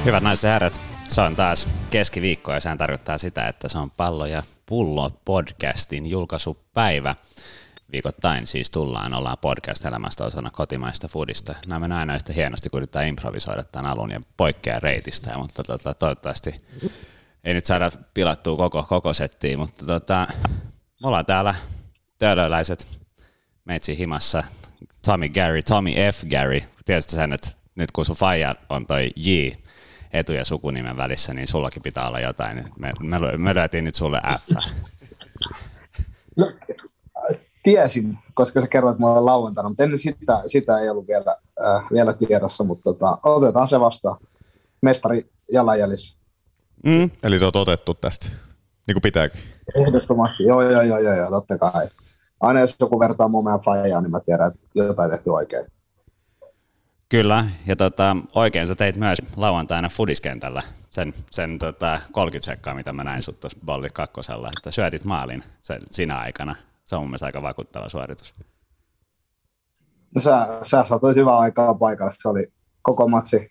Hyvät naiset ja herrat, se on taas keskiviikko ja sehän tarkoittaa sitä, että se on Pallo ja Pullo podcastin julkaisupäivä. Viikoittain siis ollaan podcast-elämästä osana kotimaista foodista. Nämä menee aina yhtä hienosti, kun yritetään improvisoida tämän alun ja poikkeaa reitistä, mutta toivottavasti ei nyt saada pilattua koko settiä, mutta me ollaan täällä töölöläiset meitsi himassa. Tommy F. Gary, tiedätkö sen, että nyt kun sun faija on toi J etu- ja sukunimen välissä, niin sullakin pitää olla jotain. Me löytiin nyt sulle F. No, tiesin, koska sä kerroit mulle lauantaina, mutta ennen sitä ei ollut vielä tiedossa, mutta otetaan se vastaan. Mestari jalanjäljissä. Eli se on otettu tästä, niin kuin pitääkin. Ehdottomasti, joo, totta kai. Aina jos joku vertaa mun meidän faijaan, niin mä tiedän, että jotain tehty oikein. Kyllä, ja oikein sä teit myös lauantaina Foodiskentällä sen 30 sekkaa, mitä mä näin sut tuossa Bolli kakkosella, että syötit maalin sinä aikana. Se on mun mielestä aika vakuuttava suoritus. No, sä saatoit hyvää aikaa paikalle, se oli koko matsi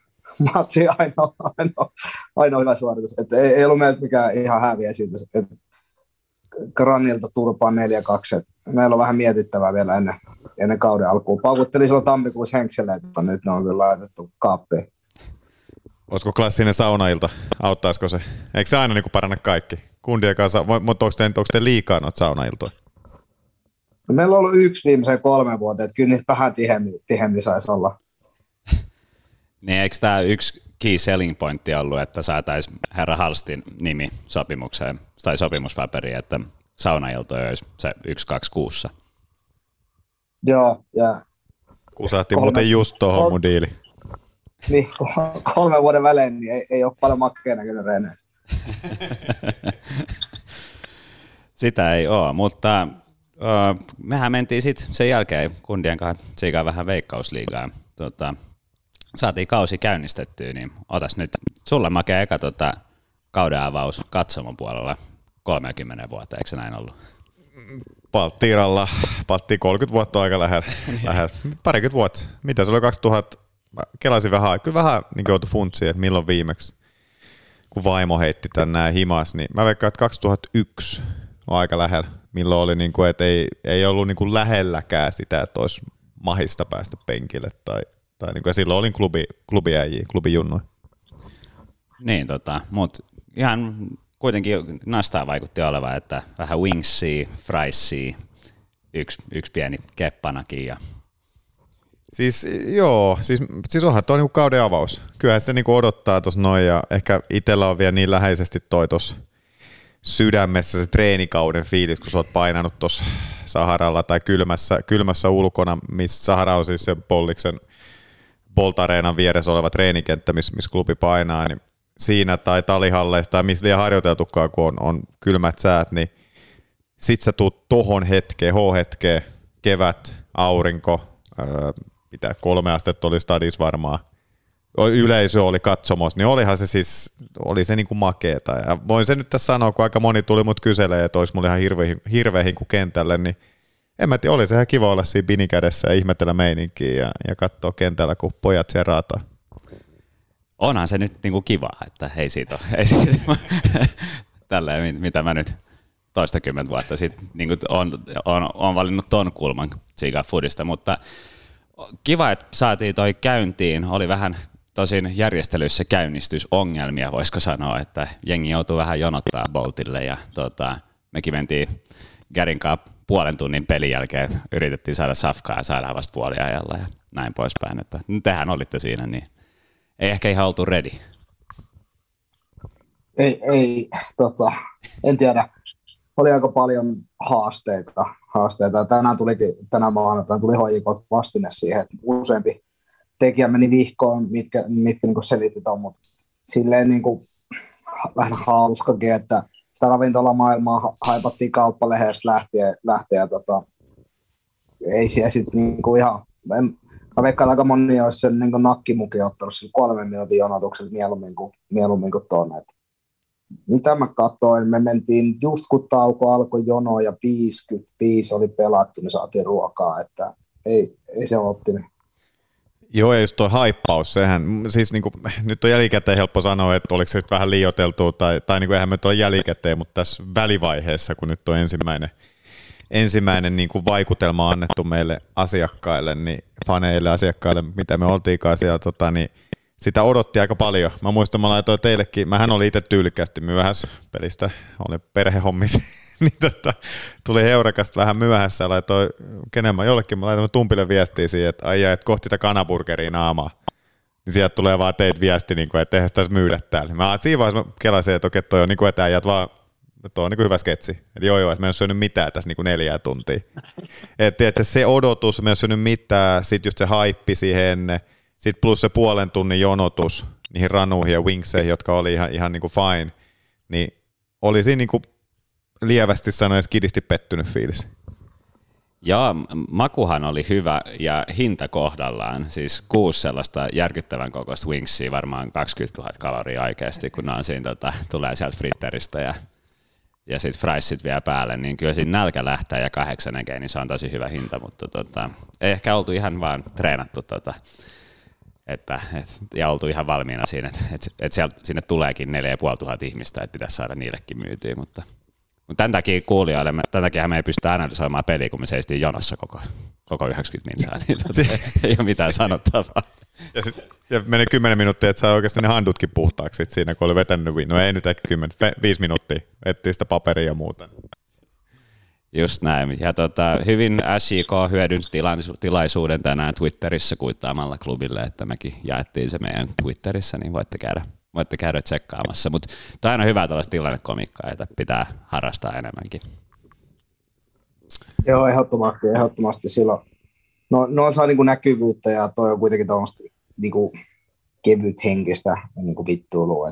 ainoa hyvä suoritus. Et ei ollut meiltä mikään ihan häviä esitys. Granilta turpaan 4-2. Meillä on vähän mietittävää vielä ennen kauden alkuun. Paukuttelin silloin tammikuussa Henkselle, että nyt ne on kyllä laitettu kaappiin. Olisiko klassinen saunailta? Auttaisiko se? Eikö se aina niin paranna kaikki? Kundien kanssa, mutta onko te liikaa noita saunailtoja? No, meillä on ollut yksi viimeiseen 3 vuoteen, että kyllä niitä vähän tihemmin saisi olla. Niin eikö tämä yksi key selling pointti ollut, että saataisiin herra Halstin nimi sopimukseen tai sopimuspaperiin, että saunailtoja olisi se 1-2 kuussa? Joo, ja kusahti muuten just tuohon mun diili. Niin, 3 vuoden välein niin ei ole paljon makkeena kyllä reenejä. Sitä ei ole, mutta mehän mentiin sitten sen jälkeen kundien kanssa tsiikaa vähän Veikkausliigaa. Saatiin kausi käynnistettyä, niin otas nyt sulle makea eka kauden avaus katsomon puolella 30 vuotta, eikö se näin ollut? Palttiiralla, 30 vuotta aika lähellä, parikymmentä vuotta. Mitä se oli 2000? Mä kelasin vähän, kyllä vähän niin joutui funtsiin, että milloin viimeksi, kun vaimo heitti tän näin himas, niin mä veikkaan, että 2001 on aika lähellä, milloin oli, niin kuin, että ei ollut niin kuin lähelläkään sitä, että olisi mahista päästä penkille, tai niin kuin, silloin olin klubijunnoja. Niin, mutta ihan kuitenkin nastaa vaikutti olevan, että vähän wingsia, friesia, yksi pieni keppanakin ja Siis joo, siis onhan tuo niinku kauden avaus. Kyllähän se niinku odottaa tuossa noin ja ehkä itsellä on vielä niin läheisesti toi tuossa sydämessä se treenikauden fiilis, kun sä oot painanut tuossa Saharalla tai kylmässä ulkona, missä Sahara on siis se Polliksen Bolt-areenan vieressä oleva treenikenttä, missä klubi painaa, niin siinä tai talihalleissa tai missä liian harjoiteltukaan, kun on kylmät säät, niin sit sä tuut tohon hetkeen, H-hetkeen, kevät, aurinko, mitä 3 astetta oli stadis varmaan, yleisö oli katsomassa, niin olihan se siis, oli se niinku makeeta. Ja voin sen nyt tässä sanoa, kun aika moni tuli mut kyselee, että olisi mulla ihan hirveä hinku kentälle, niin en mä tiedä, oli se ihan kiva olla siinä binikädessä ja ihmetellä meininkiä ja katsoa kentällä, kun pojat siellä raataa. Onhan se nyt niinku kivaa, että ei siitä tälleen, mitä mä nyt toistakymmentä vuotta sitten niin on valinnut ton kulman tsiikaa foodista, mutta kiva, että saatiin toi käyntiin. Oli vähän tosin järjestelyissä käynnistysongelmia, voisiko sanoa, että jengi joutuu vähän jonottaa Boltille ja mekin mentiin Garin kanssa puolen tunnin pelin jälkeen, yritettiin saada safkaa ja saadaan vasta puoliajalla ja näin poispäin, että tehän olitte siinä, niin ei ehkä ihan oltu ready. En tiedä. Oli aika paljon haasteita. Tänä maanantaina tuli HJK vastine siihen, että useampi tekijä meni vihkoon, mitkä niin selitti tuon, mutta silleen niin kuin vähän hauskakin, että sitä ravintolamaailmaa haipattiin kauppalehdestä lähtien ei siellä sitten niin kuin ihan, mä veikkaan aika moni olisi sen niin kuin nakkimukin ottanut sillä 3 minuutin jonotuksella mieluummin kuin tuonne. Mitä mä katsoin, me mentiin just kun tauko alkoi jono ja 55 oli pelattu, niin saatiin ruokaa, että ei se ole optimi. Joo, ja just tuo haippaus, sehän, siis niinku, nyt on jälkikäteen helppo sanoa, että oliko se vähän liioiteltua, tai niinku, eihän me ole jälkikäteen, mutta tässä välivaiheessa, kun nyt on ensimmäinen niinku vaikutelma annettu meille asiakkaille, niin faneille, asiakkaille, mitä me oltiinkaan siellä, niin sitä odotti aika paljon. Mä muistan, mä laitoin teillekin, mähän olin itse tyylikkästi myöhässä pelistä, olin perhehommissa, niin tuli Heurakasta vähän myöhässä ja laitoin jollekin, mä laitoin Tumpille viestiä siihen, että ai että kohti sitä kanaburgeria naamaa. Niin sieltä tulee vaan teitä viesti, että eihän sitä taisi myydä täällä. Mä siinä vaiheessa mä kelasin, että okei, toi on niin kuin, että äijät vaan, toi on niin kuin hyvä sketsi. Että joo, että mä en ole syönyt mitään tässä niin kuin 4 tuntia. Että se odotus, mä en ole syönyt mitään, sit just se haippi siihen ennen, sit plus se puolen tunnin jonotus niihin ranuihin ja wingseihin, jotka oli ihan niin kuin fine, niin oli siinä niin kuin lievästi sanoen skidisti pettynyt fiilis. Joo, makuhan oli hyvä ja hinta kohdallaan. Siis 6 sellaista järkyttävän kokoista wingsia, varmaan 20 000 kaloria oikeasti, kun on siinä, tulee sieltä fritteristä ja sitten friesit vielä päälle, niin kyllä siinä nälkä lähtee ja 8 näkee, niin se on tosi hyvä hinta, mutta ei ehkä oltu ihan vaan treenattu ja oltu ihan valmiina siinä, että sinne tuleekin 4 500 ihmistä, että pitäisi saada niillekin myytyä, mutta tämän takia kuulijoille, tämän takia me ei pystytä analysoimaan peliä, kun me seistiin jonossa koko 90 minsaa, niin ei ole mitään sanottavaa. Ja meni 10 minuuttia, että sai oikeasti ne handutkin puhtaaksi siinä, kun oli vetänyt no ei nyt ehkä 5 minuuttia, etsii sitä paperia ja muuta. Just näin. Ja hyvin SJK hyödynsi tilaisuuden tänään Twitterissä kuittaamalla klubille, että mekin jaettiin se meidän Twitterissä, niin voitte käydä tsekkaamassa. Mutta tämä on aina hyvä tällaista tilannekomikkaa, että pitää harrastaa enemmänkin. Joo, ehdottomasti silloin. No saa niinku näkyvyyttä ja toi on kuitenkin tuollaista niinku kevyt henkistä niinku vittuilua.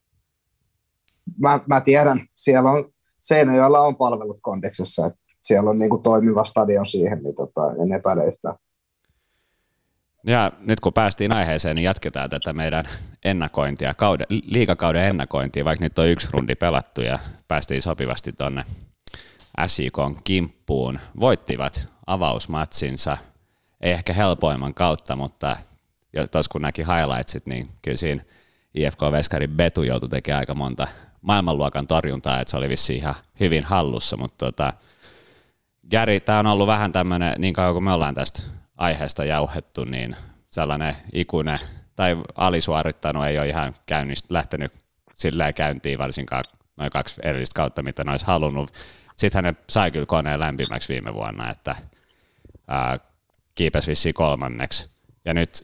Mä tiedän, siellä on Seinäjoella on palvelut Kondeksessa, että siellä on niinku toimiva stadion siihen, niin en epäile yhtään. Ja nyt kun päästiin aiheeseen, niin jatketaan tätä meidän ennakointia, liigakauden ennakointia, vaikka nyt on 1 rundi pelattu ja päästiin sopivasti tuonne SJK:n kimppuun. Voittivat avausmatsinsa, ei ehkä helpoimman kautta, mutta tuossa kun näki highlightsit, niin kyllä siinä IFK-veskarin Betu joutui tekemään aika monta maailmanluokan torjuntaa, että se oli vissiin ihan hyvin hallussa, mutta Gary, tämä on ollut vähän tämmöinen, niin kauan kuin me ollaan tästä aiheesta jauhettu, niin sellainen ikuinen tai alisuorittanut ei ole ihan lähtenyt sillä käyntiin varsinkaan noin 2 erillistä kautta, mitä ne olisi halunnut. Sitten hän sai kyllä koneen lämpimäksi viime vuonna, että kiipesi vissiin 3. Ja nyt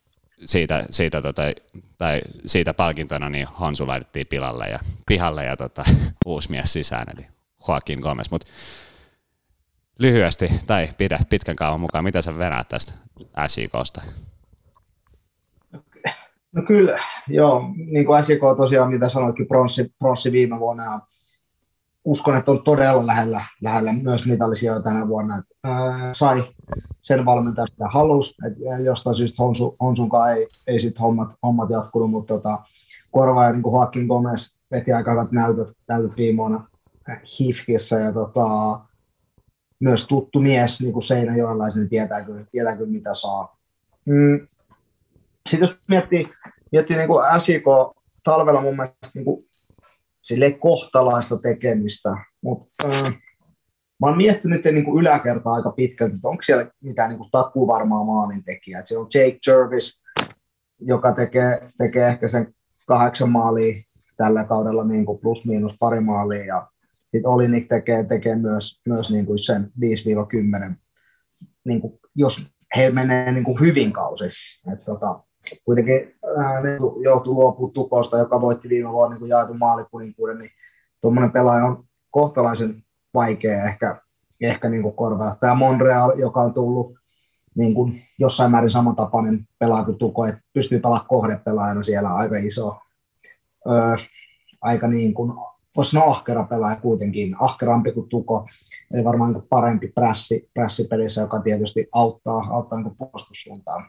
siitä palkintona niin Honsu laitettiin pihalle ja uusi mies sisään, eli Joaquin Gomez. Mut lyhyesti, tai pidä pitkän kaavan mukaan, mitä sä venaat tästä SJK:sta? No kyllä, joo, niin kuin SJK tosiaan, mitä sanoitkin, pronssi viime vuonna, ja uskon, että on todella lähellä myös mitallisia tänä vuonna, että sai sen valmentajan, mitä halusi, että jostain syystä Honsunkaan ei sit hommat jatkunut, mutta korvaaja niin kuin Joaquin Gomez veti aika hyvät näytöt viime vuonna HIFKissä, ja myös tuttu mies niin kuin Seinäjoella, niin tietää kyllä mitä saa. Sitten jos miettii niin kuin SJK talvella mun mielestä niin kuin silleen kohtalaista tekemistä, mutta mä oon miettinyt niin kuin yläkertaa aika pitkälti, että onko siellä mitään niin kuin takuvarmaa maalintekijää. Siellä on Jake Jervis, joka tekee ehkä sen 8 maalia tällä kaudella niin kuin plus miinus pari maalia, ja sitten Olinik tekee myös niin kuin sen 5-10, niin kuin jos he menee niin kuin hyvin kausi. Kuitenkin ne joutui luopumaan Tukosta, joka voitti viime vuonna niin jaetun maalikuninkuuden, niin tuommoinen pelaaja on kohtalaisen vaikea ehkä niin kuin korvata. Tämä Monreal, joka on tullut niin kuin jossain määrin samantapainen pelaaja kuin Tuko, että pystyy pelaamaan kohdepelaajana siellä aika iso, aika niin kuin, voisi sanoa ahkera pelaaja kuitenkin, ahkerampi kuin Tuko, eli varmaan niin parempi prässipelissä, joka tietysti auttaa niin puolustussuuntaan.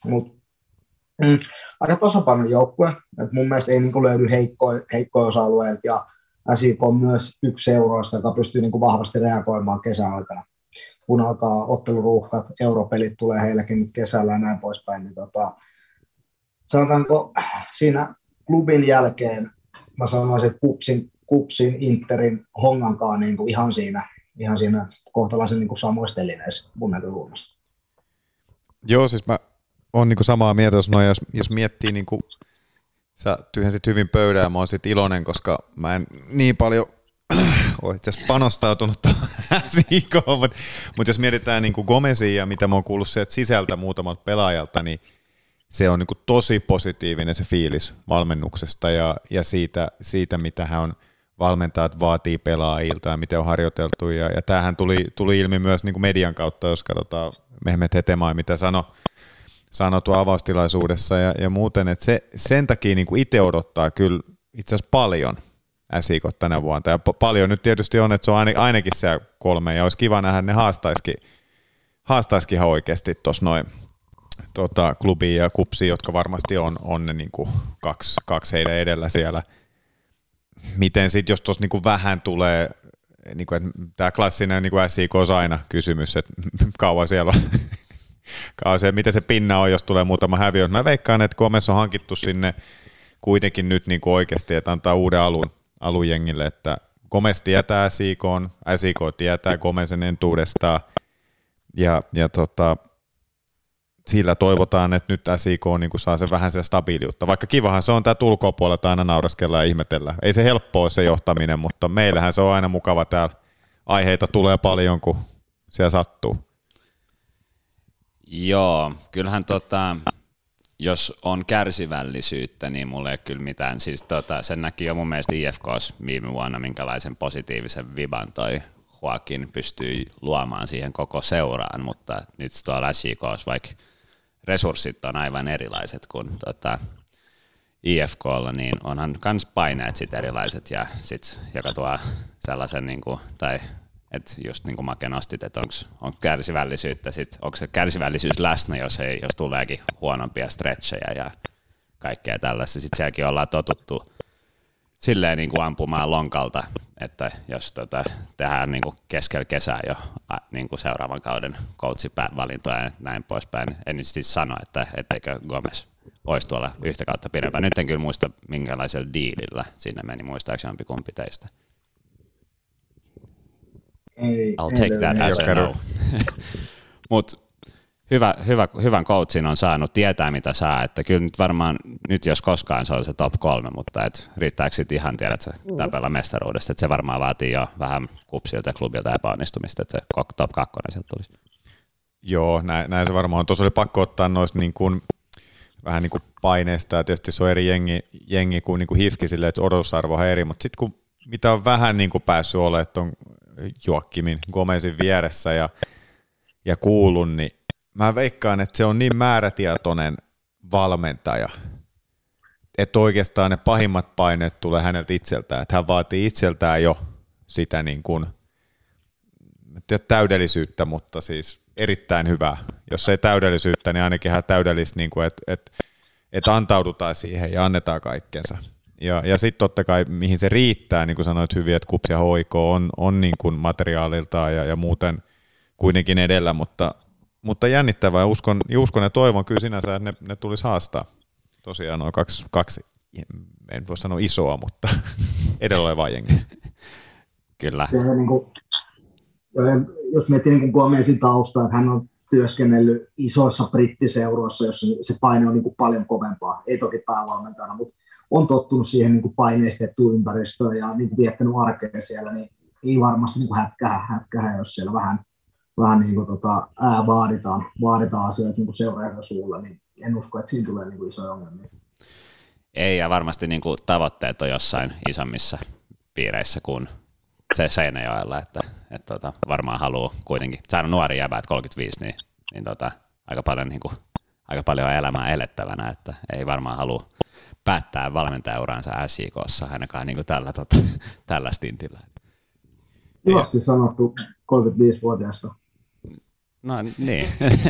Aika tasapainoinen joukkue, että mun mielestä ei niin kuin löydy heikkoja osa-alueilta, ja SJK on myös yksi seuroista, joka pystyy niin kuin vahvasti reagoimaan kesäaikana. kun alkaa otteluruuhkat, europelit tulee heillekin nyt kesällä ja näin poispäin, niin sanotaanko siinä klubin jälkeen, mä sanoisin, että Kupsin, Interin, Hongankaan niin kuin ihan siinä kohtalaisen niin kuin samoissa telineissä mun näkökulmasta. Joo, siis mä oon niin kuin samaa mieltä, jos miettii, niin kuin, sä tyhjensit hyvin pöydää, mä oon sit iloinen, koska mä en niin paljon ole itse asiassa panostautunut siikoon, mutta jos mietitään niin kuin Gomezia ja mitä mä oon kuullut sieltä sisältä muutamalta pelaajalta, niin se on niin kuin tosi positiivinen se fiilis valmennuksesta ja siitä, mitä hän on valmentajat vaatii pelaajilta ja miten on harjoiteltu. Ja tämähän tuli ilmi myös niin kuin median kautta, jos katsotaan Mehmet Hetemaa, mitä sanoi tuo avaustilaisuudessa ja muuten, että sen takia niin kuin itse odottaa kyllä itse asiassa paljon SIK tänä vuonna. Ja paljon nyt tietysti on, että se on ainakin se 3 ja olisi kiva nähdä, ne haastaisikin ihan oikeasti tuossa noin klubia ja Kupsia, jotka varmasti on ne niin kuin kaksi heidän edellä siellä. Miten sitten, jos tuossa niin vähän tulee, niin kuin, tämä klassinen niin kuin SIK on aina kysymys, että kauan siellä on, miten se pinna on, jos tulee muutama häviö. Mä veikkaan, että Gomez on hankittu sinne kuitenkin nyt niin kuin oikeasti, että antaa uuden alun jengille, että Gomez tietää SIK tietää Gomezin entuudestaan, ja sillä toivotaan, että nyt SIK niin saa sen vähän sitä stabiiliutta. Vaikka kivahan se on tämä ulkopuolelta aina nauraskella ja ihmetellä. Ei se helppoa ole se johtaminen, mutta meillähän se on aina mukava täällä. Aiheita tulee paljon, kun siellä sattuu. Joo, kyllähän jos on kärsivällisyyttä, niin mulla ei ole kyllä mitään. Siis sen näki jo mun mielestä IFK:ssa viime vuonna, minkälaisen positiivisen viban toi Joaquin pystyy luomaan siihen koko seuraan, mutta nyt tuolla SJK:ssa vaikka resurssit on aivan erilaiset kuin IFK:lla, niin onhan kans paineet sit erilaiset ja sit joka tuo sellaisen niinku, tai että just niin kuin Make nostit, että onko kärsivällisyyttä, onko se kärsivällisyys läsnä, jos tuleekin huonompia stretchejä ja kaikkea tällaista. Sitten sielläkin ollaan totuttu silleen niin kuin ampumaan lonkalta, että jos tehdään niin kuin keskellä kesää jo niin kuin seuraavan kauden coachvalintoja ja näin poispäin. En nyt siis sano, etteikö Gomez olisi tuolla yhtä kautta pidempään. Nyt en kyllä muista, minkälaisella diilillä sinne meni, muistaakseni jompikumpi teistä. I'll take that as a no. Mutta hyvän coachin on saanut, tietää mitä saa, että kyllä nyt varmaan, nyt jos koskaan se on se top 3, mutta riittääkö sitten ihan, tiedätkö, tapella mestaruudesta, että se varmaan vaatii jo vähän Kupsilta ja klubilta epäonnistumista, että se top 2 sieltä tulisi. Joo, näin se varmaan on. Tuossa oli pakko ottaa noista niin kuin, vähän niin kuin paineista, ja tietysti se on eri jengi kuin, HIFK silleen, että odotusarvo on eri, mutta sitten kun mitä on vähän niin kuin päässyt olemaan, että on Joaquimin Gomezin vieressä ja kuulun, niin mä veikkaan, että se on niin määrätietoinen valmentaja, että oikeastaan ne pahimmat paineet tulee häneltä itseltään, että hän vaatii itseltään jo sitä niin kuin, täydellisyyttä, mutta siis erittäin hyvää. Jos ei täydellisyyttä, niin ainakin hän täydellistä, niin kuin, että antaudutaan siihen ja annetaan kaikkensa. Ja sitten totta kai, mihin se riittää, niin kuin sanoit hyvin, että KuPS ja HIK on niin kuin materiaaliltaan ja muuten kuitenkin edellä, mutta jännittävää. Uskon ja toivon kyllä sinänsä, että ne tulisi haastaa. Tosiaan noin kaksi, en voi sanoa isoa, mutta edellä olevaa jengiä. Kyllä. Niin kuin, jos miettii niin Gomezin taustaa, että hän on työskennellyt isoissa brittiseuroissa, jossa se paine on niin kuin paljon kovempaa. Ei toki päävalmentajana, mutta on tottunut siihen niin kuin paineistettuun ympäristöön ja niin kuin viettänyt arkea siellä, niin ei varmasti niin kuin hätkähä, jos siellä vähän niin kuin vaaditaan asioita niin kuin seuraajan suulla, niin en usko, että siinä tulee niin kuin isoja ongelmia. Ei, ja varmasti niin kuin tavoitteet on jossain isommissa piireissä kuin se Seinäjoella, että varmaan haluaa kuitenkin saada nuori jäbä, 35, niin aika paljon on elämää elettävänä, että ei varmaan halua päättää valmentajauransa SJK:ssa ainakaan niin kuin tällä stintillä. Juosti sanottu 35-vuotiaasta. No niin.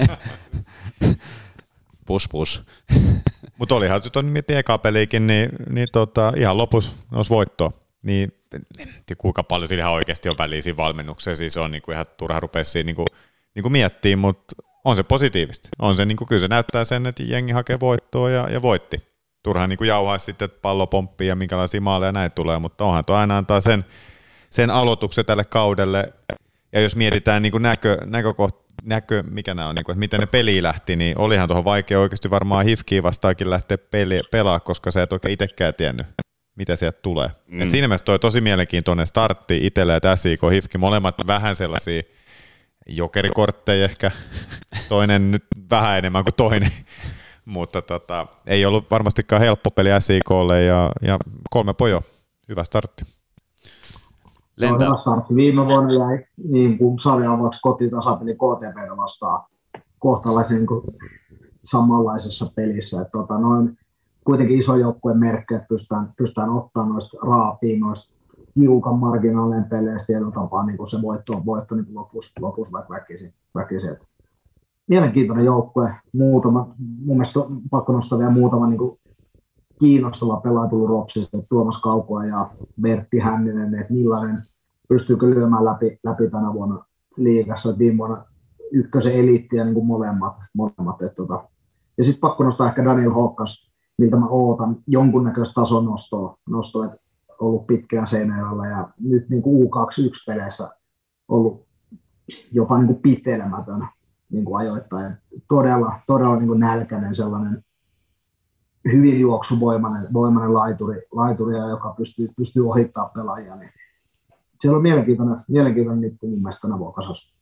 Pus. Mutta olihan nyt miettiä eka peliikin, niin ihan lopussa nousi voittoa. Niin kuinka paljon sillä ihan oikeasti on väliä siinä valmennuksessa, siis on niinku ihan turha rupea siinä niinku niin kuin miettii, mutta on se positiivista. On se, niin kuin, kyllä se näyttää sen, että jengi hakee voittoa ja voitti. Turhaan niin kuin jauhaisi sitten, että pallo pomppii ja minkälaisia maaleja näin tulee, mutta onhan tuo aina antaa sen aloituksen tälle kaudelle. Ja jos mietitään niin kuin mikä nämä on, niin kuin, että miten ne peliin lähti, niin olihan tuohon vaikea oikeasti varmaan HIFKiä vastaakin lähteä pelaa, koska sä et oikein itsekään tiennyt, mitä sieltä tulee. Et siinä mielessä toi tosi mielenkiintoinen startti itselle, että SIK, HIFK, molemmat vähän sellaisia jokerikortteja ehkä, toinen nyt vähän enemmän kuin toinen, mutta ei ollut varmastikaan helppo peli SIK:lle ja 3 pojoa, hyvä startti. Hyvä startti. Viime vuonna jäi niin kuin sarja-avaksi kotitasapeli KTP:tä vastaan kohtalaisen niin kuin samanlaisessa pelissä. Että, noin kuitenkin iso joukkueen merkki, että pystytään ottaa noista raapiin, noista hiukan marginaalien peleistä tietyllä tapaa niin kuin se voitto niin lopussa vaikka väkisin. Mielenkiintoinen joukkue. Mun mielestä on pakko nostaa vielä muutama niin kuin kiinnostava pelaaja tullut Ropsista, Tuomas Kaukoa ja Bertti Hänninen, että millainen pystyykö lyömään läpi tänä vuonna liigassa. Viime vuonna ykkösen eliittiä niin kuin molemmat. Ja sitten pakko nostaa ehkä Daniel Hokkas, miltä mä ootan jonkunnäköistä tason nostoa, että ollut pitkään Seinäjoella ja nyt niin kuin U21-peleissä ollut jopa niin kuin pitelemätön niin kuin ajoittain. Todella niin kuin nälkäinen sellainen hyvin juoksuvoimainen laituri, joka pystyy ohittamaan pelaajia. Niin siellä on mielenkiintoinen nippu mun mielestä tänä vuonna kasassa.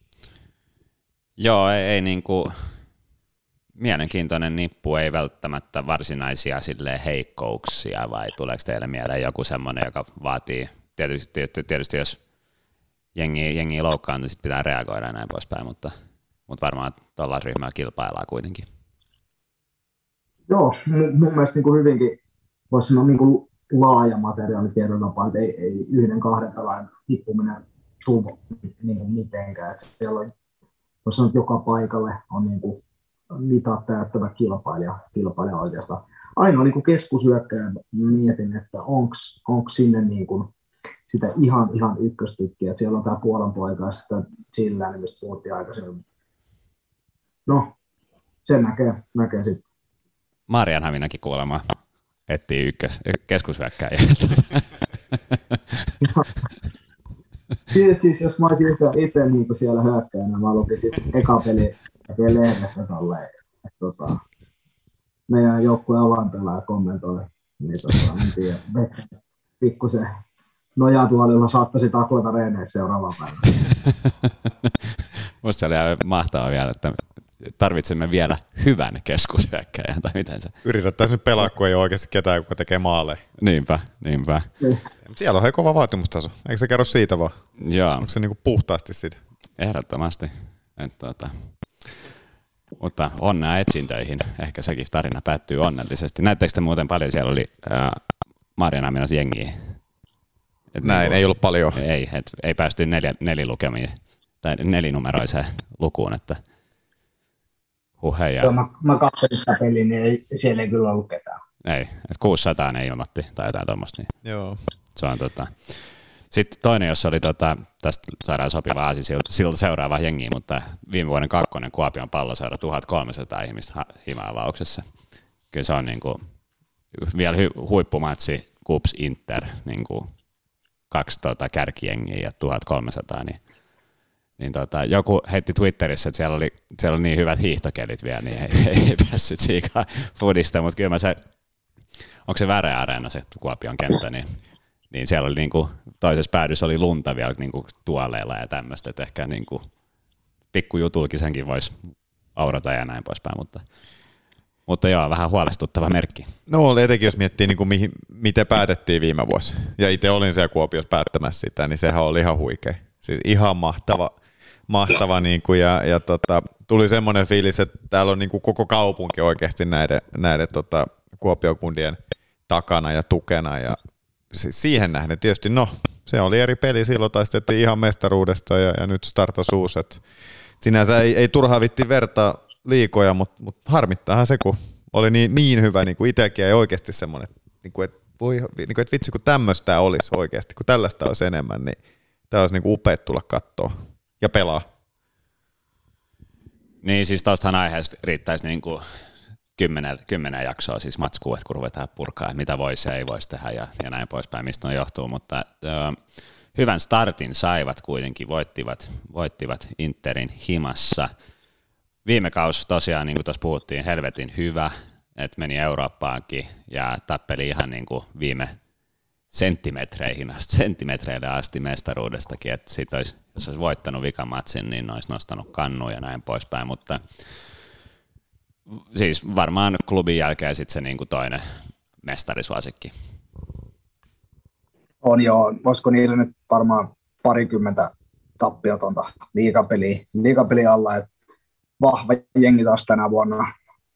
Joo, ei niinku, mielenkiintoinen nippu, ei välttämättä varsinaisia heikkouksia, vai tuleeko teille mieleen joku semmoinen, joka vaatii, tietysti jos jengi loukkaantuu, niin pitää reagoida ja näin poispäin, mutta varmaan tuolla ryhmällä kilpaillaan kuitenkin. Joo, mun mielestä niin kuin hyvinkin voisi sanoa niin kuin laaja materiaali tietyllä tapaa, että ei yhden kahden pelaajan tippuminen tule niin kuin mitenkään. Että siellä on, jos on joka paikalle on niin kuin mitat täyttävä kilpailija oikeastaan. Ainoa niin kuin keskusyökkäjä mietin, että onko sinne niin kuin sitä ihan ykköstykkiä. Että siellä on tämä Puolan poika ja sitä Chillään, mistä puhuttiin aikaisemmin. No, sen näkee sitten. Marianhaminakin kuulemma etsii keskushyökkääjää. Siis jos mä olisin itse niin siellä hyökkäjänä, mä lukisin eka peli lehdestä tolleen. Meidän joukkueen avainpelaaja kommentoi, niin en tiedä, pikkusen nojatuolilla saattaisi taklata Reneet seuraavaan päivänä. Musta se oli aivan mahtavaa vielä, että tarvitsemme vielä hyvän keskushyökkäjän, tai miten se? Yritettäisiin nyt pelaa, kun ei ole oikeasti ketään, joka tekee maaleja. Niinpä. Siellä on kova vaatimustaso. Eikö se kerro siitä vaan? Joo. Onko se niinku puhtaasti siitä? Ehdottomasti. Mutta onnea etsintöihin. Ehkä sekin tarina päättyy onnellisesti. Näettekö te muuten paljon siellä oli Marianhaminassa jengiä? Näin, ei ollut paljon. Ei päästy nelilukemiin tai nelinumeroiseen lukuun, että Joo, mä katselin sitä peliä, niin siellä ei kyllä ollut ketään. Ei, että 600 ne ilmoitti tai jotain tuommoista. Niin. Joo. Se on Sitten toinen, jos oli tästä saadaan sopiva siltä seuraava jengi, mutta viime vuoden 2. Kuopion Palloseura 1300 ihmistä himaavauksessa. Kyllä se on niinku vielä huippumatsi KuPS Inter, niinku 2 kärkijengiä ja 1300, niin joku heitti Twitterissä, että siellä oli niin hyvät hiihtokelit vielä, niin ei päässyt siikaa foodista, mutta kyllä onko se Väre Areena se Kuopion kenttä, niin siellä oli niinku, toisessa päädyssä oli lunta vielä niinku tuoleilla ja tämmöistä, että ehkä niinku pikkujutulkin senkin voisi aurata ja näin poispäin, mutta joo, vähän huolestuttava merkki. No etenkin jos miettii, niin kuin miten päätettiin viime vuosi, ja itse olin siellä Kuopiossa päättämässä sitä, niin sehän oli ihan huikea. Siis ihan mahtava niin kuin, ja tuli semmoinen fiilis, että täällä on niin kuin koko kaupunki oikeasti näiden Kuopiokundien takana ja tukena, ja siihen nähden tietysti, no se oli eri peli, silloin taisteltiin ihan mestaruudesta ja nyt startasi uusi, että sinänsä ei turhaa vitti vertaa liikoja, mutta harmittaahan se, kun oli niin hyvä niin kuin itsekin ja oikeasti semmoinen, että vitsi kun tämmöistä olisi oikeasti, kun tällaista olisi enemmän, niin tämä olisi niin kuin upea tulla katsoa ja pelaa. Niin siis tuostahan aiheesta riittäisi niin kuin 10 jaksoa, siis matskua, että kun ruvetaan purkaa, mitä voisi ja ei voisi tehdä ja näin poispäin, mistä on johtuu, mutta hyvän startin saivat kuitenkin, voittivat Interin himassa. Viime kausi tosiaan, niin kuin tuossa puhuttiin, helvetin hyvä, että meni Eurooppaankin ja tappeli ihan niin kuin viime senttimetreille asti mestaruudestakin, että siitä olisi, jos olisi voittanut vikamatsin, niin olisi nostanut kannua ja näin poispäin, mutta siis varmaan klubin jälkeen sitten se niin kuin toinen mestarisuosikki. On joo, olisiko niillä nyt varmaan 20 tappiotonta liigapeliä alla, että vahva jengi taas tänä vuonna.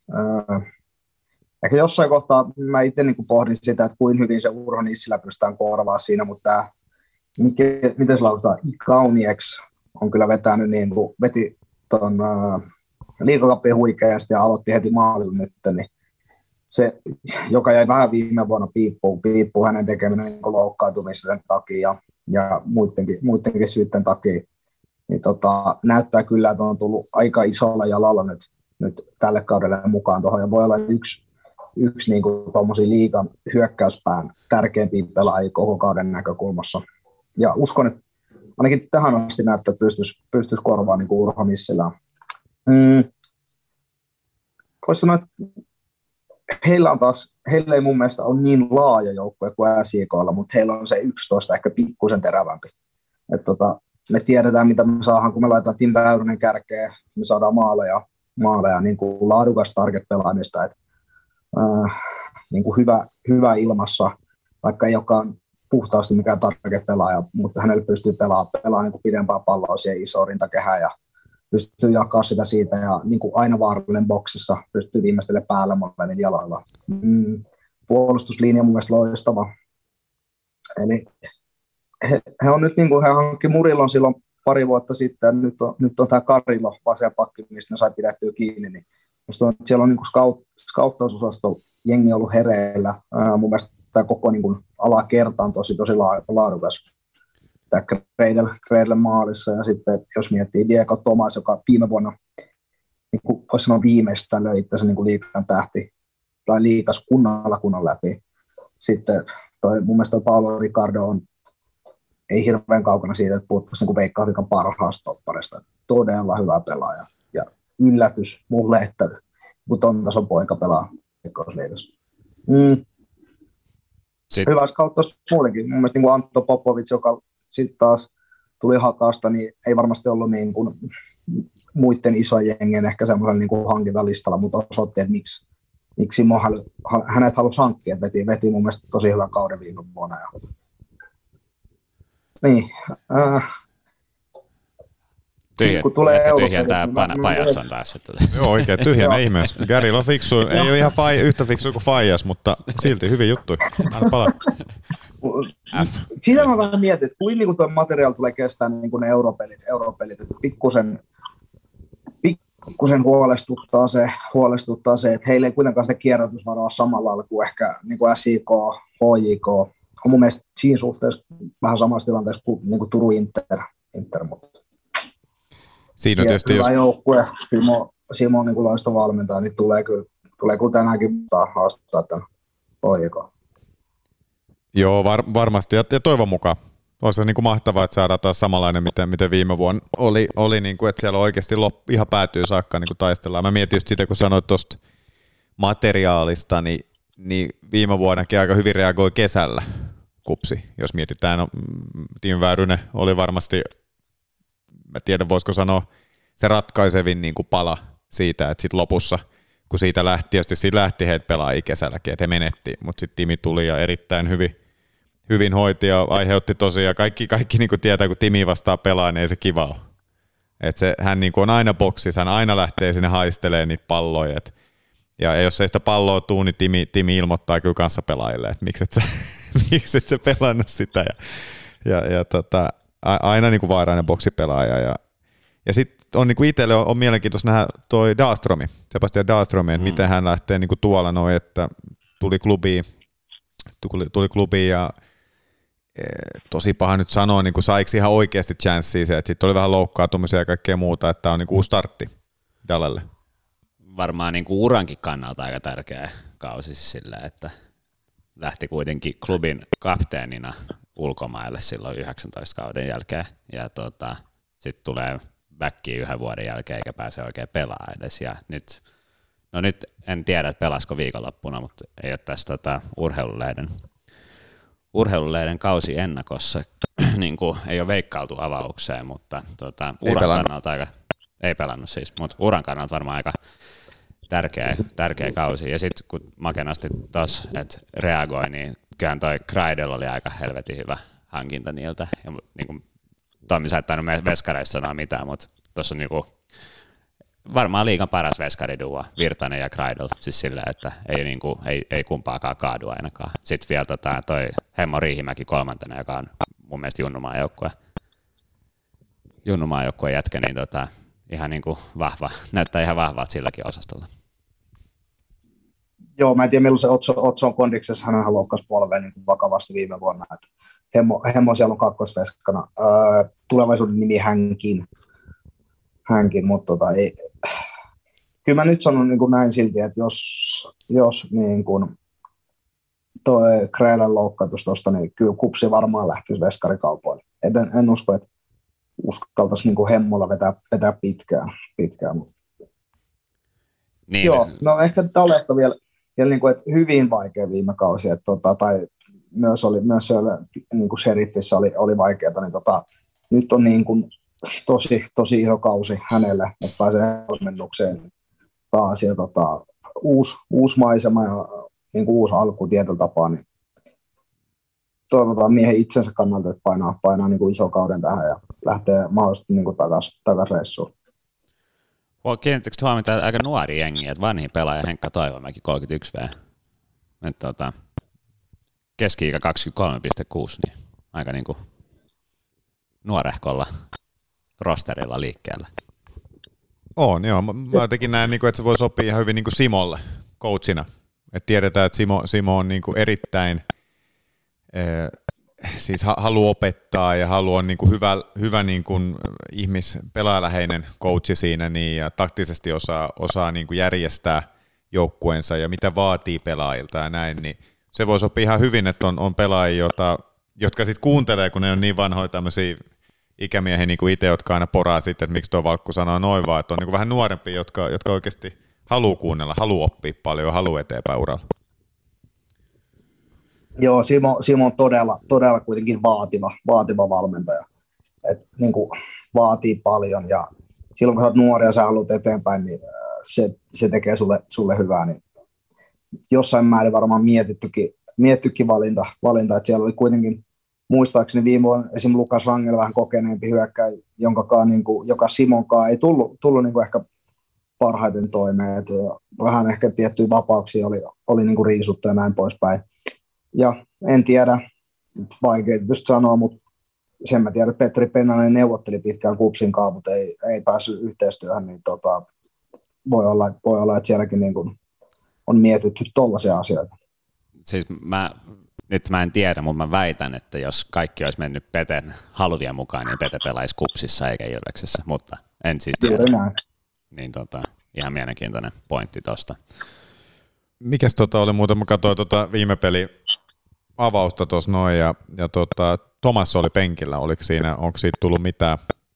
Ehkä jossain kohtaa mä itse niin pohdin sitä, että kuinka hyvin se Urho Nissilä pystytään korvaamaan siinä, mutta tämä, miten se lausutaan, Kaunieks on kyllä vetänyt, niin kuin veti tuon liigakappien huikeasti ja aloitti heti maalilla nyt, niin se, joka jäi vähän viime vuonna piippuun hänen tekeminen niin loukkaantumisten takia ja muidenkin syytten takia, niin näyttää kyllä, että on tullut aika isolla jalalla nyt tälle kaudelle mukaan tuohon, ja voi olla yksi niin kuin tuommoisia liigan hyökkäyspään tärkeimpiä pelaajia koko kauden näkökulmassa. Ja uskon, että ainakin tähän asti näyttää, että pystyisi korvaamaan niin Urho Nissilää. Voisi sanoa, että heillä ei mun mielestä ole niin laaja joukkue kuin SJK:lla, mutta heillä on se 11 ehkä pikkusen terävämpi. Me tiedetään, mitä me saadaan, kun me laitetaan Tim Väyrynen kärkeen, me saadaan maaleja niin kuin laadukas target-pelaamista, niin kuin hyvä ilmassa, vaikka ei olekaan puhtaasti mikään target-pelaaja, mutta hänelle pystyy pelaamaan niin kuin pidempää palloa siihen isoon rintakehään ja pystyy jakaa sitä siitä ja niin kuin aina vaarallinen boksissa pystyy viimeistelle päällä molemmilla jaloilla. Puolustuslinja mun mielestä loistava. Eli he on nyt niin kuin he hankki Murilon silloin pari vuotta sitten ja nyt on tämä Karilo vasen pakki, mistä ne sai pidettyä kiinni. Niin siellä on niin kuin skauttausosasto jengi ollut hereillä. Mun mielestä tämä koko niin kuin alakerta on tosi laadukas. Tämä Kreidel maalissa ja sitten jos miettii Diego Tomas, joka viime vuonna niin kuin voisi sanoa viimeistään löi itse niin kuin liigan tähti tai liigas kunnon läpi. Sitten mun mielestä toi Paolo Ricardo ei hirveän kaukana siitä, että puhuttaisiin niin Veikkausliigan parhaasta topparista. Todella hyvä pelaaja ja yllätys mulle, että kun ton tason poika pelaa Veikkausliigassa. Hyvä skauttos muutenkin. Mun mielestä niin kuin Antto Popovic, joka sitten taas tuli Hakasta, niin ei varmasti ollut niin kuin muiden isojen jengien ehkä semmoisella niin kuin hankintalistalla, mutta osoitti, että miksi Simo hänet halusi hankkia, että veti mun mielestä tosi hyvän kauden viime vuonna. Niin. Kun tulee tyhjentää Pajatson taas. Joo, oikein tyhjänä ihmeessä. Gärillä on fiksu, ei ole ihan yhtä fiksu kuin Fajas, mutta silti hyvin juttu. Sitä mä vähän mietin, että kuinka tuo materiaali tulee kestää niin kuin ne europelit, että pikkusen huolestuttaa se, että heillä ei kuitenkaan sitä kierrätysvaraa samalla lailla kuin ehkä niin kuin SIK, HJK. On mun mielestä siinä suhteessa vähän samassa tilanteessa kuin, niin kuin Turun Inter, mutta siinä on tietysti hyvä joukkue, Simo on niin kuin loistava valmentaja, niin tulee kyllä tänäänkin haastaa tämän HJK. Joo, varmasti ja toivon mukaan. Olisi niin kuin mahtavaa, että saadaan taas samanlainen, miten viime vuonna oli niin kuin, että siellä oikeasti ihan päätyy saakka niin kuin taistellaan. Mä mietin just sitä, kun sanoit tuosta materiaalista, niin viime vuonnakin aika hyvin reagoi kesällä KuPS. Jos mietitään, Tim Väyrynen oli varmasti, mä tiedän voisiko sanoa, se ratkaisevin niin kuin pala siitä, että sitten lopussa, kun siitä lähti heitä pelaajia kesälläkin, että he menetti, mutta sitten Timi tuli ja erittäin hyvin hoiti ja aiheutti tosiaan, kaikki niin kuin tietää, kun Timi vastaa pelaa, niin ei se kiva ole. Hän niin kuin on aina boksissa, hän aina lähtee sinne haistelemaan niitä palloja. Ja jos ei sitä palloa tule, niin Timi ilmoittaa kyllä kanssa pelaajille, että miksi et sä pelannut sitä. Aina niin kuin vaarainen boksipelaaja. Ja sitten on niin kuin itselle on mielenkiintoista nähdä toi Sebastian Dahlström, että miten hän lähtee niin kuin tuolla noin, että tuli klubiin ja tosi paha nyt sanoa, niin kuin saiko ihan oikeasti chanssiä se, että sitten oli vähän loukkaantumisia ja kaikkea muuta, että tämä on niin kuin uusi startti. Dalalle? Varmaan niin kuin urankin kannalta aika tärkeä kausi sillä, että lähti kuitenkin klubin kapteenina ulkomaille silloin 19 kauden jälkeen, ja sitten tulee backiin 1 vuoden jälkeen eikä pääse oikein pelaamaan edes, ja nyt en tiedä, että pelasko viikonloppuna, mutta ei ole tässä urheilulehden kausi ennakossa, niin kuin ei ole veikkailtu avaukseen, mutta uran kannalta ei pelannut siis, mutta uran kannalta varmaan aika tärkeä kausi. Ja sitten kun Make nosti tuossa, että reagoi, niin kyllähän toi Kreidel oli aika helvetin hyvä hankinta niiltä. Ja niin kuin Tommi sä et tainnut meidän veskareissa sanoa mitään, mutta tuossa on niinku varmaan liigan paras veskariduo, Virtanen ja Kreidel, siis sillä, että ei kumpaakaan kaadu ainakaan. Sitten vielä toi Hemmo Riihimäki 3, joka on mun mielestä junnumaajoukkueen jätkä, niin ihan niin kuin vahva, näyttää ihan vahvalta silläkin osastolla. Joo, mä en tiedä milloin se Otso on kondiksessa, hänhän loukkasi polveen niin vakavasti viime vuonna. Että Hemmo siellä on kakkosveskana. Tulevaisuuden nimi hänkin, mutta ei. Kyllä mä nyt sanon niin kuin näin silti, että jos niin kuin toi Kreilän loukkautus tuosta, niin kyllä Kupsi varmaan lähtisi veskarikaupoille. En usko, että uskaltaisi niin kuin Hemmolla vetää pitkään. Mutta. Niin. Joo, no ehkä Dalesta vielä niin kuin, että hyvin vaikea viime kausi, että, tai myös siellä niin kuin Sheriffissä oli vaikeaa, niin nyt on niin kuin tosi iso kausi hänelle, että pääsee valmennukseen taas ja uusi maisema ja niin kuin uusi alku tietyllä tapaa, niin toivotaan miehen itsensä kannalta, että painaa niin kuin iso kauden tähän ja lähtee mahdollisesti niin takas reissuun. Kiinnittäkö huomioon aika nuori jengi, että vanhin pelaaja Henkka Toivomäki 31V, että keski-ikä 23,6, niin aika niin kuin nuorehkolla rosterilla liikkeellä. On, joo. Mä jotenkin näen, että se voi sopia ihan hyvin niin kuin Simolle coachina. Et tiedetään, että Simo on niin kuin erittäin, siis haluaa opettaa ja haluaa niin kuin hyvä niin kuin pelaajaläheinen coachi siinä niin, ja taktisesti osaa niin kuin järjestää joukkueensa ja mitä vaatii pelaajilta ja näin, niin se voi sopia ihan hyvin, että on pelaajia, jotka sitten kuuntelee, kun ne on niin vanhoja tämmöisiä ikämiehiä niin kuin itse, jotka aina poraa sitten, että miksi tuo Valkku sanoo noin vaan, että on niin kuin vähän nuorempia, jotka oikeasti haluaa kuunnella, haluaa oppia paljon, haluaa eteenpäin uralla. Joo, Simo on todella kuitenkin vaativa valmentaja. Et, niin kuin, vaatii paljon ja silloin kun sä oot nuori ja sä haluat eteenpäin, niin se tekee sulle hyvää. Niin jossain määrin varmaan mietittykin valinta, että siellä oli kuitenkin muistaakseni viime vuonna esimerkiksi Lukas Rangel vähän kokeneempi hyökkäjä, joka Simonkaan ei tullut niin kuin ehkä parhaiten toimeen. Et vähän ehkä tiettyjä vapauksia oli niin kuin riisuttu ja näin poispäin. Ja en tiedä, vaikea tietysti sanoa, mutta sen mä tiedän, että Petri Pennanen neuvotteli pitkään Kupsin kanssa, mutta ei päässyt yhteistyöhön, niin voi olla, että sielläkin niin kuin on mietitty tollaisia asioita. Siis nyt mä en tiedä, mutta mä väitän, että jos kaikki olisi mennyt Peten haluvien mukaan, niin Pete pelaisi Kupsissa eikä Ilveksessä, mutta en siis tiedä. Niin ihan mielenkiintoinen pointti tuosta. Mikäs oli muuten, mä katsoin viime peli avausta tuossa noin ja Thomas oli penkillä, onko siitä tullut mitään,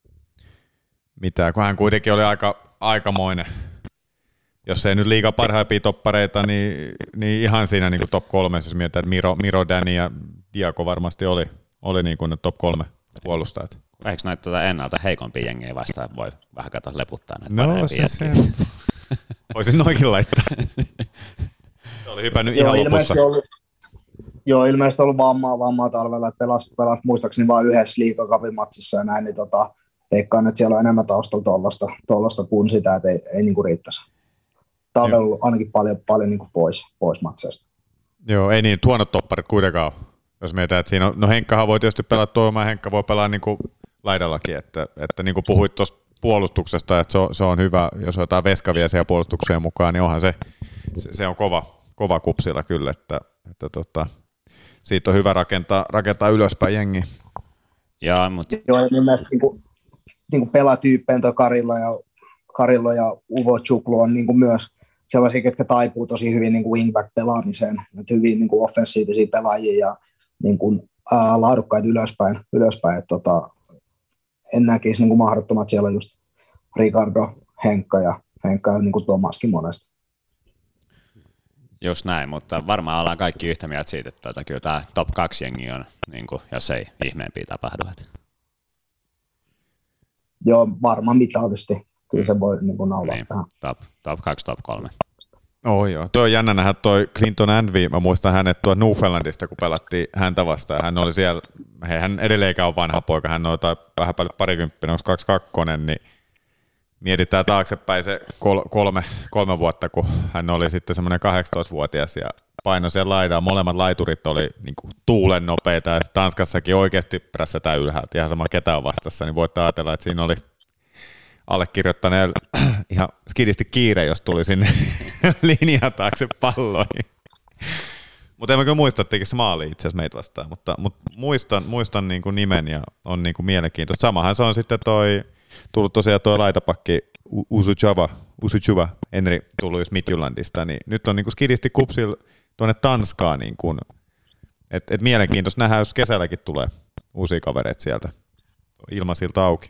kun hän kuitenkin oli aikamoinen, jos ei nyt liiga parhaimpia toppareita, niin ihan siinä niin kuin top 3, jos mietitään, että Miro, Danny ja Diako varmasti oli niin kuin ne top 3 puolustajat. Eikö noita ennalta heikompia jengejä vastaan voi vähän katsoa leputtaa näitä parhaimpia jätkiä? Voisin noikin laittaa. Se oli hypännyt ihan lopussa. Ilmeisesti ollut vammaa talvella, että pelasi muistaakseni vain yhdessä liigacupin matsissa ja näin, niin veikkaan, että siellä on enemmän taustalla tuollaista kuin sitä, että ei niin kuin riittäisi. Talvella on ollut ainakin paljon niin kuin pois matseista. Joo, ei niin huonot topparit kuitenkaan ole. Jos mietitään, että siinä on, no Henkkahan voi tietysti pelata tuomaan, Henkka voi pelaa niin kuin laidallakin, että niin kuin puhuit tuosta puolustuksesta, että se on hyvä, jos otetaan Veska siellä puolustukseen mukaan, niin onhan se on kova Kupsilla kyllä, että siitä on hyvä rakentaa ylöspäin jengi. Joo, mutta Joo, ja mielestäni niin kuin pelatyyppeen tuo Karilla ja Karillo ja Uvo Chuklu on niin kuin myös sellaisia, ketkä taipuu tosi hyvin niin kuin wingback-pelaamiseen, että hyvin niin kuin offensiivisia pelaajia ja niin kuin, laadukkaita ylöspäin. En näkisi niin kuin mahdottomat, siellä on just Ricardo, Henkka ja niin kuin Tomaskin monesti. Just näin, mutta varmaan ollaan kaikki yhtä mieltä siitä, että kyllä tämä top 2 jengi on, niin kuin, jos ei ihmeempiä tapahdu. Joo, varmaan mitallisesti. Kyllä se voi niin naulaa niin, tähän. Top 2, top 3. Joo. Tuo on jännä nähdä toi Clinton Envy. Mä muistan hänet tuo Newfoundlandista, kun pelattiin häntä vastaan. Hän oli siellä, hän edelleenkään on vanha poika, hän on vähän päälle parikymppinen, onko 22, niin mietitään taaksepäin se 3 vuotta, kun hän oli sitten semmoinen 18-vuotias ja paino siellä laidaan. Molemmat laiturit oli niin kuin tuulen nopeita ja Tanskassakin oikeasti prässätään ylhäältä. Ihan sama ketä on vastassa, niin voitte ajatella, että siinä oli allekirjoittaneella ihan skidisti kiire, jos tuli sinne linjan taakse palloihin. Mutta en mä kyllä muista, että tekisi maali itse asiassa meitä vastaan, mutta muistan niin kuin nimen ja on niin kuin mielenkiintoista. Samahan se on sitten tullut tosiaan tuo laitapakki Usuchuva, Henri tullut just Midtjyllandista, niin nyt on niin kuin skidisti kupsilla tuonne Tanskaan, niin kuin, et mielenkiintoista nähdään, jos kesälläkin tulee uusia kavereita sieltä ilmasilta auki.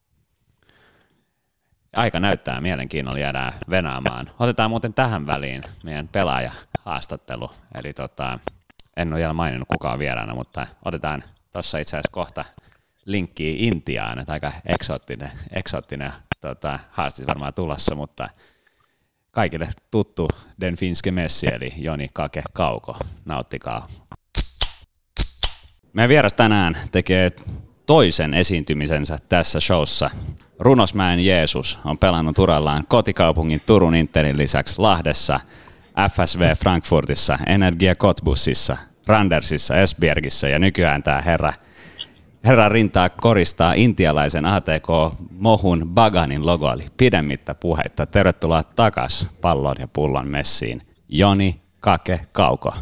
Aika näyttää, mielenkiinnolla jäädään venaamaan. Otetaan muuten tähän väliin meidän pelaajahaastattelu. Eli en ole vielä maininnut kukaan vieraana, mutta otetaan tuossa itse asiassa kohta linkkiä Intiaan, että aika eksoottinen haastis varmaan tulossa, mutta kaikille tuttu Den Finske Messi, eli Joni Kake Kauko. Nauttikaa. Meidän vieras tänään tekee toisen esiintymisensä tässä showssa. Runosmäen Jeesus on pelannut urallaan kotikaupungin Turun Interin lisäksi Lahdessa, FSV Frankfurtissa, Energia Cottbusissa, Randersissa, Esbjergissä ja nykyään tämä herra rintaa koristaa intialaisen ATK Mohun Baganin logo, eli pidemmittä puheitta. Tervetuloa takas pallon ja pullon messiin, Joni Kake Kauko.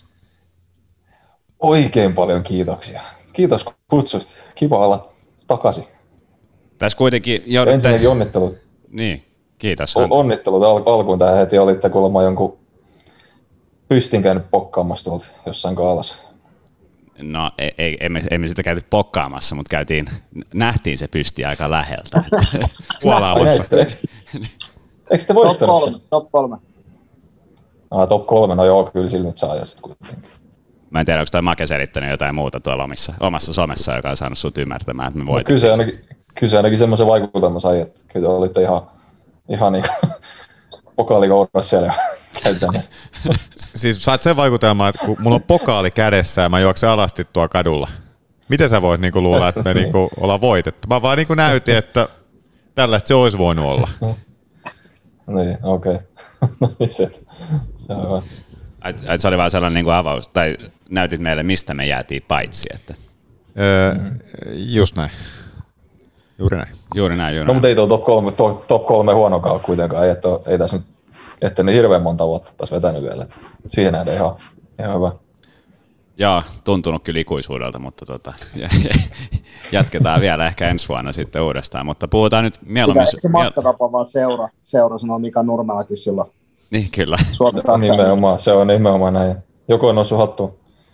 Oikein paljon kiitoksia. Kiitos kutsusta. Kiva olla takaisin. Tässä kuitenkin joudutte... Ensinnäkin onnittelut. Niin, kiitos. Onnittelut alkuun tähän heti. Olitte kuulemma jonkun pystin käynyt pokkaamassa tuolta jossain kaalassa. No emme sitä käyty pokkaamassa, mutta nähtiin se pysti aika läheltä. Puolaamossa. Eikö te voittanut sen? Top 3. Top 3, no joo, kyllä sillä nyt saa jo sitten kuitenkin. Mä en tiedä, onko toi Make selittänyt jotain muuta tuolla omassa somessa, joka on saanut sut ymmärtämään, että me No, voitettiin. kyllä se ainakin semmoisen vaikutelman sai, että kyllä olitte ihan niin kuin pokaalikourassa siellä käytännön. Siis saat sen vaikutelman, että kun mulla on pokaali kädessä ja mä juoksen alasti tuolla kadulla. Miten sä voit niinku luulla, että me niinku ollaan voitettu? Mä vaan niinku näytin, että tällaista se olisi voinut olla. Niin, okei. Se on hyvä. Se oli vaan sellainen niin kuin avaus, tai näytit meille, mistä me jäätiin paitsi. Että. Just näin. Juuri näin. No mutta ei tuo top 3 huonokaan kuitenkaan, ei tässä nyt, että nyt hirveän monta vuotta taas vetänyt vielä. Että siihen nähdään ihan hyvä. Joo, tuntunut kyllä ikuisuudelta, mutta jatketaan vielä ehkä ensi vuonna sitten uudestaan, mutta puhutaan nyt mieluummin... Se matkatapa vaan seura sanoo Mika Nurmelakin silloin. Niin, kyllä. Nimenomaan, se on nimenomaan näin. Joku on noussut hattuun.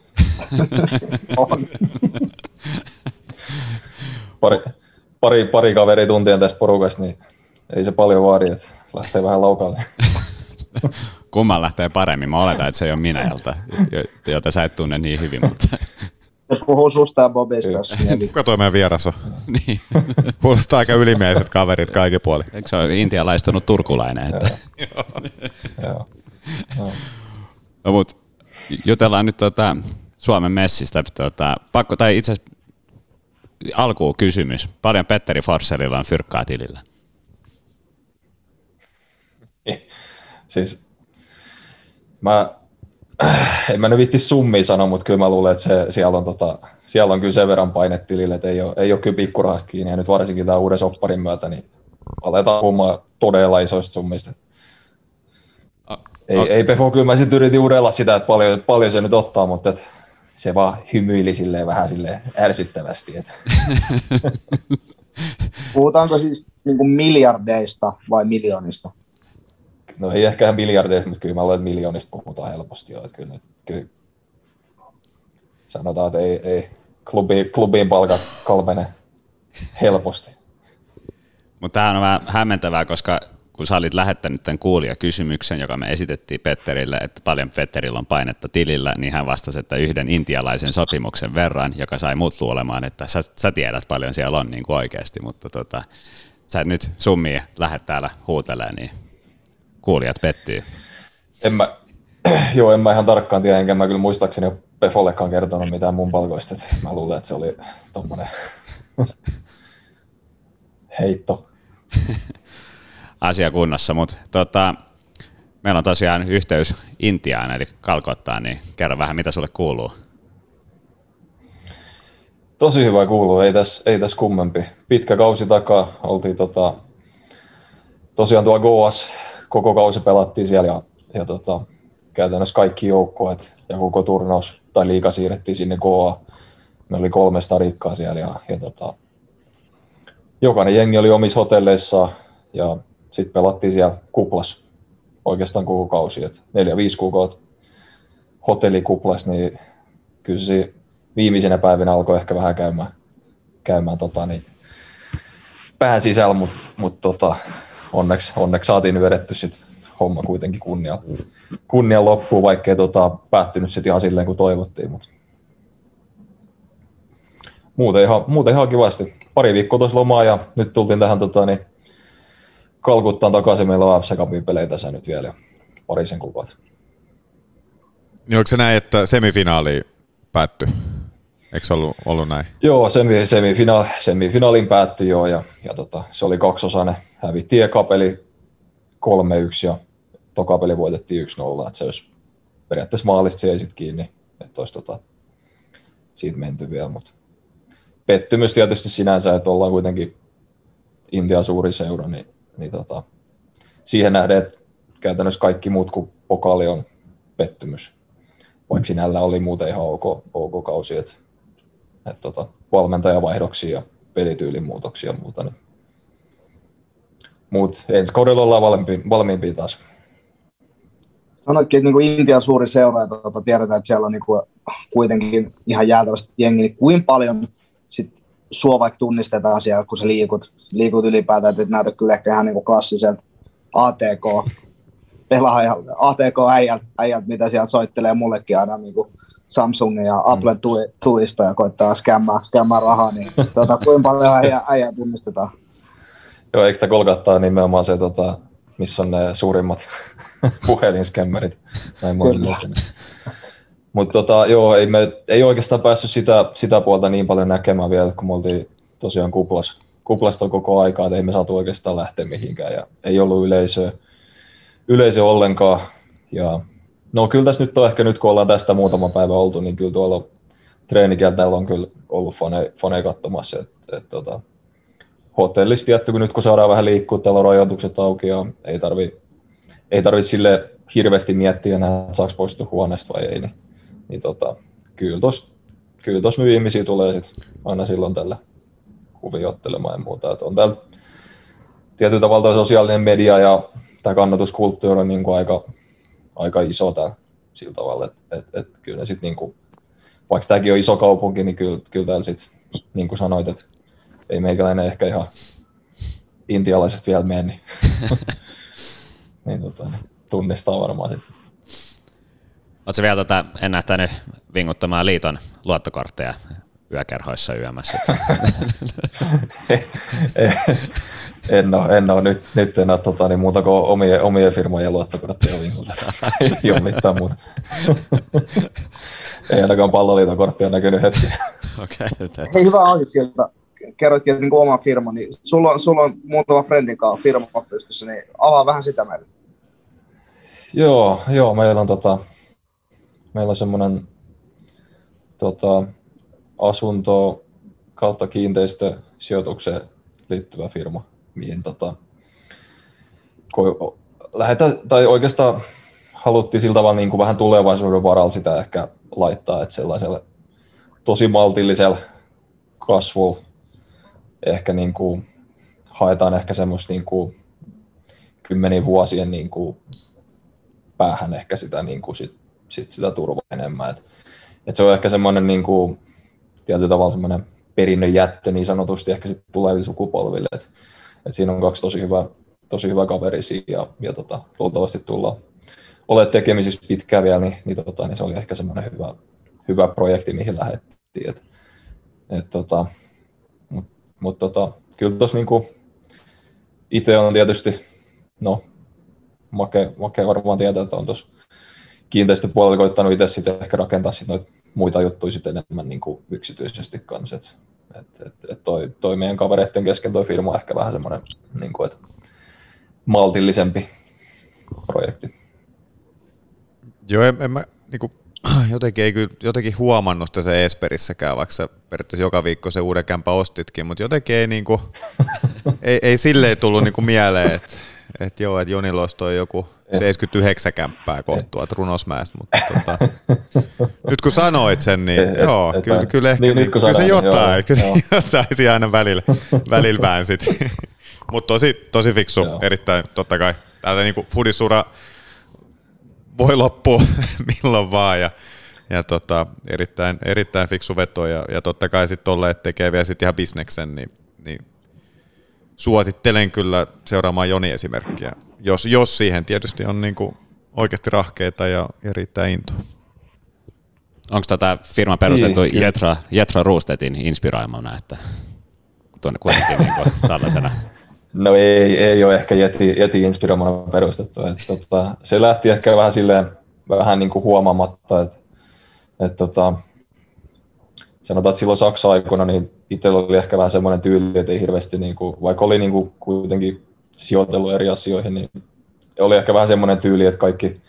On. Pari kaveria tuntien tässä porukassa, niin ei se paljon vaadi, että lähtee vähän laukaalle. Kumman lähtee paremmin? Mä oletan, että se ei ole minä, jota sä et tunne niin hyvin. Mutta... Se puhuu susta ja Bobista. Kuka toi meidän vieras on? Niin. Kuulostaa aika ylimiehiset kaverit kaikki puoli. Eikö se ole intialaistunut turkulainen? Että... Joo. No, mutta jutellaan nyt Suomen messistä. Pakko, tai itse asiassa alkuun kysymys. Paljon Petteri Forsellilla on fyrkkaa tilillä? Siis en mä nyt viitti summia sanoa, mutta kyllä mä luulen, että siellä on kyllä sen verran paine tilille, että ei ole kyllä pikkurahasta kiinni. Ja nyt varsinkin tämän uuden sopparin myötä, niin aletaan puhumaan todella isoista summista. Ei Pefo, kyllä mä sitten yritin urella sitä, että paljon se nyt ottaa, mutta se vaan hymyili silleen vähän silleen ärsyttävästi. Puhutaanko siis niin kuin miljardeista vai miljoonista? No ei ehkä miljardeista, mutta kyllä mä luulen, että miljoonista puhutaan helposti jo. Että kyllä sanotaan, että ei klubiin palkat kalpene helposti. Mutta tämä on vähän hämmentävää, koska kun sä olit lähettänyt tämän kuulijakysymyksen, joka me esitettiin Petterille, että paljon Petterillä on painetta tilillä, niin hän vastasi, että yhden intialaisen sopimuksen verran, joka sai muut luulemaan, että sä tiedät paljon siellä on niin kuin oikeasti, mutta sä et nyt summia lähdet täällä huutelemaan, niin kuulijat pettyy. En mä ihan tarkkaan tiedä, enkä mä kyllä muistaakseni ole Pefollekaan kertonut mitään mun palkoista. Mä luulen, että se oli tommonen heitto. Asia kunnossa, mutta meillä on tosiaan yhteys Intiaan, eli Kalkottaan, niin kerro vähän, mitä sulle kuuluu. Tosi hyvä kuuluu, ei tässä kummempi. Pitkä kausi takaa, oltiin tosiaan tuolla Goas, koko kausi pelattiin siellä ja käytännössä kaikki joukkueet ja koko turnaus tai liiga siirrettiin sinne Goaan. Meillä oli 3 starikkaa siellä ja jokainen jengi oli omissa hotelleissa ja sitten pelattiin siellä kuplas oikeastaan koko kausi. 4-5 kuukautta hotellikuplas, niin kyllä se viimeisenä päivinä alkoi ehkä vähän käymään pään sisällä, mutta onneksi saatiin vedetty sit homma kuitenkin kunnian loppuun, vaikkei päättynyt sitten ihan silleen kuin toivottiin. Mutta muuten ihan kivasti. Pari viikkoa tuossa lomaa ja nyt tultiin tähän Kalkuttaan takaisin. Meillä on AFC Cupin pelejä tässä nyt vielä parisen kuukautta. Niin onko se näin, että semifinaali päättyi? Eikö se ollut näin? Joo, semifinaalin päättyi joo ja se oli 2-osainen. Hävittiin eka peli 3-1 ja toka peli voitettiin 1-0. Että se olisi periaatteessa maalista seisit kiinni, että olisi siitä menty vielä. Mutta pettymys tietysti sinänsä, että ollaan kuitenkin Intian suuri seura, niin siihen nähden, että käytännössä kaikki muut kuin pokaali on pettymys. Vaikka sinällä oli muuten ihan ok kausi, että valmentajavaihdoksia ja pelityylin muutoksia ja muuta. Niin. Mut ensi kaudella ollaan valmiimpia taas. Sanoitkin, että niin Intian suuri seura, ja tiedetään, että siellä on niin kuitenkin ihan jäätävästi jengi, niin kuinka paljon sit sua vaikka tunnistetaan siellä, kun sä liikut ylipäätään, että et näytä kyllä ehkä ihan niin klassiselta ATK-äijältä, mitä sieltä soittelee mullekin aina niin Samsungin ja Applen tuista ja koittaa skämmää rahaa, niin kuinka paljon äijää tunnistetaan? Joo, eikö sitä Kolkattaa nimenomaan se, missä on ne suurimmat puhelinskämmärit? Mutta joo, ei oikeastaan päässyt sitä puolta niin paljon näkemään vielä, kun me oltiin tosiaan kuplasta koko aikaa, että ei me saatu oikeastaan lähteä mihinkään ja ei ollut yleisö ollenkaan. Ja, no kyllä tässä nyt on ehkä nyt kun ollaan tästä muutama päivä oltu, niin kyllä tuolla treenikieltällä on kyllä ollut faneja katsomassa. Hotellissa tietty, kun nyt kun saadaan vähän liikkua, täällä on rajoitukset auki ja ei tarvi sille hirveästi miettiä enää, että saako poistua huoneesta vai ei. Niin kyllä tuossa ihmisiä tulee sit aina silloin tällä huviottelemaan ja muuta. Et on täällä tietyllä tavalla sosiaalinen media ja tämä kannatuskulttuuri on niinku aika iso täällä sillä tavalla, että kyllä ne sit niinku, vaikka tämäkin on iso kaupunki, niin kyllä täällä sit, niin kuin sanoit, että ei meikäläinen ehkä ihan intialaisesta vielä mene, niin tunnistaa varmaan sitten. Oletko vielä ennähtänyt vinguttamaan liiton luottokortteja yökerhoissa yömässä? En ole. Nyt en ole niin muuta kuin omien firmojen luottokortteja vingutetaan. Ei ole mitään muuta. Ei ainakaan palloliiton korttia näkynyt hetki. Okay, hei, hyvä auki sieltä. Kerroitkin, että niin oma firma, niin sulla on muutama friendin kanssa firma pystyssä, niin avaa vähän sitä meille. Joo, meillä on semmoinen asunto kautta kiinteistösijoitukseen liittyvä firma, mihin lähdetään, tai oikeastaan haluttiin sillä tavalla niin kuin vähän tulevaisuuden varalla sitä ehkä laittaa, että sellaiselle tosi maltillisella kasvulla ehkä niin kuin haetaan ehkä semmoista niin kuin kymmenien vuosien niin kuin päähän ehkä sitä, niin kuin sitä turvaa enemmän. Et se on ehkä semmoinen niin kuin, tietyllä tavalla semmoinen perinnön jättö niin sanotusti ehkä sitten tuleville sukupolville. Et siinä on kaksi tosi hyvä kaverisia ja luultavasti tullaan olemaan tekemisissä pitkään vielä, niin se oli ehkä semmoinen hyvä projekti, mihin lähdettiin. Mutta kyllä tuossa niinku itse on tietysti, no Make varmaan tietää, että on tuossa kiinteistöpuolella koittanut itse sitten ehkä rakentaa sit noita muita juttuja sitten enemmän niinku yksityisesti kanssa. Toi meidän kavereiden kesken toi firma on ehkä vähän semmoinen niinku, maltillisempi projekti. Joo, en mä niinku, jotenkin huomannut sitä se Esperissäkään, vaikka sä periaatteessa joka viikko se uuden kämpä ostitkin, mutta jotenkin ei, niinku, ei silleen tullut niinku mieleen, että Jonilla olisi toi joku 79 kämppää kohtua Runosmäestä, mutta nyt kun sanoit sen, niin kyllä ehkä kyllä se jotain siinä aina välillä väänsit. Mutta tosi fiksu, erittäin totta kai. Täältä niinku fudisura voi loppua milloin vaan ja erittäin fiksu veto ja totta kai sitten tolle, että tekee vielä sitten ihan bisneksen, niin suosittelen kyllä seuraamaan Joni esimerkkiä, jos siihen tietysti on niinku oikeasti rahkeita ja riittää intoa. Onko firma perustettu Jethro Roostedtin inspiroimana, että tuonne kuitenkin niinku tällaisena? No ei ole ehkä Yeti inspiroimana perustettu. Se lähti ehkä vähän silleen vähän niin kuin huomaamatta, että sanotaan, että silloin Saksa-aikana niin itsellä oli ehkä vähän semmoinen tyyli, että ei hirveästi, niin kuin, vaikka oli niin kuin kuitenkin sijoitellut eri asioihin, niin oli ehkä vähän semmoinen tyyli, että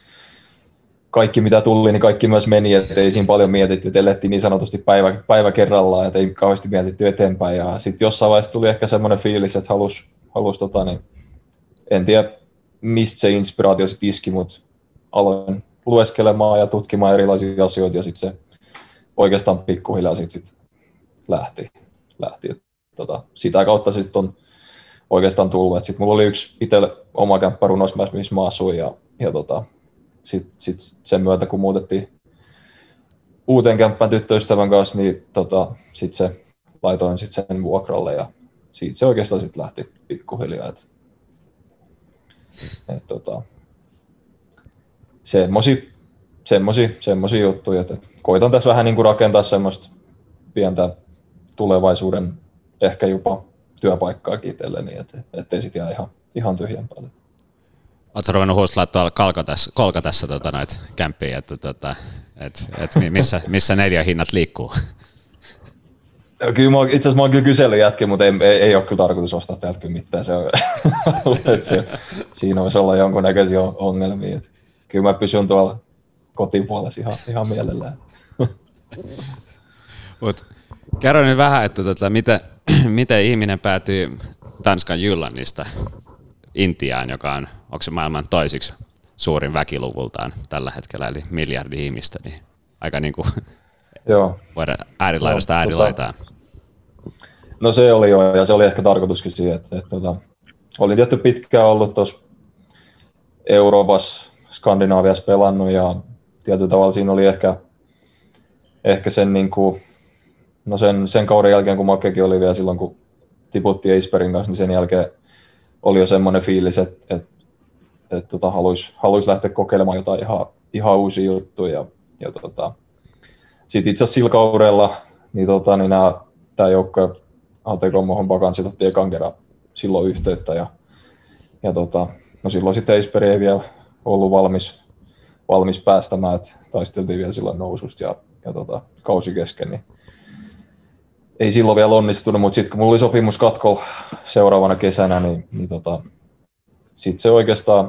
kaikki mitä tuli, niin kaikki myös meni, että ei siinä paljon mietitty, että elettiin niin sanotusti päivä kerrallaan, että ei kauheasti mietitty eteenpäin. Ja sitten jossain vaiheessa tuli ehkä semmoinen fiilis, että halusi niin en tiedä mistä se inspiraatio sitten iski, mutta aloin lueskelemaan ja tutkimaan erilaisia asioita ja sitten se oikeastaan pikkuhiljaa sit lähti. Sitä kautta sitten on oikeastaan tullut. Sitten mulla oli yksi itselle oma kämppä Runosmäessä, missä mä asuin ja sitten sen myötä, kun muutettiin uuteen kämppään tyttöystävän kanssa, niin sitten laitoin sen vuokralle ja siitä se oikeastaan sitten lähti pikkuhiljaa. Semmoisia juttuja, että koitan tässä vähän niin kuin rakentaa semmoista pientä tulevaisuuden ehkä jopa työpaikkaakin itselleni, ettei sitten jää ihan tyhjän päälle. Oletko ruvennut huustella tuolla kolkatessa noita kämppiä, että missä neliöhinnat liikkuu? Kyllä itse asiassa mä oon kyllä kysellyt jätkin, mutta ei ole kyllä tarkoitus ostaa täältä kyllä mitään. Siinä voisi olla jonkunnäköisiä ongelmia. Että kyllä mä pysyn tuolla kotipuolessa ihan mielellään. Kerro nyt vähän, että miten ihminen päätyy Tanskan Jyllannista Intiaan, joka on, onko se maailman toisiksi suurin väkiluvultaan tällä hetkellä, eli miljardi ihmistä, niin aika niin kuin voidaan äärilaidasta äärilaitaan. No se oli jo, ja se oli ehkä tarkoituskin siihen, että olin tietty pitkään ollut tuossa Euroopassa, Skandinaaviassa pelannut, ja tietyllä tavalla siinä oli ehkä sen, niin kuin, no sen kauden jälkeen, kun Makekin oli vielä silloin, kun tiputtiin Eisbergin kanssa, niin sen jälkeen oli jo semmoinen fiilis, että haluaisi lähteä kokeilemaan jotain ihan uusia juttuja. Sitten itse asiassa sillä kaudella niin tämä joukko ATK Bakanssit otti ekan kerran silloin yhteyttä. No silloin sitten Eisberg ei vielä ollut valmis päästämään, että taisteltiin vielä silloin noususta ja kausi kesken. Niin ei silloin vielä onnistunut, mutta sitten kun mulla oli sopimus katkolla seuraavana kesänä, niin sitten se oikeastaan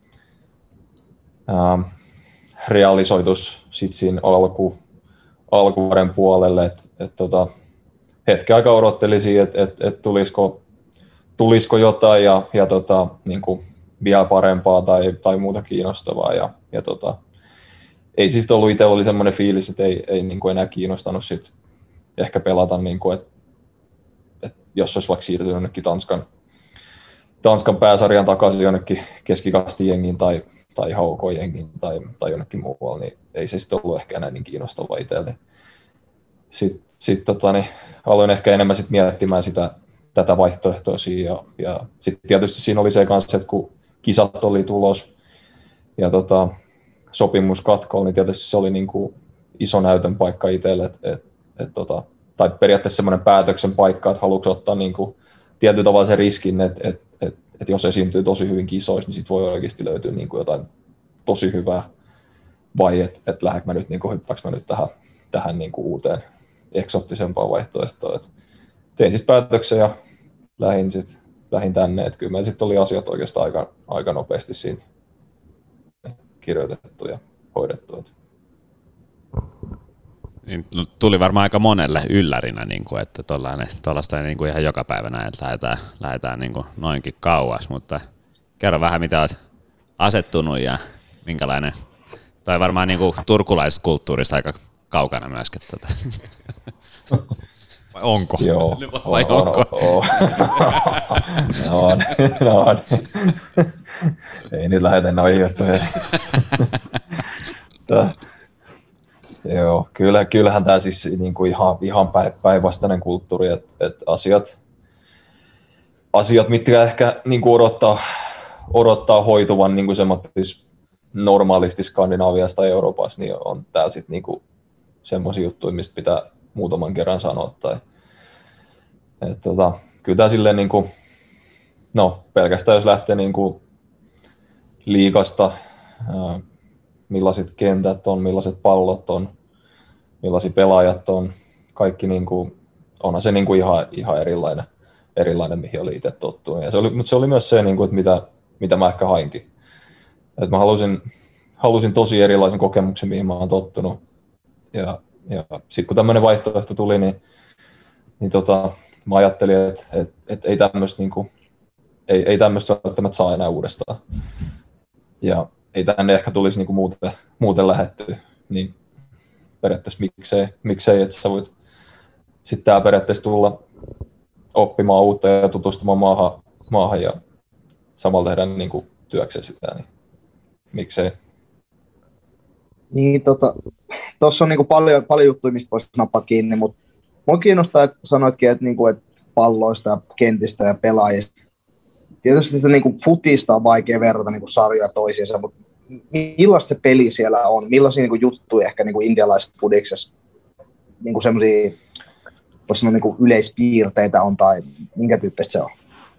realisoitus sitten siinä alkuvuoden puolelle, että hetken aikaa odottelin siihen, että tulisiko jotain ja niin kuin vielä parempaa tai muuta kiinnostavaa ja ei siis ollut itsellä oli semmoinen fiilis, että ei niin kuin enää kiinnostanut sit ehkä pelata niin kuin, että jos olisi vaikka siirtynyt jonnekin Tanskan Tanskan pääsarjan takaisin jonnekin keskikastijengiin tai ihan OK-jengiin tai jonnekin muualle, niin ei se sitten ollut ehkä enää niin kiinnostava itselle. Sitten aloin ehkä enemmän sit miettimään tätä vaihtoehtoa siinä, ja sitten tietysti siinä oli se kanssa, että kun kisat oli tulos ja sopimus katkoon, niin tietysti se oli niin kuin iso näytön paikka itselle, tai periaatteessa semmoinen päätöksen paikka, että haluatko ottaa niin kuin tietyllä tavalla sen riskin, että jos esiintyy tosi hyvin kisoissa, niin sit voi oikeasti löytyä niin kuin jotain tosi hyvää, vai että lähdekö mä nyt, niin kuin, hyppääkö mä nyt tähän niin kuin uuteen eksottisempaan vaihtoehtoon. Tein siis päätöksen ja lähdin tänne, että kyllä meillä sitten oli asiat oikeastaan aika nopeasti siinä kirjoitettu ja hoidettu. Niin, tuli varmaan aika monelle yllärinä, että tuollaista niin ihan joka päivänä, että lähdetään niin noinkin kauas, mutta kerro vähän, mitä olet asettunut ja minkälainen, tai varmaan niin turkulaisesta kulttuurista aika kaukana myöskin. Vai onko? Joo, vai onko? On. Ei nyt lähetä noihin juttuihin. Joo, kyllähän tämä siis niinku ihan päinvastainen kulttuuri, että asiat, mitkä ehkä niinku odottaa hoituvan niinku normaalisti Skandinaaviassa tai Euroopassa, niin on täällä sitten niinku semmoisia juttuja, mistä pitää muutaman kerran sanoa. Kyllä tämä silleen, niinku, pelkästään jos lähtee niinku liigasta, millaiset kentät on, millaiset pallot on, millaisia pelaajat on, kaikki niinku, onhan se niinku ihan erilainen, mihin oli itse tottunut. Mutta se oli myös se, niinku, että mitä mä ehkä hainkin. Et mä halusin tosi erilaisen kokemuksen, mihin mä oon tottunut. Ja sitten kun tämmöinen vaihtoehto tuli, niin mä ajattelin, että ei tämmöistä niinku, ei välttämättä saa enää uudestaan. Ja ei tänne ehkä tulisi niinku muuten lähettyä. Niin periaatteessa miksei, että sä voit sitten tää periaatteessa tulla oppimaan uutta ja tutustumaan maahan ja samalla tehdä niinku työkseen sitä, niin miksei. Niin, tuossa on niinku paljon juttuja, mistä voisi nappaa kiinni, mutta minua kiinnostaa, että sanoitkin, että palloista ja kentistä ja pelaajista. Tietysti sitä niinku futista on vaikea verrata niinku sarjoja toisiinsa, mutta millaista se peli siellä on? Millaisia niinku juttuja ehkä niinku indialaisfudiksessa niinku semmoisia niinku yleispiirteitä on tai minkä tyyppistä se on?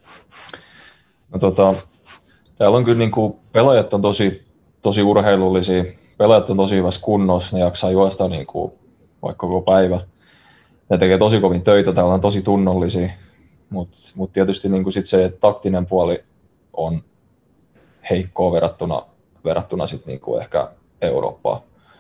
No, täällä on kyllä niinku, pelaajat on tosi urheilullisia, pelaajat on tosi hyvässä kunnossa, ne jaksaa juosta niinku, vaikka koko päivä. Ne tekee tosi kovin töitä, täällä on tosi tunnollisia, mutta tietysti niinku sit se taktinen puoli on heikkoa verrattuna sit niinku ehkä Eurooppaan.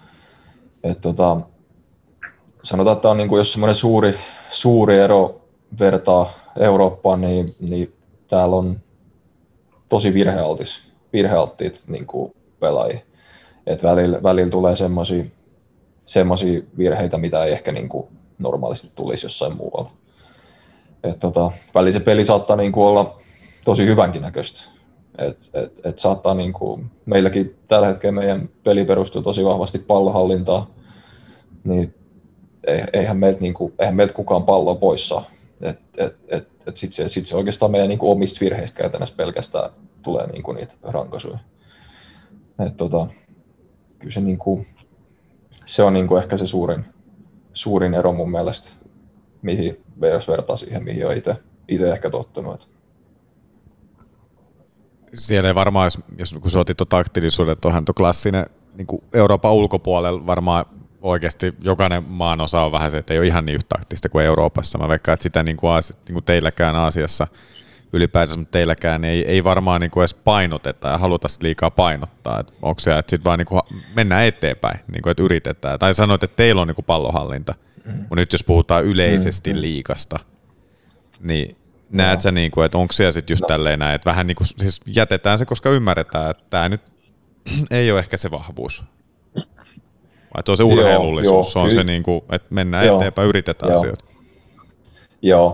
Sanotaan, että on niinku, jos semmoinen suuri ero vertaa Eurooppaan, niin täällä on tosi virhealttiit niinku pelaajia. Et välillä tulee semmoisia virheitä, mitä ei ehkä niinku normaalisti tulisi jossain muualla. Välillä se peli saattaa niinku olla tosi hyvänkin näköistä. Et saattaa niinku, meilläkin tällä hetkellä meidän peli perustuu tosi vahvasti pallohallintaan, niin eihän meiltä kukaan palloa pois saa. Sitten se oikeastaan meidän niinku omista virheistä käytännössä pelkästään tulee niinku niitä rankaisuja. Kyllä se, niinku, se on niinku ehkä se suurin ero mun mielestä, mihin vertaa siihen, mihin on itse ehkä tottunut. Siellä ei varmaan, jos kun sä otit tuon taktilisuuden, tuohan tuo klassinen niin kuin Euroopan ulkopuolella varmaan oikeasti jokainen maan osa on vähän se, että ei ole ihan niin yhtä taktista kuin Euroopassa. Mä veikkaan, että sitä niin kuin teilläkään Aasiassa ylipäätänsä, mutta teilläkään niin ei varmaan niin kuin edes painoteta ja haluta liikaa painottaa. Että onko se, että sitten vaan niin kuin mennään eteenpäin, niin kuin, että yritetään. Tai sanoit, että teillä on niin kuin pallohallinta, mutta nyt jos puhutaan yleisesti liigasta, niin näet sä, niin kuin, että onko siellä sitten just tälleen näin, että vähän niin kuin, siis jätetään se, koska ymmärretään, että tämä nyt ei ole ehkä se vahvuus. Vai se on se urheilullisuus, se on se, niin kuin, että mennään eteenpäin, yritetään asioita. Joo,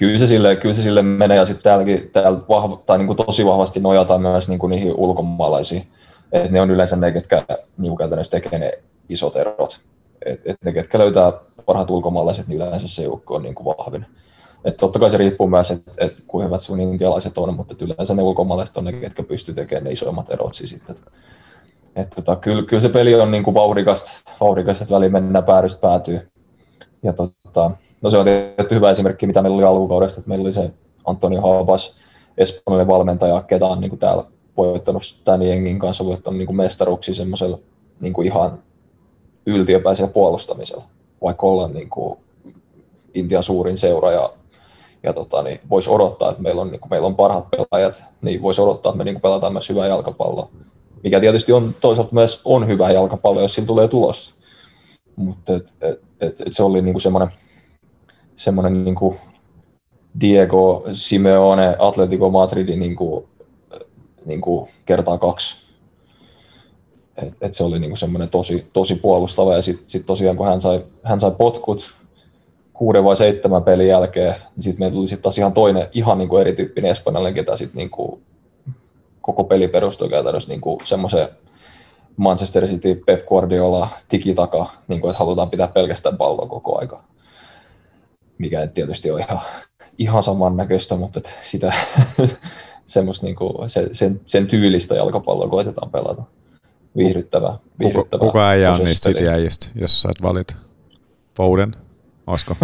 kyllä se sille menee, ja sitten täällä niin kuin tosi vahvasti nojataan myös niin kuin niihin ulkomaalaisiin. Et ne on yleensä ne, ketkä niin käytännössä tekee ne isot erot. Et ne, ketkä löytää parhaat ulkomaalaiset, niin yleensä se joukko on niin kuin vahvin. Et totta kai se riippuu myös, että kuinka hyvät sun intialaiset on, mutta yleensä ne ulkomaalaiset on ne, ketkä pystyy tekemään ne isoimmat erot. Kyllä se peli on niin kuin vauhdikasta, että väliin mennään päädystä päätyy. Ja no se on tietysti hyvä esimerkki, mitä meillä oli alkukaudesta, että meillä oli se Antonio Habas, espanjalainen valmentaja, ketä on niin kuin täällä voittanut tämän jengin kanssa, voittanut niin kuin mestaruuksia semmoisella niin kuin ihan yltiöpäisellä puolustamisella, vaikka ollaan niin kuin Intian suurin seura ja niin voisi odottaa, että meillä on parhaat pelaajat, niin voisi odottaa, että me niin kuin pelataan myös hyvää jalkapalloa, mikä tietysti on toisaalta myös on hyvää jalkapalloa, jos sillä tulee tulosta. Mutta se oli niinku semmoinen niinku Diego Simeone Atletico Madridin niinku kertaa 2. Se oli niinku semmoinen tosi puolustava, ja sit tosiaan kun hän sai potkut 6 vai 7 pelin jälkeen, niin sitten meillä tuli taas ihan niinku erityyppinen espanjalainen, ketä sitten niinku koko peli perustui käytännössä niinku semmoiseen Manchester City, Pep Guardiola, tiki-taka, niin että halutaan pitää pelkästään palloa koko aika. Mikä ei tietysti ole ihan samannäköistä, mutta sitä semmoista niin kuin, sen tyylistä jalkapalloa koitetaan pelata. Viihdyttävää. Kuka äijä on niistä City-äijistä, jos saat valita? Foden? Osko?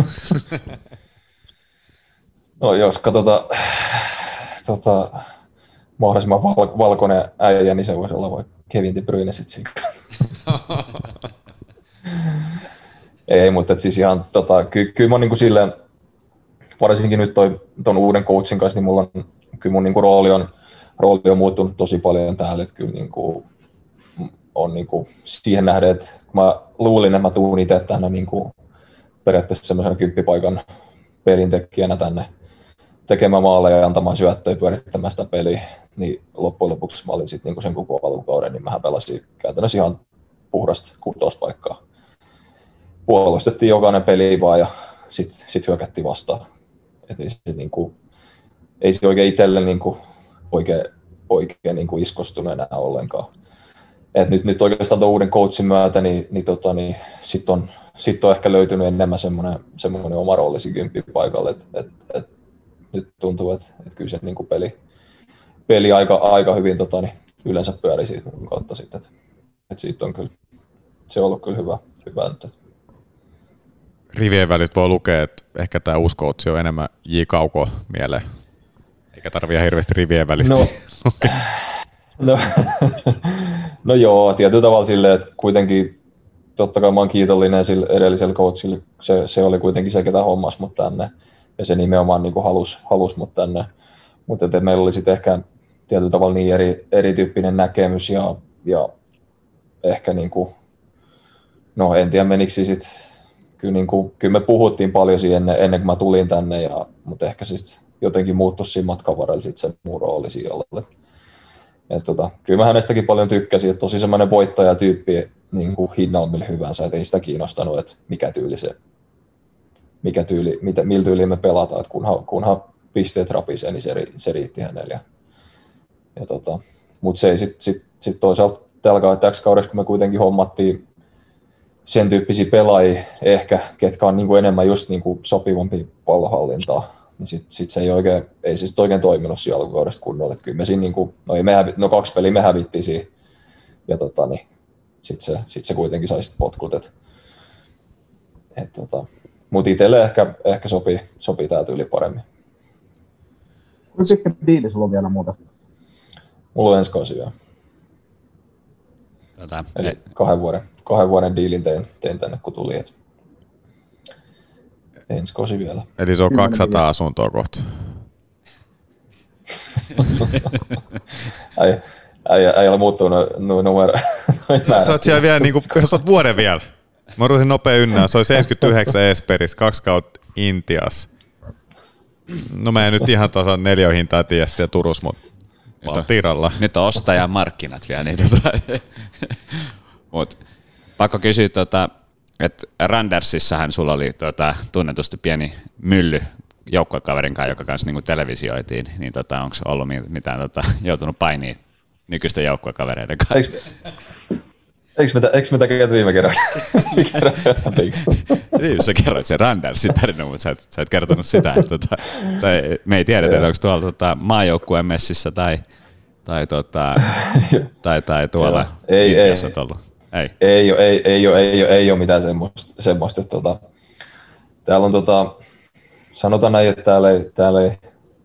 No jos katsotaan mahdollisimman valkoinen äijä, niin se voisi olla vaikka Kevin De Bruyne sitten Ei, mutta siis ihan kyllä mä niinku silleen, varsinkin nyt ton uuden coachin kanssa, niin kyllä mun niinku rooli on muuttunut tosi paljon täällä, että kyllä niinku on niinku siihen nähden, että mä luulin, että mä tuun itse tänne niinku periaatteessa semmoisen 10-paikan pelintekijänä tänne tekemään maaleja ja antamaan syöttöjä, pyörittämään sitä peliä, niin loppujen lopuksi mä olin sitten niinku sen koko alkukauden, niin mähän pelasin käytännössä ihan puhdasta 6 paikkaa. Puolustettiin jokainen peli vaan ja sit hyökättiin vastaan. Et ei se oikein itselle niinku oikein niinku iskostunut enää ollenkaan. Et nyt oikeastaan tuon uuden coachin myötä, niin sit on ehkä löytynyt enemmän semmoinen oma rooli siinä 10-paikalle, että nyt tuntuu, että kyllä se niinku peli aika hyvin yleensä pyörii siitä kautta sitten, että siitä on kyllä, se on ollut kyllä hyvä nyt. Rivien välit voi lukea, että ehkä tämä uusi coach on enemmän J. Kauko mieleen, eikä tarvitse hirveästi rivien välistä lukea. No joo, tietyllä tavalla silleen, että kuitenkin totta kai mä oon kiitollinen sille edelliselle coachille, se oli kuitenkin se, ketä hommasi mut tänne, ja se nimenomaan niin halus mut tänne, mutta että meillä oli sitten ehkä tietyllä tavalla niin erityyppinen näkemys, ja ehkä niinku, no en tiedä menikö sitten, kyllä me puhuttiin paljon siinä ennen kuin mä tulin tänne, mutta ehkä siis jotenkin muuttui siinä matkan varrella sit se muu rooli siellä. Kyllä mä hänestäkin paljon tykkäsin, että tosi semmoinen voittajatyyppi niin kuin hinnalla millä hyvänsä, et ei sitä kiinnostanut, että millä tyyliin me pelataan, että kunhan pisteet rapisee, niin se riitti hänelle. Mutta se ei sit toisaalta täksi kaudessa, kun me kuitenkin hommattiin sen tyyppisiä pelaajia ehkä, ketkä on niinku enemmän just niinku sopivampi pallohallintaa, niin sit se ei siis oikein toiminut siinä alkukaudesta kunnolla. Kyllä me siinä niinku, 2 peliä me hävittiin siinä, ja niin sit se kuitenkin sai sit potkut. Mutta itselle ehkä sopii tää tyyli paremmin. Kuinka pitkä diili sulla on vielä muuta? Mulla on ensi kausi vielä. Eli 2 vuoden diilin tein tänne, kun tuli. Ensi kausi vielä. Eli se on 200 asuntoa kohta. Ei ole muuttunut numero. Sä oot siellä vielä, jos oot vuoden vielä. Mä ruusin nopea ynnää. Se oli 79 Esperissä, 2 kautta Intiassa. No mä en nyt ihan tasan 4 hintaa tiedä siellä Turussa, mutta Tiralla. Nyt on ostajamarkkinat vielä. Niin Mut pakko kysyä, että Randersissahan sulla oli tunnetusti pieni mylly joukkuekaverin kanssa, joka kanssa niin televisioitiin, niin onko ollut mitään joutunut painiin nykyisten joukkuekavereiden kanssa? Eikö me tekee viime kerran? Niin, sä kerroit sen Randersin tarinan, mutta sä et kertonut sitä. Tai me ei tiedetä, onko tuolla maajoukkueen messissä tai tuolla Intiassa ollut. Ei ole mitään semmoista. Täällä on sanotaan näin, että täällä ei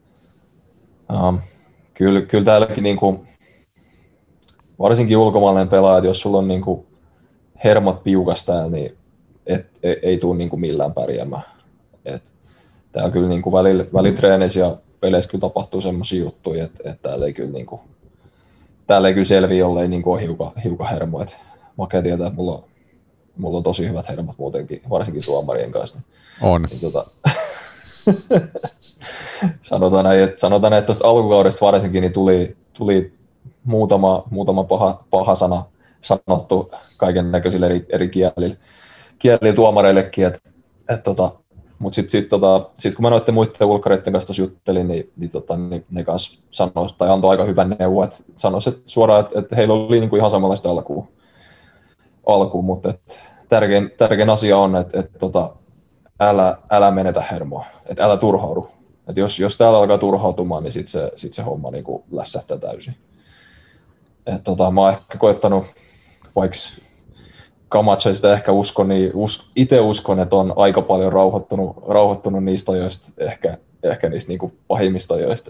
kyllä täälläkin niinku, varsinkin ulkomaalainen pelaaja, jos sulla on niinku hermot piukas täällä, niin ei tule niinku millään pärjäämään. Täällä kyllä niinku välitreenissä ja peleissä kyllä tapahtuu semmoisia juttuja, että täällä ei kyllä selviä, jollei niinku ole hiukan hermo. Makea tietää, että mulla on tosi hyvät hermot muutenkin, varsinkin tuomarien kanssa. On. Sanotaan näin, että tuosta alkukaudesta varsinkin niin tuli muutama paha sanottu kaiken näköisille eri kielillä tuomareillekin. Mutta sitten kun mä noiden muiden ulkkareiden kanssa juttelin, niin ne kanssa sanoi, tai antoi aika hyvän neuvon, että sanoi suoraan, että heillä oli niinku ihan samanlaista alkuun, mutta tärkein asia on, että älä menetä hermoa, että älä turhaudu. Et jos täällä alkaa turhautumaan, niin sit se homma niinku lässähtää täysin. Mä oon ehkä koettanut, vaikka Camacho sitä ehkä uskon, niin itse uskon, että on aika paljon rauhoittunut niistä ajoista, ehkä niistä niinku pahimmista ajoista.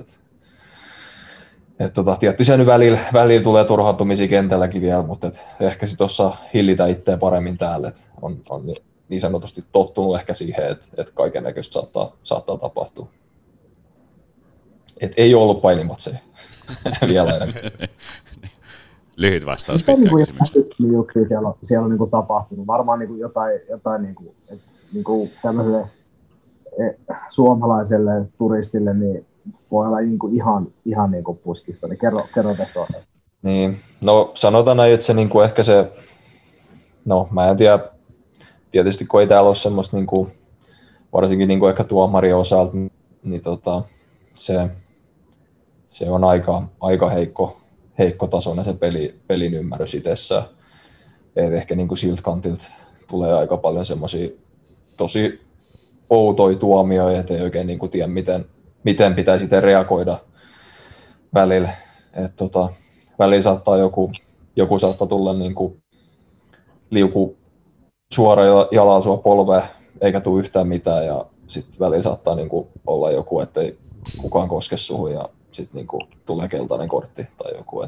Tietysti se nyt välillä tulee turhautumisia kentälläkin vielä, mutta ehkä sit osaa hillitä itseä paremmin täällä. On niin sanotusti tottunut ehkä siihen, että kaiken näköistä saattaa tapahtua. Ei ollut painimatseja vielä enemmän. Lyhyt vastaus pitkään kysymykseen. Siellä on niinku tapahtunut. Varmaan niinku jotain niinku tämmöiselle suomalaiselle turistille niin voi olla niinku ihan niinku puskista. Niin kerro tästä. Niin, no sanotaan näin, että se niinku ehkä se, no mä en tiedä, tietysti kun ei täällä ole semmoista niinku, varsinkin niinku ehkä tuomarien osalta, niin se on aika heikko tasoinen se pelin ymmärrys itsessään. Et ehkä niinku siltä kantilta tulee aika paljon semmoisia tosi outoja tuomioita, ettei oikein niinku tiedä miten pitäisi sitten reagoida välillä. Välillä saattaa joku saattaa tulla niinku liuku suoraan jalalla sua polveen eikä tule yhtään mitään ja sitten välillä saattaa niinku olla joku, ettei kukaan koske suhun ja sitten niinku tulee keltainen kortti tai joku.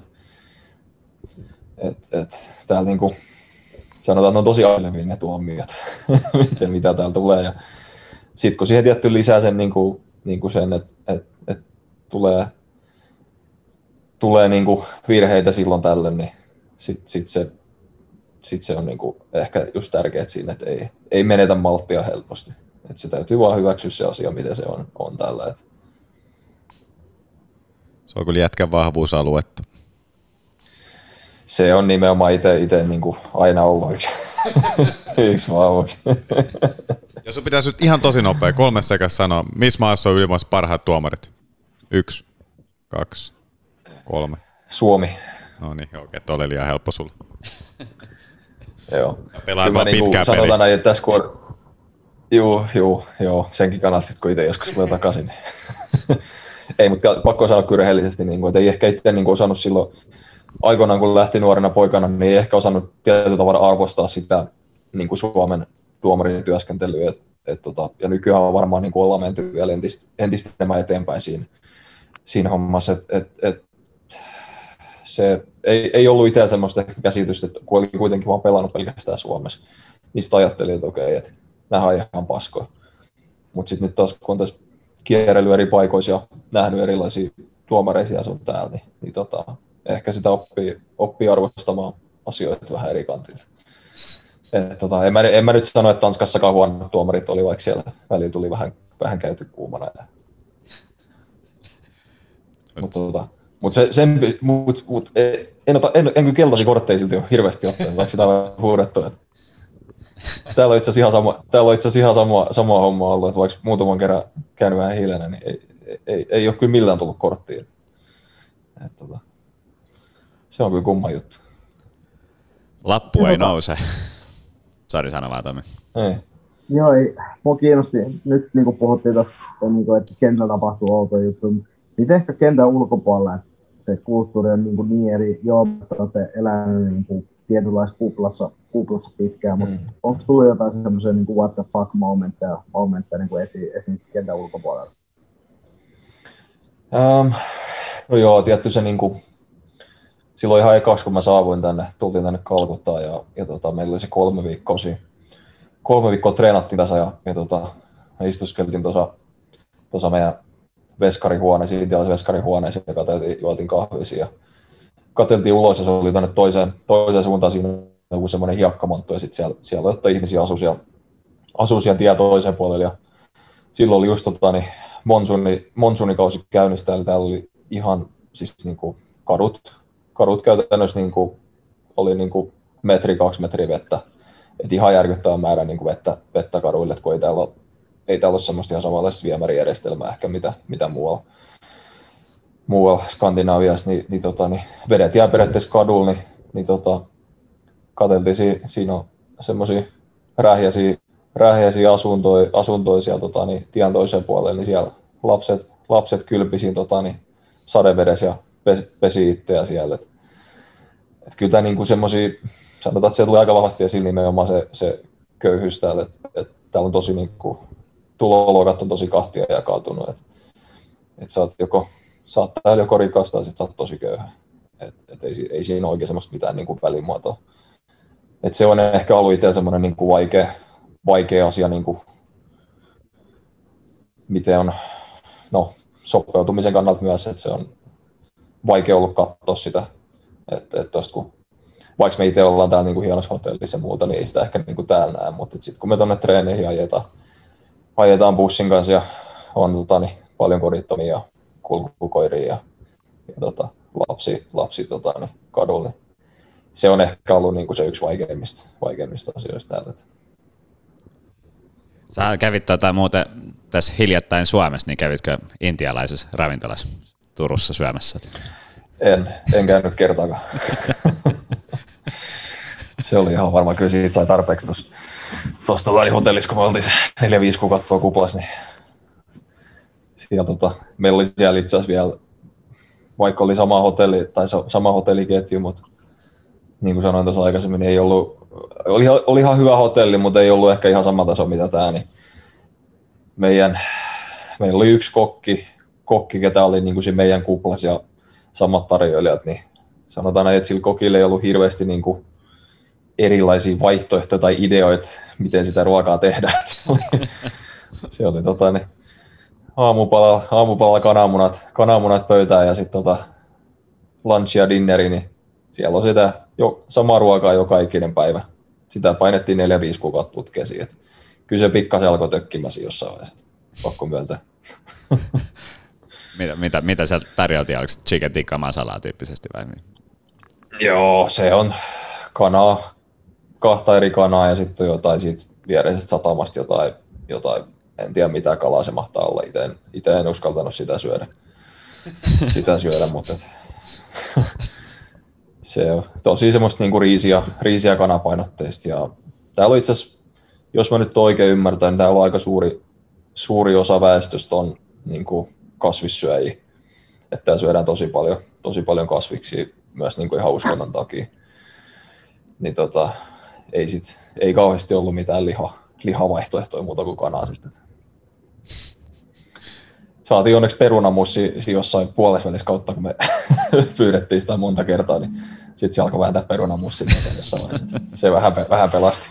Täällä niinku sanotaan, että on tosi ailevia ne tuomiot, mitä täällä tulee. Ja sitten kun siihen tietty lisää sen, niinku sen että tulee niinku virheitä silloin tällöin, niin sit se on niinku ehkä just tärkeää siinä, että ei menetä malttia helposti. Et se täytyy vaan hyväksyä se asia, miten se on tällä. Se on kyllä jätkän vahvuusaluetta. Se on nimenomaan itse niinku aina ollut yksi vahvuus. Jos sun pitäisi nyt ihan tosi nopea 3 sekassa sanoa, missä maassa on ylivoimaisesti parhaat tuomarit? 1, 2, 3. Suomi. No niin, okei, toi oli liian helppo sulle. Joo. Pelaat vaan pitkää peliä. Sanotaan näin, että tässä kun Joo, senkin kannalta sitten kun itse joskus tulee takaisin. Ei, mutta pakko sanoa kyllä rehellisesti, että ei ehkä itse osannut silloin aikoinaan, kun lähti nuorena poikana, niin ei ehkä osannut tietyllä tavalla arvostaa sitä Suomen tuomarityöskentelyä. Ja nykyään on varmaan ollaan menty vielä entistä enemmän eteenpäin siinä hommassa. Se ei ollut itse semmoista käsitystä, että kun oli kuitenkin vaan pelannut pelkästään Suomessa, niin sitten ajattelin, että okei, että nämä on ihan paskoja. Mutta sitten nyt taas, kun on tässä kierrellyt eri paikoissa ja nähnyt erilaisia tuomareisia sun täällä, niin ehkä sitä oppii arvostamaan asioita vähän eri kantilta. En mä nyt sano, että Tanskassakaan huonot tuomarit oli, vaikka siellä välillä tuli vähän käyty kuumana. En kyllä keltaisia kortteja silti ole hirveästi ottanut, vaikka sitä on huudettu. Täällä on itse asiassa ihan sama homma ollut, että vaikka muutaman kerran käynyt vähän hiljainen, niin ei ole kyllä millään tullut korttia. Se on kyllä kumma juttu. Lappu ei nouse. Sari, sano vaan, Tomi. Ei. Joo, mua kiinnosti, nyt niin kuin puhuttiin tuosta, niin että kentällä tapahtuu outoja juttuja, niin ehkä kentän ulkopuolella, että se kulttuuri on niin eri, joo, että olette eläneet niin tietynlaisessa kuplassa pitkään, mutta onko tullut jotain semmoisia niin what the fuck momentteja niin esimerkiksi kentän ulkopuolella? No joo, tietty se niin kuin, silloin ihan ekaksi, kun mä saavuin tultiin tänne Kalkuttaan ja meillä oli se 3 viikkoa siinä. 3 viikkoa treenattiin tässä ja me istuskeltiin tuossa meidän veskarihuoneeseen, ideaalisessa veskarihuoneeseen ja juotiin kahvisia ja katseltiin ulos ja se oli tuonne toiseen suuntaan siinä joku semmoinen hiekkamonttu ja sitten siellä jotain ihmisiä asui siellä tie toiseen puolelle ja silloin oli just monsunikausi käynnistä, eli täällä oli ihan siis niinku kadut käytännössä niinku, oli niinku 1-2 metriä vettä. Et ihan järkyttävä määrä niinku vettä kaduille, että kun ei täällä ole semmoista ihan samanlaista viemärijärjestelmää ehkä mitä muualla Skandinaaviassa, niin vedet jää periaatteessa kadulla, niin katseltiin siinä on semmoisia rähjäisiä asuntoja siellä tien toiseen puolelle, niin siellä lapset kylpi siinä sadevedessä ja pesi itseä siellä. Et kyllä tämä niinku semmoisia, sanotaan, että se tuli aika vahvasti esille nimenomaan se köyhyys täällä, että täällä on tosi niinku, tuloluokat on tosi kahtia jakautunut, että sä oot täällä joko rikas tai sit sä oot tosi köyhä. Et ei siinä ole oikein semmoista mitään niinku välimuotoa. Et se on ehkä ollut itse semmoinen niinku vaikea asia, niinku, miten on sopeutumisen kannalta myös, että se on vaikea ollut katsoa sitä, että kun vaikka me itse ollaan täällä niinku hienossa hotellissa ja muuta, niin ei sitä ehkä niinku täällä näe, mutta sitten kun me tuonne treeneihin ajetaan bussin kanssa ja on paljon kodittomia ja kulkukoiria ja lapsi kadulla, niin se on ehkä ollut niinku se yksi vaikeimmista asioista täällä. Sä kävit muuten tässä hiljattain Suomessa, niin kävitkö intialaisessa ravintolassa Turussa syömässä? En käynyt kertaakaan. Se oli ihan varmaan, kyllä siitä sai tarpeeksi tuosta hotellissa, kun me oltiin 4-5 kuukautta kuplassa, niin siellä, meillä oli siellä itse asiassa vielä, vaikka oli sama hotelliketju, mutta niin kuin sanoin tuossa aikaisemmin, niin ei ollut, oli ihan hyvä hotelli, mutta ei ollut ehkä ihan sama taso mitä tämä, niin meillä oli yksi kokki, ketä oli niin kuin siinä meidän kuplassa ja samat tarjoilijat, niin sanotaan, että sillä kokille ei ollut hirveästi niin kuin erilaisia vaihtoehtoja tai ideoita, miten sitä ruokaa tehdään. Se oli niin aamupalalla kananmunat pöytään ja sitten lunch ja dinneri, niin siellä on sitä samaa ruokaa joka ikinen päivä. Sitä painettiin 4-5 kuukautta putkeen. Kyllä se pikkasen alkoi tökkimäsi jossain vaiheessa. Pakko myöntää. Mitä sieltä tarjoltiin? Oliko chicken tikka masalaa tyyppisesti vai? Joo, se on kanaa, 2 eri kanaa ja sitten jotain siitä viereisestä satamasta jotain, en tiedä mitä kalaa se mahtaa olla. Itse en uskaltanut sitä syödä, mutta se on tosi semmoista niinku riisiä kanapainotteista. Ja täällä on itse asiassa, jos mä nyt oikein ymmärtän, niin täällä on aika suuri osa väestöstä on niinku kasvissyöjiä. Että täällä syödään tosi paljon kasviksia myös niinku ihan uskonnon takia. Niin ei kauheasti ollut mitään lihavaihtoehtoja muuta kuin kanaa sitten. Saatiin onneksi perunamussi jossain puolesvälissä kautta, kun me pyydettiin sitä monta kertaa, niin sitten se alkoi vääntää perunamussin jossain vaiheessa. Se vähän pelasti.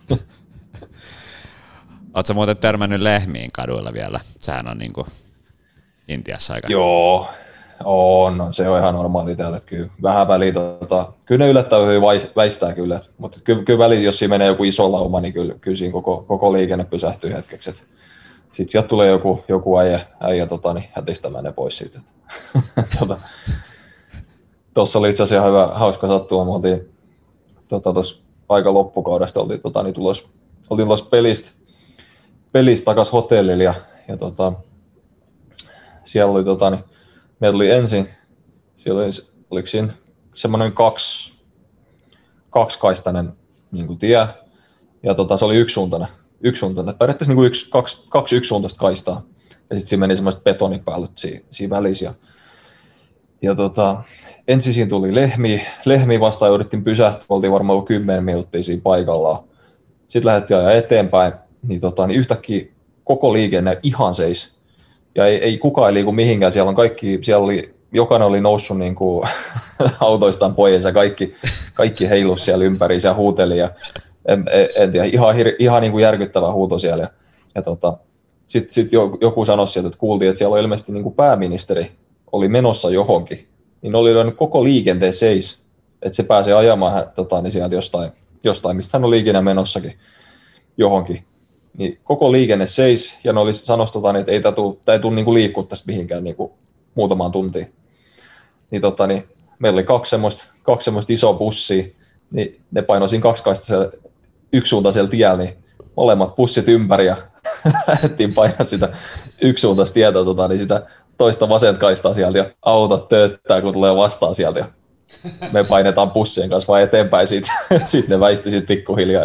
Oletko muuten törmännyt lehmiin kaduilla vielä? Sehän on niin kuin Intiassa aika. Joo, on. Se on ihan normaali täällä. Kyllä vähän väliin, kyllä ne yllättävän hyvin väistää kyllä, mutta kyllä väliin, jos siinä menee joku iso lauma, niin kyllä siinä koko liikenne pysähtyy hetkeksi. Sitten sieltä tulee joku äijä hätistämään ne pois siitä. Tuossa oli itse asiassa ihan hauska sattuma. Me oltiin tuossa aika loppukaudesta oltiin oltiin tuossa pelistä takas hotellilla ja siellä oli meillä oli ensin, siellä oli, oliko siinä semmoinen kaksikaistainen niin kuin tie, ja se oli yksisuuntainen, periaatteessa niin kuin kaksi yksisuuntaista kaistaa, ja sitten siinä meni semmoiset betonipäällöt siinä välissä, ja ensin siinä tuli lehmiä vastaan, jouduttiin pysähtyä, oltiin varmaan 10 minuuttia siinä paikallaan, sitten lähdettiin ajaa eteenpäin, niin yhtäkkiä koko liikenne ihan seis, ja ei kukaan ei liiku mihinkään, siellä oli jokainen oli noussut niin kuin autoistaan pois ja kaikki heilusi siellä ympäri ja huuteli ja en tiedä, ihan niin kuin järkyttävä huuto siellä. Ja sitten joku sanoi sieltä, että kuultiin, että siellä oli ilmeisesti niin kuin pääministeri oli menossa johonkin, niin oli lyönyt koko liikenteen seis, että se pääsee ajamaan niin sieltä jostain, mistä hän on liikenä menossakin johonkin. Niin koko liikenne seis ja ne oli sanoisi, että ei tule niin kuin liikkua tästä mihinkään niin kuin muutamaan tuntiin. Niin, meillä oli kaksi semmoista isoa bussia, niin ne painoi siinä kaksikaistaisella yksisuuntaisella tiellä, niin molemmat bussit ympäri ja lähdettiin painaa sitä yksisuuntaista tietä, niin sitä toista vasenta kaistaa sieltä ja autot tööttää, kun tulee vastaan sieltä ja me painetaan bussien kanssa vaan eteenpäin siitä. Sitten ne väisti siitä pikkuhiljaa.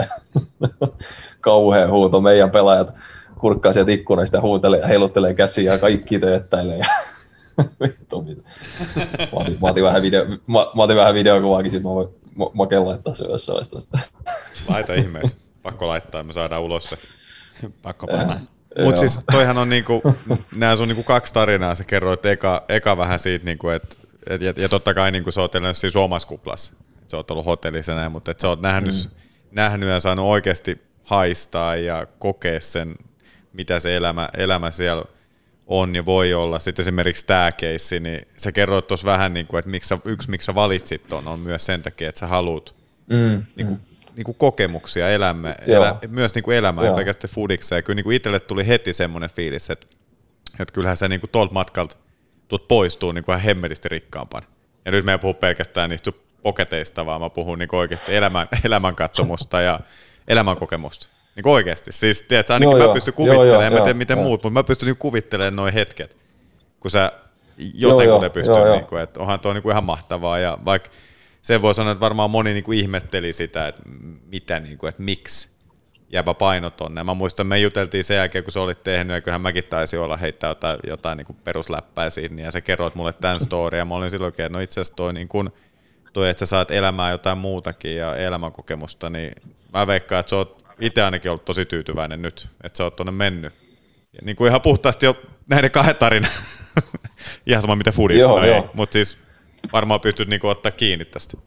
Kauhea huuto. Meidän pelaajat kurkkaa sieltä ikkunoista ja huutelee ja heiluttelee käsiä ja kaikki tööttäilee. Vittu mitä. Mä otin vähän videokuvaakin, sit mä voin maken laittaa se jossain vaiheessa. Laita ihmeessä. Pakko laittaa, me saadaan ulos se. Pakko painaa. Mutta siis toihan on niinku, nää sun niinku 2 tarinaa, sä kerroit eka vähän siitä, niinku, että ja totta kai niinku sä oot elänyt siinä omassa kuplassa, että sä oot ollut hotellissa näin, mutta että sä oot nähnyt ja saanut oikeasti haistaa ja kokea sen, mitä se elämä siellä on ja voi olla. Sitten esimerkiksi tämä keissi, niin sä kerroit tuossa vähän, niinku, että miksi sä valitsit ton, on myös sen takia, että sä haluut niinku kokemuksia, myös niinku elämää, ei pelkästään foodikseen. Ja kyllä niinku itselle tuli heti semmoinen fiilis, että kyllähän sä niinku tuolta matkalta tuot poistuu niinku ihan hemmetisti rikkaampana. Ja nyt me ei puhu pelkästään niistä poketeista, vaan mä puhun niinku oikeasti elämänkatsomusta ja elämänkokemusta. Niinku oikeasti. Siis tiedätkö, ainakin mä pystyn kuvittelemaan, en tiedä miten muut, mutta mä pystyn niinku kuvittelemaan nuo hetket, kun sä jotenkin pystyy, niinku, että onhan tuo niinku ihan mahtavaa. Ja vaikka sen voi sanoa, että varmaan moni niinku ihmetteli sitä, että mitä, niinku, että miksi jääpä paino tonne. Mä muistan, me juteltiin sen jälkeen, kun sä olit tehnyt, ja kyllähän mäkin taisin olla heittää jotain niinku perusläppää siinä, ja sä kerroit mulle tämän story, ja mä olin silloinkin, että no itse asiassa toi, että sä saat elämään jotain muutakin ja elämänkokemusta, niin mä veikkaan, että sä oot itse ainakin ollut tosi tyytyväinen nyt, että sä oot tonne mennyt. Ja niin kuin ihan puhtaasti jo näiden 2 tarinaa, ihan sama mitä foodissa, mutta siis varmaan pystyt niinku ottaa kiinni tästä.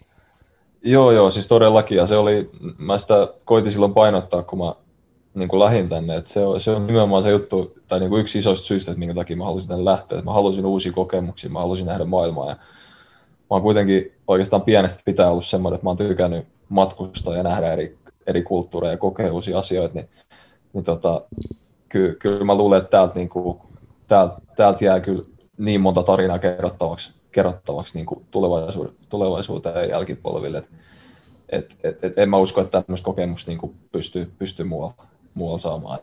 Joo, siis todellakin, ja se oli, mä sitä koitin silloin painottaa, kun mä niin kuin lähdin tänne, että se on nimenomaan se juttu, tai niin kuin yksi isoista syistä, että minkä takia mä halusin tänne lähteä, että mä halusin uusia kokemuksia, mä halusin nähdä maailmaa, ja mä oon kuitenkin oikeastaan pienestä pitää ollut semmoinen, että mä oon tykännyt matkustaa ja nähdä eri kulttuureja ja kokea uusia asioita, niin kyllä mä luulen, että täältä jää kyllä niin monta tarinaa kerrottavaksi niin kuin tulevaisuuteen ja jälkipolville, että en mä usko, että tämmöistä kokemusta niin kuin pystyy muualla saamaan.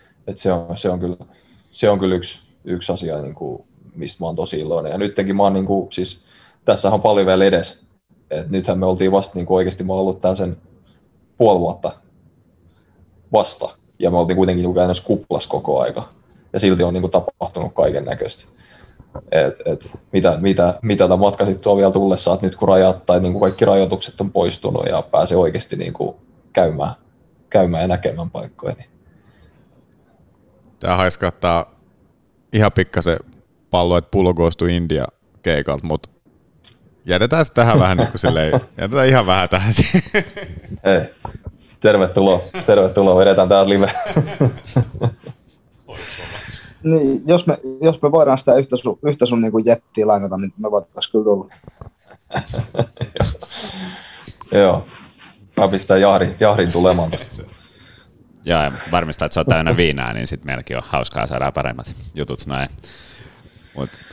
Se on kyllä yksi asia, niin kuin, mistä mä oon tosi iloinen. Ja nyttenkin mä oon, niin kuin, siis, tässä on paljon vielä edes. Et nythän me oltiin vasta, niin kuin oikeasti mä oon ollut täällä sen 5,5 vuotta vasta. Ja me oltiin kuitenkin niin käytännössä kuplassa koko aika. Ja silti on niin kuin tapahtunut kaiken näköistä. Mitä tämä matka sitten tuo vielä tullessa, että nyt kun rajat tai niin kuin kaikki rajoitukset on poistunut ja pääsee oikeasti niin kuin käymään ja näkemään paikkoja. Niin. Tämä haiskahtaa ihan pikkasen pallo, että Pullo Goes to India -keikalta, mutta jätetään se tähän vähän niin kuin silleen, jätetään ihan vähän tähän. Hei, tervetuloa, vedetään täällä live. Niin, jos me voidaan sitä yhtä sun niin kuin jettiä lainata, niin me voitaisiin kyllä tulla. Joo, mä pistän Jahrin tulemaan tästä. Ja varmistaa, että se on täynnä viinaa, niin sitten meilläkin on hauskaa saada paremmat jutut näin.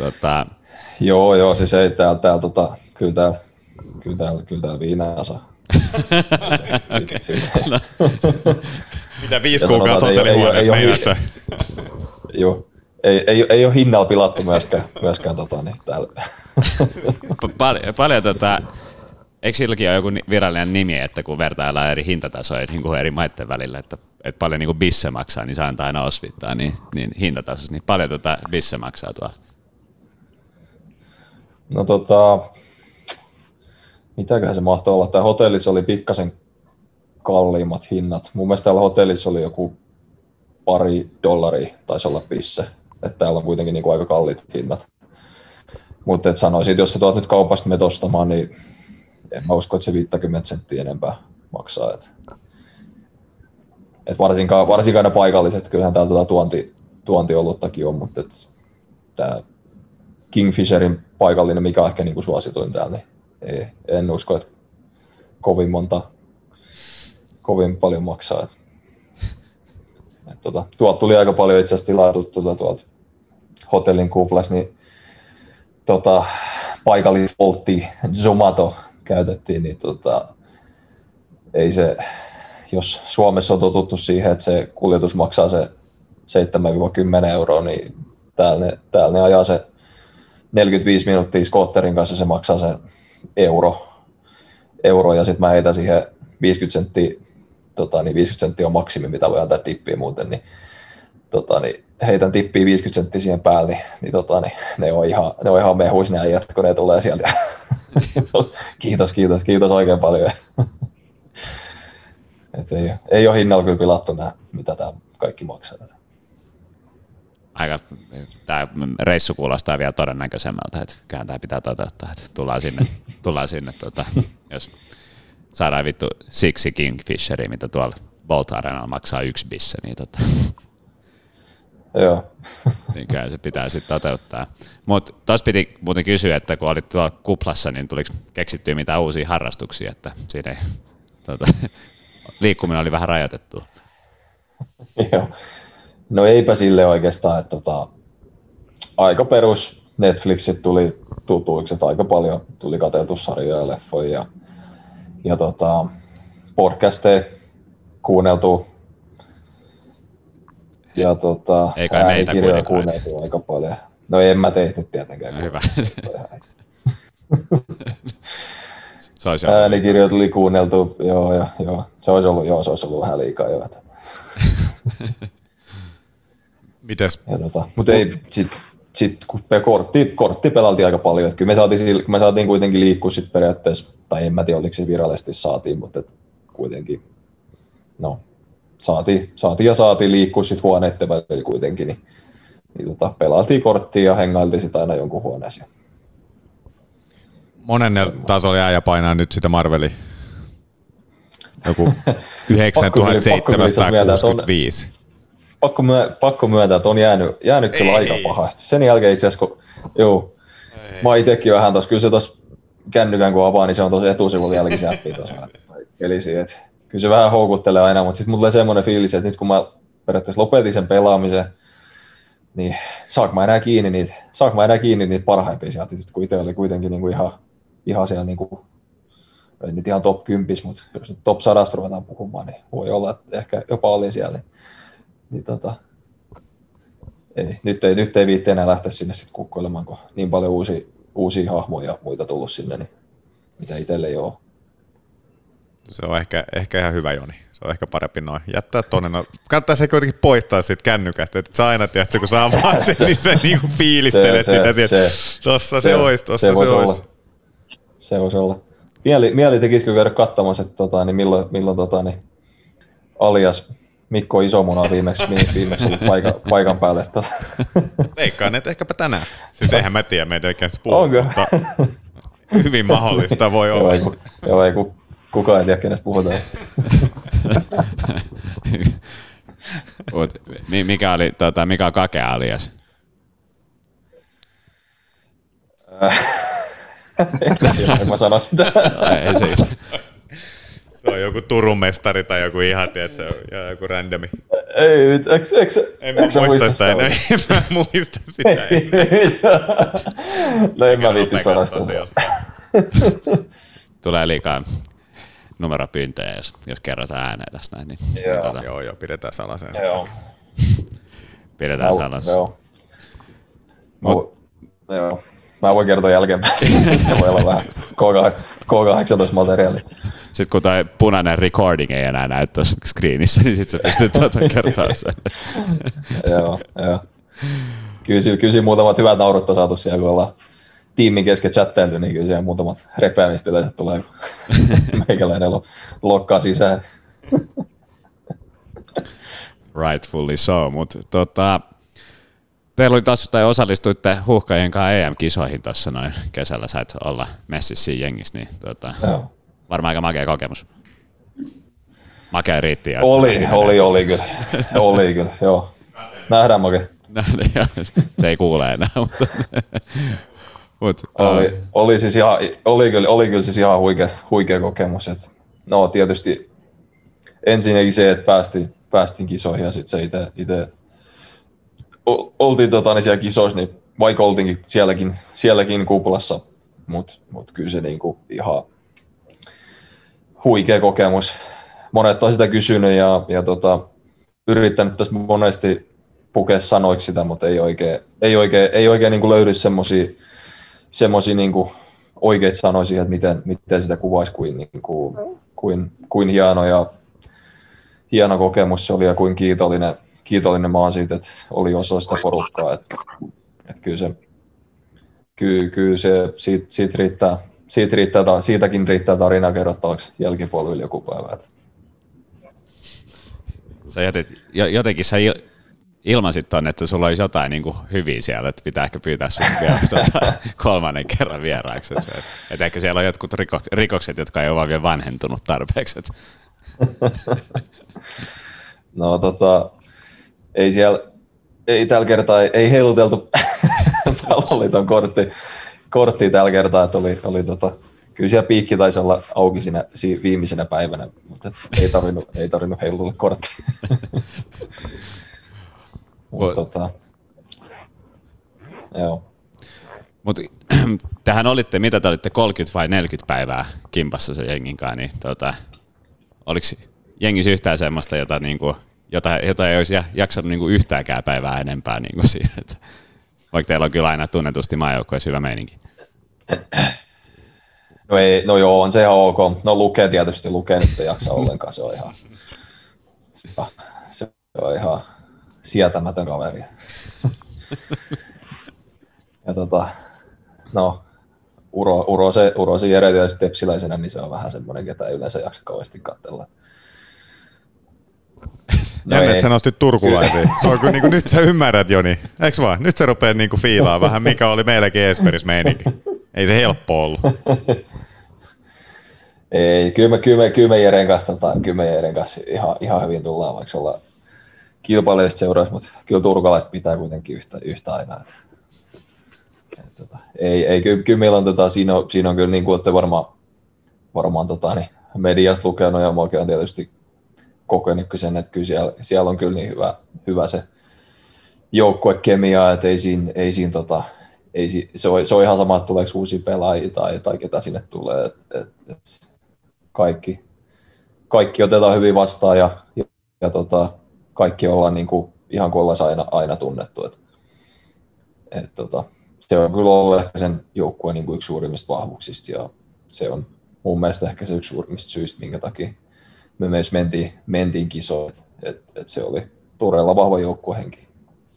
Joo, siis ei kyllä täällä viinaa saa. Mitä 5 kuukautta hotellihuoneessa meinaat sä? Joo. Ei ole hinnalla pilattu myöskään täällä. Paljon eikö silläkin ole joku virallinen nimi, että kun vertaillaan eri hintatasoja niin kuin eri maiden välillä, että paljon niin kuin bisse maksaa, niin saa antaa aina osvittaa, niin hintatasossa, niin paljon bisse maksaa tuolla? No mitäköhän se mahtoi olla? Tämä hotellissa oli pikkasen kalliimmat hinnat. Mun mielestä täällä hotellissa oli joku $2 taisi olla bisse. Että täällä on kuitenkin niin kuin aika kalliit hinnat. Mutta sanoisin, että jos sä tuot nyt kaupasta menet ostamaan, niin en mä usko, että se 50 senttiä enempää maksaa. Et varsinkaan ne paikalliset, kyllähän täällä tuontioluttakin on, mutta tämä Kingfisherin paikallinen, mikä on ehkä niin kuin suosituin täällä, niin en usko, että kovin paljon maksaa. Tuolta tuli aika paljon itse asiassa tilattua tuolta hotellin kuflas, niin paikallisvoltti Zomato käytettiin, niin ei se, jos Suomessa on totuttu siihen, että se kuljetus maksaa se 7-10 euroa, niin täällä ne ajaa se 45 minuuttia skootterin kanssa, se maksaa sen euro ja sitten mä heitän siihen 50 senttiä, niin 50 senttiä on maksimi, mitä voi antaa dippiä muuten, niin heitän tippiä 50 senttiä siihen päälle, niin ne on ihan mehuis ne äijät, kun ne tulee sieltä. Kiitos oikein paljon. Ei ole hinnalla kyllä pilattu nämä, mitä tämä kaikki maksaa. Tämä reissu kuulostaa vielä todennäköisemmältä, että kyllähän tämä pitää toteuttaa, että tullaan sinne jos saadaan vittu 6 Kingfisheria, mitä tuolla Bolt Arenalla maksaa 1 bisse, niin Joo. niin kyllä se pitää sitten toteuttaa. Mutta tuossa piti muuten kysyä, että kun olit tuolla kuplassa, niin tuliko keksittyä mitään uusia harrastuksia, että siinä ei, liikkuminen oli vähän rajoitettua. Joo. No eipä sille oikeastaan, että aika perus Netflixit tuli tutuiksi, että aika paljon tuli katseltu sarjoja ja leffoja ja podcasteja kuunneltu ja äänikirjoja kuunneltu aika paljon. No en mä teit nyt tietenkään. No, hyvä. Äänikirjoja tuli kuunneltu, joo. Se olisi ollut vähän liikaa jo. Mites? Mutta ei, sit kun kortti pelaltiin aika paljon, että kyllä me saatiin kuitenkin liikkua sit periaatteessa, tai en mä tiedä, oliko se virallisesti saatiin, mutta kuitenkin, no, saatiin liikkua sit huoneiden välillä kuitenkin, niin pelailtiin korttia ja hengailtiin sit aina jonkun huoneeseen. Monenne tasolla jää ja painaa nyt sitä Marvelia? Joku 9765. Pakko myöntää, että on jäänyt kyllä aika pahasti. Sen jälkeen itse asiassa, kun mä itsekin vähän tuossa, kyllä se tuossa kännykän kun avaa, niin se on tuossa etusivulla jälkisääppi tuossa. Kyllä se vähän houkuttelee aina, mutta sitten mulla tulee semmoinen fiilis, että nyt kun mä periaatteessa lopetin sen pelaamisen, niin saanko mä enää kiinni niitä parhaimpia sieltä, kun itse oli kuitenkin niinku ihan siellä, niinku, ei nyt ihan top 10, mutta jos nyt top 100 ruvetaan puhumaan, niin voi olla, että ehkä jopa olin siellä. Niin nyt ei viitti enää lähteä sinne sit kukkoilemaan, kun niin paljon uusia hahmoja ja muita tullut sinne, niin mitä itselle ei ole. Se on ehkä ihan hyvä, Joni. Se on ehkä parempi noin. Jättää tonne. Kannattaa se kuitenkin poistaa siitä kännykästä, että sä aina tiedät, kun sä avaat sen, niin sä niinku fiilistelet sitä. Tossa se olisi. Se voisi olla. Mieli tekisikö käydä katsomassa, että milloin alias Mikko Isomuna viimeksi ollut paikan päälle. Veikkaan, että ehkäpä tänään. Siis eihän mä tiedä, meitä ei käs puhua. Onko? Mutta hyvin mahdollista voi olla. Joo, ei kukaan ei tiedä, kenestä puhutaan. Mikä on kakea alias? En mä sano sitä. Ei se. Se on joku Turun mestari tai joku ihan, tiedät, se on joku randomi. Ei, en mä muista sitä. En mä muista sitä. No en mä viitti sanoa sitä. Tulee liikaa numeropyyntöjä, jos kerrotaan ääneen tästä näin. Niin, Joo, pidetään salaisen. Joo. Pidetään salaisen. Joo. Joo. Mä voin kertoa jälkeenpäin. Se voi olla vähän K18-materiaali. Sitten kun tämä punainen recording ei enää näy tuossa screenissä, niin sitten sä pystyt kertoa sen. Joo. Kyllä siinä muutamat hyvät naurut on saatu siellä, kun ollaan tiimin kesken chatteilty, niin kyllä siellä muutamat repeämistä yleensä tulee, kun meikäläinen lokkaa sisään. Rightfully so, mutta teillä oli taas, tai osallistuitte Huuhkajien kanssa EM-kisoihin tuossa noin kesällä, sait olla messissä siinä jengissä, niin varmaan aika makea kokemus. Makea riitti. Oli kyllä, joo. Nähdään Make. Se ei kuule enää, mutta oli kyllä siis ihan huikea kokemus. Et, no tietysti ensinnäkin se, että päästiin kisoihin ja sitten se itse oltiin siellä kisoissa, niin vaikka oltiinkin sielläkin kuplassa, mut kyllä se niinku ihan huikea kokemus. Monet on sitä kysynyt ja yrittänyt tässä monesti pukea sanoiksi sitä, mutta ei oikein niinku löydy semmosia niinku oikeita sanoja siihen, että miten sitä kuvaisi kuin hieno kokemus se oli ja kuin kiitollinen mä oon siitä, että oli osa sitä porukkaa. Että kyllä se siitäkin riittää tarinaa kerrottavaksi jälkipolville joku päivä. Sä jotenkin ilmasit ton, että sulla olisi jotain niin kuin hyviä siellä, että pitää ehkä pyytää sun vielä kolmannen kerran vieraaksi. Että ehkä siellä on jotkut rikokset, jotka ei ole vaan vielä vanhentunut tarpeeksi. No ei tällä kertaa, ei heiluteltu palloliiton korttia tällä kertaa, että oli kyllä siellä piikki taisi olla auki siinä viimeisenä päivänä, mutta ei tarvinnut heilutella korttia. Joo. Mutta tähän olitte, mitä te olitte, 30 vai 40 päivää kimpassa se jengin kanssa, niin oliko jengissä yhtään semmoista, jota ei olisi jaksanut niinku yhtäänkään päivää enempää niinku siinä, että vaikka teillä on kyllä aina tunnetusti maajoukkueessa hyvä meininki. No joo, on se ihan ok. No Luke tietysti, Luke nyt ei jaksa ollenkaan, se on ihan sietämätön kaveri. Ja no Urosi Jere tietysti tepsiläisenä, niin se on vähän semmoinen, ketä ei yleensä jaksa kauheasti katsella. No jännä, että sä nostit turkulaisia. Se on kyllä niin kuin, nyt sä ymmärrät, Joni. Eiks vaan? Nyt sä rupeat niin kuin fiilaa vähän, mikä oli meilläkin Esperissä meininki. Ei se helppo ollut. Ei, kyllä me Jeren kanssa ihan hyvin tullaan, vaikka ollaan kilpailijasta seuraavassa, mutta kyllä turkalaiset pitää kuitenkin yhtä aina. Kyllä meillä on, siinä on kyllä niin kuin olette varmaan mediasta lukenut ja minäkin olen tietysti kokenut sen, että kyllä siellä on kyllä niin hyvä se joukkuekemia, että se on ihan sama, että tuleeko uusia pelaajia tai ketä sinne tulee. Kaikki otetaan hyvin vastaan ja kaikki ollaan niin kuin, ihan kuin ollaan aina tunnettu. Se on kyllä ollut ehkä sen joukkueen niin kuin yksi suurimmista vahvuuksista ja se on mun mielestä ehkä se yksi suurimmista syistä, minkä takia me myös mentiin kisoon. Se oli todella vahva joukkuehenki.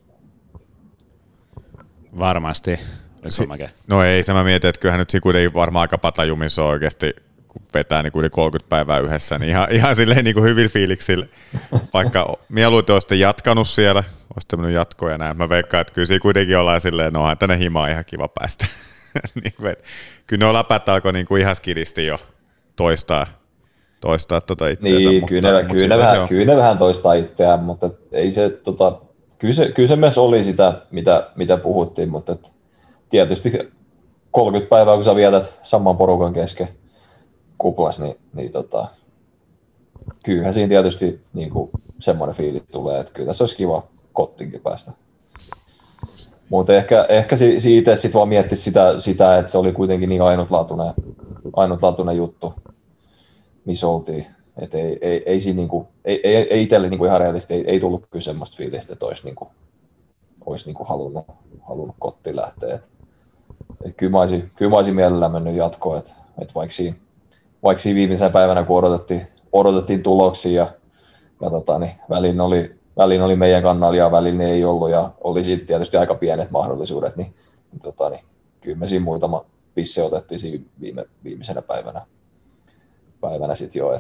Varmasti. No ei, se mä mietin, että kyllähän nyt siinä kuitenkin varmaan aika patajumissa on oikeasti, kun vetää niin kuin 30 päivää yhdessä, niin ihan silleen niin kuin hyvillä fiiliksillä. Vaikka mieluiten olisitte jatkanut siellä, olisitte mennyt jatkoon ja näin. Mä veikkaan, että kyllä siinä kuitenkin ollaan silleen, no onhan tänne himaan ihan kiva päästä. Kyllä ne läpät alkoi niin kuin ihan skidisti jo toistaa itseänsä. Niin, kyllä ne vähän toistaa itseään, mutta ei se, kyllä se myös oli sitä, mitä puhuttiin, mutta tietysti 30 päivää, kun sä vietät saman porukan kesken kuplas, niin kyllähän siinä tietysti niin kuin semmoinen fiilis tulee, että kyllä tässä olisi kiva kottiinkin päästä. Mutta ehkä siitä sitten vaan miettisi sitä, että se oli kuitenkin niin ainutlaatuinen juttu. missä oltiin. Et ei siinä niinku, ei itselle niinku ihan realisti, ei tullut kyllä semmoista fiilistä, että olisi niinku halunnut kotiin lähteä. Et kyllä mä olisin mielellään mennyt jatkoon, että vaikka siinä viimeisenä päivänä, kun odotettiin tuloksia ja välin oli meidän kannalla ja välin ei ollut ja oli siitä tietysti aika pienet mahdollisuudet, niin kyllä me siinä muutama pisse otettiin siinä viimeisenä päivänä sitten jo.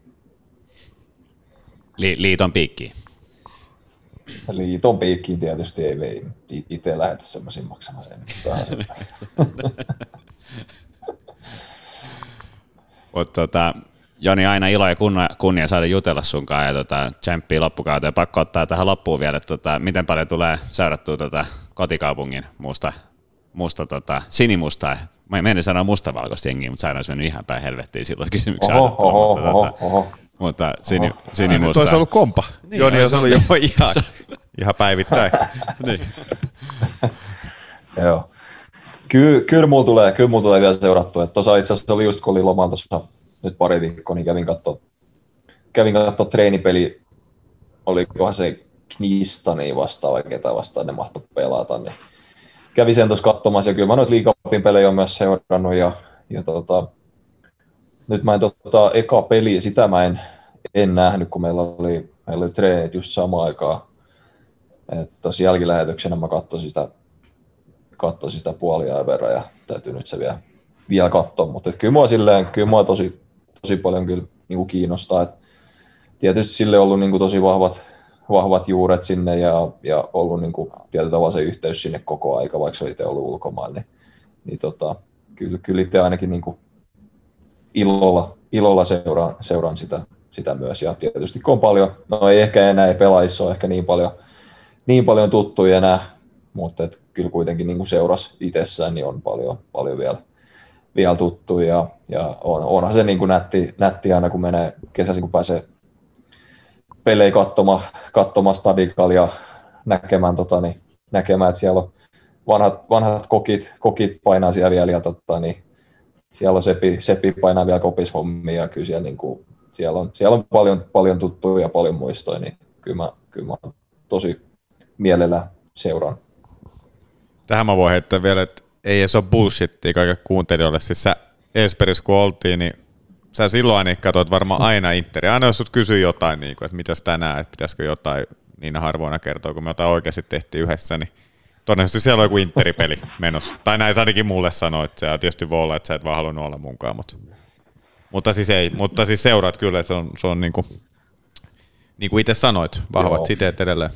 Liiton piikkiin. Liiton piikkiin tietysti ei itse lähetä semmoisiin maksamaan sen. Mutta Joni, aina ilo ja kunnia saada jutella sunkaan ja tsemppii loppukauteen. Pakko ottaa tähän loppuun vielä, että miten paljon tulee seurattua kotikaupungin sinimustaa. Mä menin sanoa mustavalkoista jengiä, mutta sain olisi mennyt ihan päin helvettiin silloin kysymyksen asettelua. Mutta sinimustaa. Toi olisi ollut kompa. Niin, Joni olisi ollut jo ihan päivittäin. Niin. Joo. Kyllä mulla tulee vielä seurattua. Tuossa itse asiassa oli just kun oli lomalla tuossa nyt pari viikkoa, niin kävin katsoa treenipeli, olikohan se Knistania vastaan vai ketä vastaan ne mahtoi pelata, niin kävin sen tuossa katsomassa ja kyllä mä noita liigapin pelejä olen myös seurannut ja nyt mä en eka peli, sitä mä en nähnyt, kun meillä oli treenit just samaan aikaan. Tuossa jälkilähetyksenä mä katsoin sitä puoliajan verran ja täytyy nyt se vielä katsoa, mutta kyllä mua tosi paljon kyllä niinku kiinnostaa. Et tietysti sille on ollut niinku tosi vahvat juuret sinne ja ollut niinku tietyllä tavalla se yhteys sinne koko aika, vaikka se on itse ollut ulkomailla. Niin kyllä itse ainakin niinku ilolla seuraan sitä myös. Ja tietysti kun on paljon, no ei ehkä enää pelaajissa ole ehkä niin paljon tuttuja enää, mutta kyllä kuitenkin niin kuin seurasi itsessään, niin on paljon vielä tuttuja. Ja onhan se niin kuin nätti aina, kun menee kesäisin, kun pääsee pelejä katsomaan stadikalla ja näkemään, että siellä on vanhat kokit painaa siellä vielä ja siellä on Sepi painaa vielä kopishommia ja kyllä siellä on paljon tuttuja ja paljon muistoja, niin kyllä mä tosi mielellä seuraan. Tähän mä voin heittää vielä, että ei edes ole bullshittia kaikille kuuntelijoille. Siis sä Esperissä kun oltiin, niin sä silloin aina katsoit varmaan aina Interia. Aina jos sut kysyy jotain, niin kuin, että mitäs tänään, että pitäisikö jotain niin harvoina kertoa, kun me jotain oikeasti tehtiin yhdessä, niin todennäköisesti siellä on joku Interi-peli menossa. Tai näin sä ainakin mulle sanoit, että se tietysti voi olla, että sä et vaan halunnut olla munkaan, mutta siis ei. Mutta siis seuraat kyllä, että se on niin kuin itse sanoit, vahvat siteet edelleen.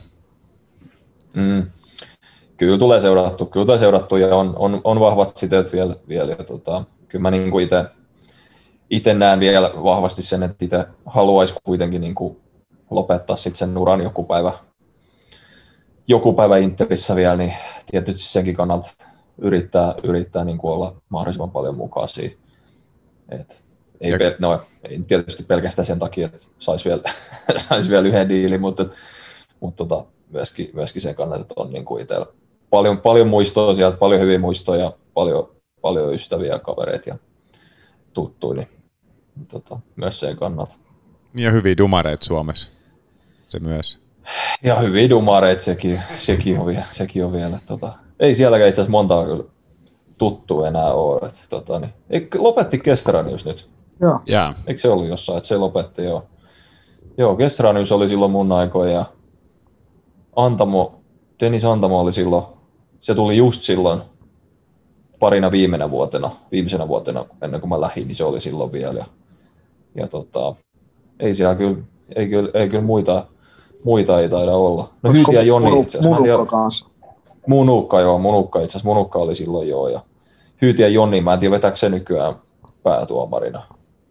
Kyllä tulee seurattu ja on vahvat siteet vielä ja kyllä mä niin kuin itse näen vielä vahvasti sen, että itse haluaisi kuitenkin niin kuin lopettaa sitten sen uran joku päivä Interissä vielä, niin tietysti senkin kannalta yrittää niin kuin olla mahdollisimman paljon mukaan siihen. Ei tietysti pelkästään sen takia, että saisi vielä yhden diilin, mutta myöskin sen kannalta, että on niin kuin itsellä paljon muistoa sieltä, paljon hyviä muistoja ja paljon ystäviä ja kavereita ja tuttuja, niin myös sen kannalta. Ja hyviä dumareita Suomessa, se myös. Ja hyviä dumareita, sekin on vielä. Ei sielläkään itse asiassa montaa kyllä tuttua enää ole. Lopetti Kestranius nyt. Joo. Yeah. Eikö se ollut jossain, että se lopetti jo? Joo, Kestranius oli silloin mun aikoja ja Dennis Antamo oli silloin, se tuli just silloin parina viimeisenä vuotena ennen kuin mä lähdin, niin se oli silloin vielä. Ja ei siellä kyllä muita ei taida olla. No Hyyti ja Joni itse asiassa. Munukka itse asiassa. Munukka oli silloin joo. Ja Hyyti ja Joni, mä en tiedä vetääkö se nykyään päätuomarina.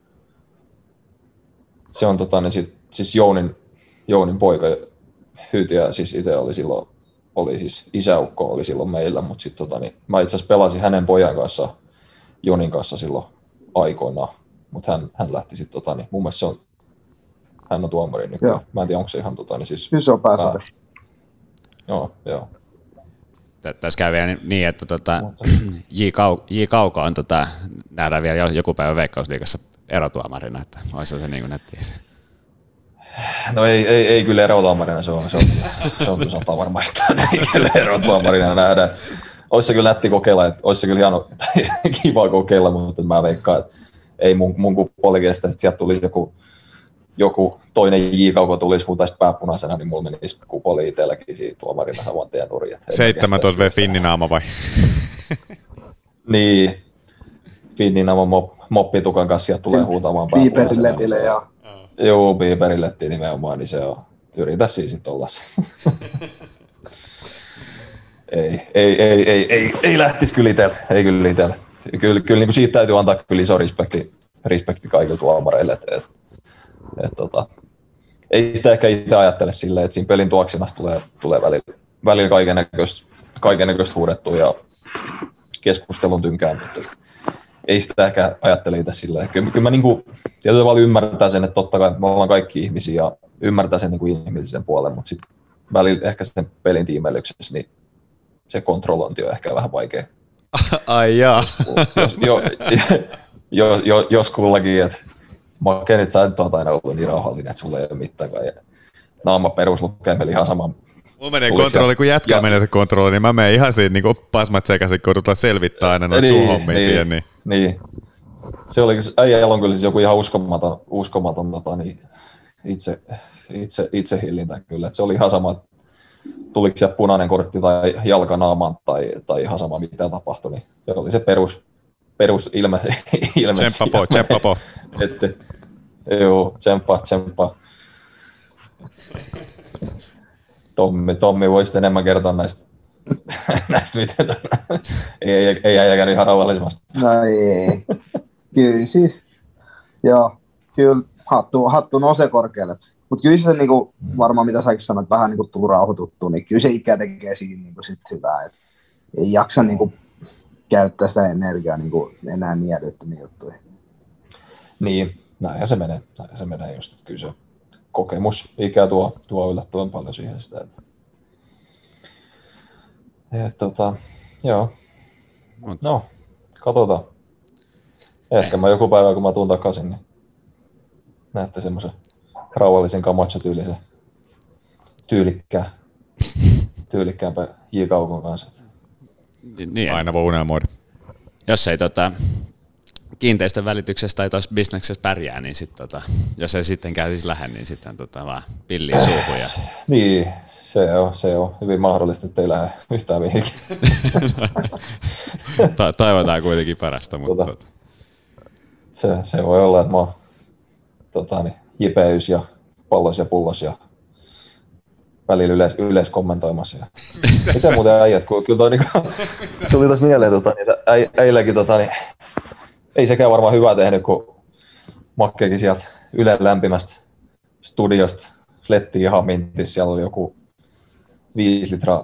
Se on siis Jounin poika. Hyyti ja siis itse oli silloin, isäukko oli silloin meillä, mutta sitten mä itse asiassa pelasin hänen pojan kanssa, Jonin kanssa silloin aikoinaan, mutta hän lähti sitten mun mielestä hän on tuomari nykyään. Joo. Mä en tiedä, onko se ihan siis... Kyllä se on pääsääntö. Joo. Tässä käy vielä niin, että J. Kauko on, nähdään vielä joku päivä Veikkausliigassa erotuomarina, että olisi se niin kuin nätti? No ei kyllä erotuomarina, se on kyllä 100 varma, että ei kyllä erotuomarina nähdä. Olisi se kyllä nätti kokeilla, että olisi se kyllä hieno, kiva kokeilla, mutta mä veikkaan, että ei mun kupoli kestä, että sieltä tuli joku toinen J-kauko tulisi huutaisi pääpunaisena, niin mulla menisi kupoli itselläkin siitä tuomarina saman tien nurin. 17 V Finninaama vai? Niin, Finninaama moppitukan kanssa sieltä tulee huutamaan pääpunaisena. Bieberin letille, joo. Joo, Bieberin letti nimenomaan, niin se on. Yritä siis sitten olla se. Ei lähtisi kyllä itsellä. Ei kyllä itsellä. Kyllä niin kuin siitä täytyy antaa kyllä iso respekti kaikille tuomareille. Ei sitä ehkä itse ajattele silleen, että siinä pelin tuoksinnasta tulee välillä kaikennäköistä huudettua ja keskustelun tynkään, mutta ei sitä ehkä ajattele itse silleen. Kyllä mä niin kuin, tietyllä tavalla ymmärtää sen, että totta kai me ollaan kaikki ihmisiä ja ymmärtää sen niin kuin inhimillisen puolen, mutta sitten välillä ehkä sen pelin tiimelyksessä niin se kontrollointi on ehkä vähän vaikea. Ai jaa. Jos kullakin, että Makenit sä et aina ollut niin rauhallinen, että sulla ei ole mitään. Naama peruslukemeli ihan saman. Mulla menee kontrolli, kun jätkää menee se kontrolli, niin mä menen ihan siinä niin pasmat sekaisin, kun ruvetaan selvittää aina noita sun hommia siihen. Niin. Se oli, äijällä on kyllä siis joku ihan uskomaton itsehillintä kyllä. Että se oli ihan sama, tuliko sieltä punainen kortti tai jalka naamaan tai ihan sama mitä tapahtui. Niin se oli se perus ilme. Tsemppapo. Joo, tsemppa. Tommi voisi enemmän kertoa näistä miten ei äijäkään ihan rauhallisemasta. No ei. Kyllä siis, joo, kyllä hattu nousee korkealle. Mutta kyllä se niinku, varmaan mitä säkin sanoit, vähän niinku tullut rauhoituttua, niin kyllä se ikä tekee siinä niinku sit hyvää. Et ei jaksa niinku käyttää sitä energiaa niinku enää niin älyttömiin juttuihin. Niin, näinhän se menee just, että kyllä se kokemus ikä tuo yllättävän paljon siihen sitä. Joo. No, katsotaan. Ehkä mä joku päivä, kun mä tuun takaisin, niin näette semmoisen rauhallisen Camacho-tyylisen tyylikkäämpä J-kaukon kanssa. Niin, aina voi unelmoida. Jos ei kiinteistön välityksestä tai tuossa bisneksessä pärjää, niin jos ei sitten käy lähde, niin sitten vaan pilliin suuhun. Niin, se on hyvin mahdollista, että ei lähde yhtään mihinkin. Toivotaan kuitenkin parasta, mutta se voi olla, että mä oon jipeys ja pallos ja pullos ja välillä yleis kommentoimassa. Miten muuten äijät, kun kyllä toi tuli tuossa mieleen, äijälläkin ei sekään varmaan hyvää tehnyt, kun Makkeekin sieltä Ylen lämpimästä studiosta lettiin ihan mintis. Siellä oli joku 5 litraa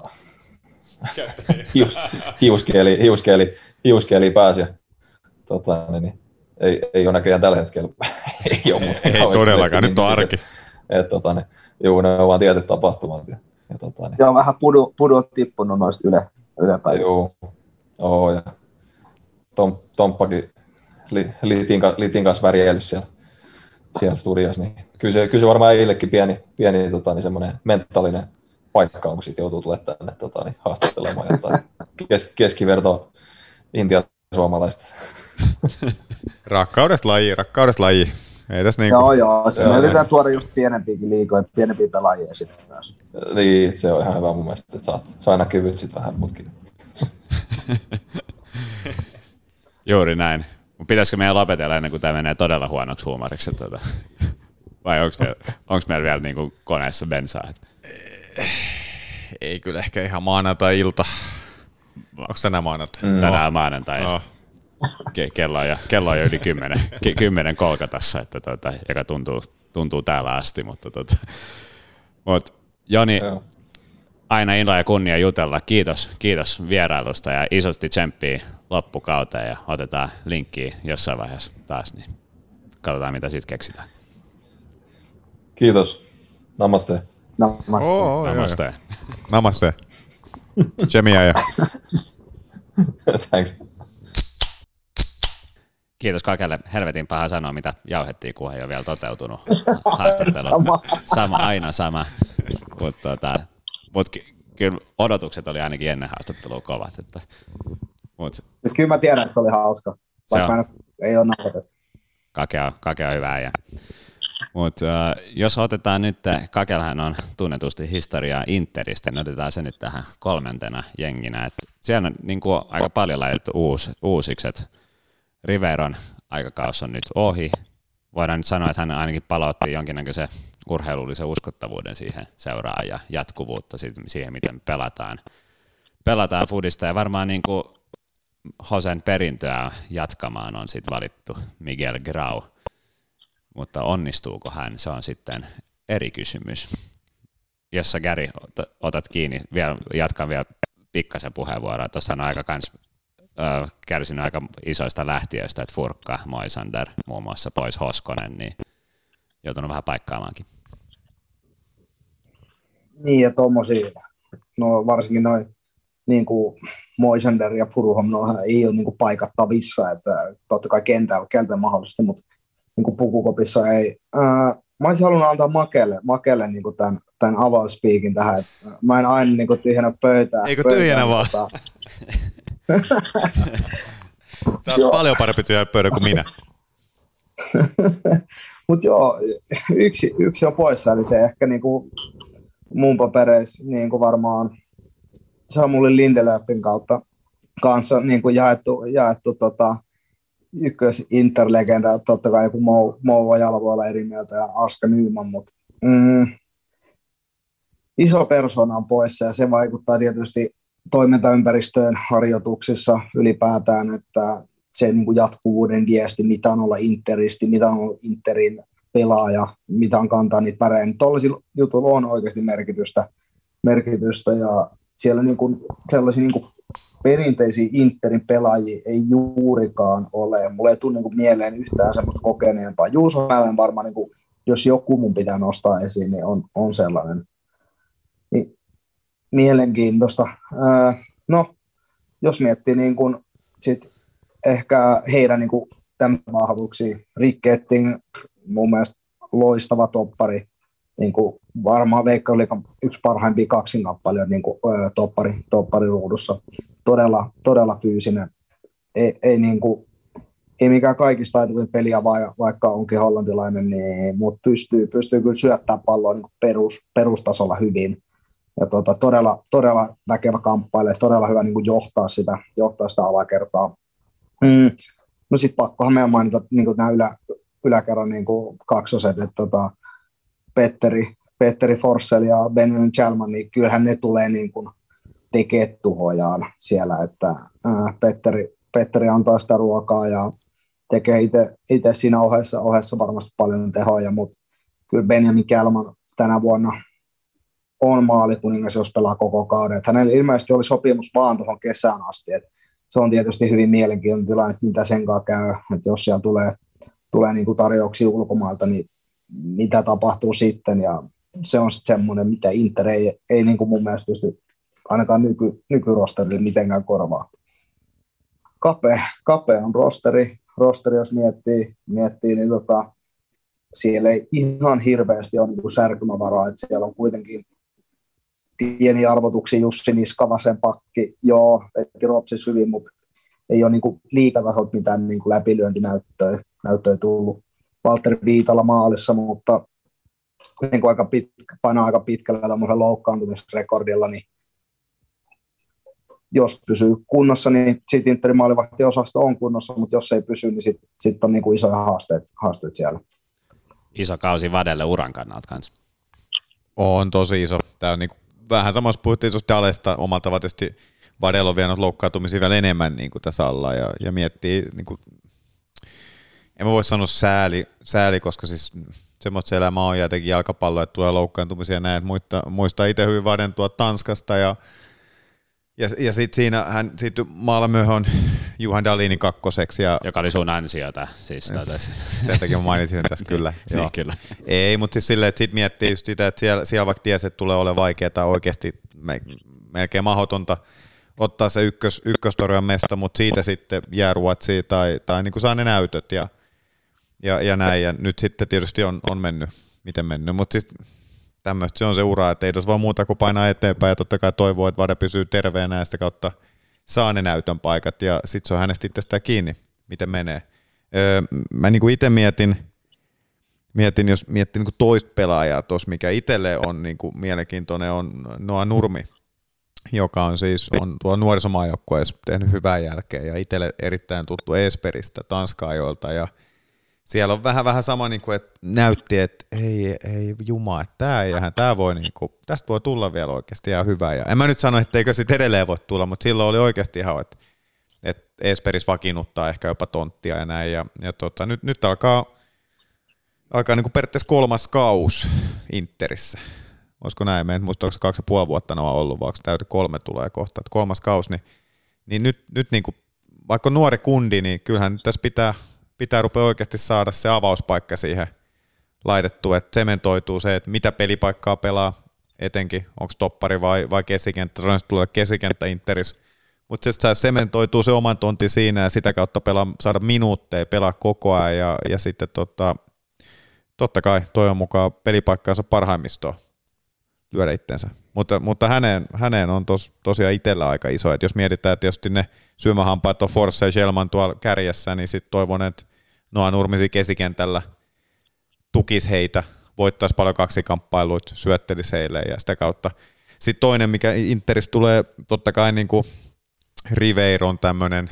hiuskeeli pääsi. Niin ei ole näköjään tällä hetkellä. ei todellakaan, nyt on arki. Joo, ne on vaan tietyt tapahtumat. Joo, vähän pudot tippunut noista ylepäivistä. Joo, ja Tomppakin litin kanssa värjäillyt siellä studiossa, niin kyllä se varmaan eilekin pieni semmoinen mentaalinen paikka on, kun sitten joutuu tulemaan tänne haastattelemaan jotain keskiverto Intian suomalaista. Rakkaudesta laji. Ei tässä Joo, se me yritetään tuoda just pienempiäkin liigoja, pienempiä pelaajia sitten myös. Niin, se on ihan hyvä mun mielestä, että saa aina kyvyt sitten vähän mutkin. Juuri näin. Pitäisikö meidän lopetella ennen kuin tämä menee todella huonoksi huumoriksi? Vai onko meillä vielä niin kuin koneessa bensaa? Ei kyllä ehkä ihan maanantai-ilta. Onko tänään maanantai? Tänään maanantai. No. Kello on jo yli 10 kolkatassa, joka tuntuu täällä asti. Mutta Joni, aina ilo ja kunnia jutella. Kiitos vierailusta ja isosti tsemppiä loppukauteen ja otetaan linkkiä jossain vaiheessa taas, niin katsotaan mitä siitä keksitään. Kiitos. Namaste. Namaste. Jemia ja. Thanks. Kiitos Kakelle. Helvetin paha sanoa, mitä jauhettiin, kun ei ole vielä toteutunut haastattelu. Aina sama. Mutta kyllä odotukset oli ainakin ennen haastattelua kovat. Siis kyllä mä tiedän, että oli hauska, vaikka ei ole nauhoitettu. Kake on hyvä. Mutta jos otetaan nyt, Kakelhan on tunnetusti historiaa Interistä, niin otetaan se nyt tähän 3. jenginä. Et siellä on niin kuin aika paljon laitettu uusikset. Riveron aikakaus on nyt ohi. Voidaan nyt sanoa, että hän ainakin palautti jonkinnäköisen urheilullisen uskottavuuden siihen seuraan ja jatkuvuutta siihen, miten pelataan fudista. Ja varmaan niin kuin Josen perintöä jatkamaan on sitten valittu Miguel Grau. Mutta onnistuuko hän, se on sitten eri kysymys. Jos sä Gary otat kiinni, jatkan vielä pikkasen puheenvuoroa. Tuossa on aika kärsinyt aika isoista lähtiöistä, että Furkka, Moisander, muun muassa pois Hoskonen, niin joutunut vähän paikkaamaankin. Niin ja tommosia, no varsinkin noin niin kuin Moisander ja Furuholm, no ei ole niin kuin paikattavissa, että totta kai kentällä mahdollisesti, mutta niin kuin pukukopissa ei. Mä olisin halunnut antaa Makelle niin kuin tämän avauspiikin tähän, että mä en aina niin kuin tyhjänä pöytää. Eikö tyhjänä vaan? Sä oot paljon parempi tyhjänä pöydä kuin minä. Mutta joo, yksi on poissa, eli se ehkä niin kuin mun papereissa niin kuin varmaan Samuel Lindelöfin kanssa niin kuin jaettu ykkös Inter-legenda, totta kai joku Mo Ojala voi olla eri mieltä ja Aska Nyman, mutta iso persona on poissa ja se vaikuttaa tietysti toimintaympäristöön harjoituksissa ylipäätään, että se niin kuin jatkuvuuden viesti, mitä on olla Interisti, mitä on olla Interin pelaaja, mitä on kantaa niitä värejä, niin tuollaisilla jutuilla on oikeasti merkitystä ja siellä niin kuin sellaisia niin kuin perinteisiä Interin pelaajia ei juurikaan ole. Mulla ei tule niin kuin mieleen yhtään semmoista kokeneempaa. Juuso Mällän varmaan, niin kuin, jos joku mun pitää nostaa esiin, niin on sellainen. Niin, mielenkiintoista. No, jos miettii niin kuin, sit ehkä heidän niin kuin, tämän vahvuuksia, Rick Ketting, mun mielestä loistava toppari, niin kuin varmaan Veikka oli yksi parhaimpia kaksinkappaleja niin kuin toppariruudussa. Todella fyysinen. Ei mikään kaikista taitavin peliä, vaikka onkin hollantilainen, niin, mutta pystyy kyllä syöttämään palloa niin perustasolla hyvin. Ja todella väkevä kamppaile, todella hyvä niin kuin johtaa sitä alakertaa. No sitten pakkohan meidän mainita niin kuin nämä yläkerran niin kuin kaksoset, että Petteri Forssell ja Benjamin Chalman, niin kyllähän ne tulee niin kuin tekee tuhojaan siellä, että Petteri antaa sitä ruokaa ja tekee itse siinä ohessa varmasti paljon tehoja, mutta kyllä Benjamin Chalman tänä vuonna on maalikuningas, jos pelaa koko kauden. Että hänellä ilmeisesti oli sopimus vaan tuohon kesään asti, että se on tietysti hyvin mielenkiintoinen tilanne, että mitä sen kanssa käy, että jos siellä tulee niin kuin tarjouksia ulkomailta, niin mitä tapahtuu sitten, ja se on sitten semmoinen, mitä Inter ei niin kuin mun mielestä pysty ainakaan nykyrosterille mitenkään korvaa. Kapea on rosteri, jos miettii niin siellä ei ihan hirveästi ole niin särkymävaraa, että siellä on kuitenkin pieni arvotuksia Jussi Niska, vasen pakki, joo, Petri Ropsis hyvin, mutta ei ole niin liigatasot mitään niin läpilyöntinäyttöä tullut. Valtteri Viitala maalissa, mutta niin painaa aika pitkällä tämmöisellä loukkaantumisrekordilla, niin jos pysyy kunnossa, niin sitten Interin maalivahtiosasto on kunnossa, mutta jos ei pysy, niin sitten on niin kuin isoja haasteet siellä. Iso kausi Vadelle uran kannalta kanssa. On tosi iso. Tämä on niin kuin, vähän samassa puhuttiin tuosta Dalesta omalta tavalla tietysti Vadella on vienyt loukkaantumisia vielä enemmän niin kuin tässä alla ja miettii, niin kuin, en mä voi sanoa sääli, koska siis semmoista elämä on jotenkin jalkapallo, että tulee loukkaantumisia näin, että muistaa itse hyvin Vaden tuolta ja sitten siinä hän siirtyi Malmöhön Juhan Dalinin kakkoseksi. Joka oli sun ansiota. Siis sen takia mä mainitsin tässä kyllä. Joo. Kyllä. Ei, mutta siis silleen, että sitten miettii just sitä, että siellä vaikka tiesi, että tulee olemaan vaikeaa oikeasti melkein mahdotonta ottaa se ykköstorjan mesta, mutta siitä sitten jää Ruotsiin tai niin kuin saa ne näytöt ja näin. Ja nyt sitten tietysti on mennyt, miten mennyt, mutta siis tämmöistä se on se ura, että ei tuossa voi muuta kuin painaa eteenpäin ja totta kai toivoo, että Vade pysyy terveenä ja sitä kautta saa ne näytön paikat ja sitten se on hänestä itsestään kiinni, miten menee. Mä niin kuin itse mietin, jos miettii niin kuin toista pelaajaa tuossa, mikä itselle on niin kuin mielenkiintoinen, on Noa Nurmi, joka on siis tuolla nuorisomaajoukkueessa tehnyt hyvää jälkeä ja itselle erittäin tuttu Esperistä, Tanska-ajoilta ja siellä on vähän sama, niin kuin, että näytti, että ei juma, että tämä voi, niin kuin, tästä voi tulla vielä oikeasti ihan hyvää. Ja en mä nyt sano, etteikö sitten edelleen voi tulla, mutta silloin oli oikeasti ihan, että Esperis vakiinnuttaa ehkä jopa tonttia ja näin. Ja nyt alkaa niin kuin periaatteessa 3. kaus Interissä. Olisiko näin? Mä en muista, onko 2,5 vuotta on ollut, vaikka täytyy 3 tulee kohta. Että 3. kaus, niin nyt niin kuin, vaikka nuori kundi, niin kyllähän nyt tässä pitää rupea oikeasti saada se avauspaikka siihen laitettu, että sementoituu se, että mitä pelipaikkaa pelaa etenkin, onko toppari vai kesikenttä, todennäköisesti tulee kesikenttä Interis, mutta se sementoituu se oman tontti siinä ja sitä kautta saada minuutteja, pelaa koko ajan ja sitten totta kai toivon mukaan pelipaikkaansa parhaimmistoon lyödä itsensä. Mutta häneen on tosiaan itsellä aika iso, että jos mietitään, että jos ne syömähampaat on Forsse ja Shellman tuolla kärjessä, niin sitten toivon, että Noa Nurmisi keskikentällä tukisi heitä, voittaisi paljon kaksikamppailuita, syöttelisi heille ja sitä kautta. Sitten toinen, mikä Interistä tulee, totta kai niin kuin Ribeiro on tämmöinen,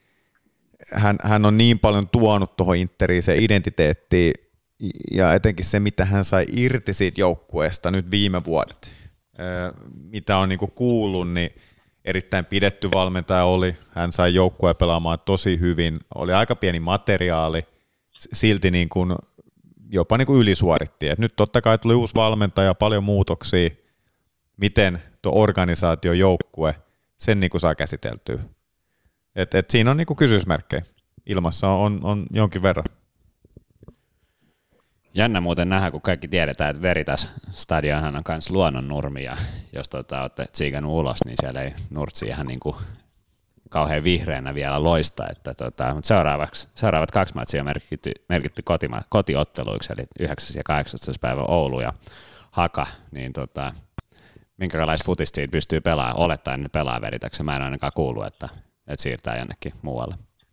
hän on niin paljon tuonut tuohon Interiin se identiteettiin ja etenkin se, mitä hän sai irti siitä joukkueesta nyt viime vuodet. Mitä on niin kuin kuullut, niin erittäin pidetty valmentaja oli, hän sai joukkueen pelaamaan tosi hyvin, oli aika pieni materiaali, silti niin kuin jopa niin kuin ylisuoritti. Et nyt totta kai tuli uusi valmentaja, paljon muutoksia, miten tuo organisaatio, joukkue, sen niin kuin saa käsiteltyä. Et siinä on niin kuin kysymysmerkkejä, ilmassa on jonkin verran. Jännä muuten nähdä, kun kaikki tiedetään, että Veritas stadionhan on myös luonnonnurmi, ja jos olette tsiikannut ulos, niin siellä ei nurtsi ihan niin kuin kauhean vihreänä vielä loista. Mutta seuraavat 2 matsia on merkitty kotiotteluiksi, eli 9. ja 18. päivä Oulu ja Haka, niin minkälaista futista siitä pystyy pelaamaan, olettaen ne pelaa Veritaksen. Mä en ainakaan kuullut, että siirtää jonnekin muualle.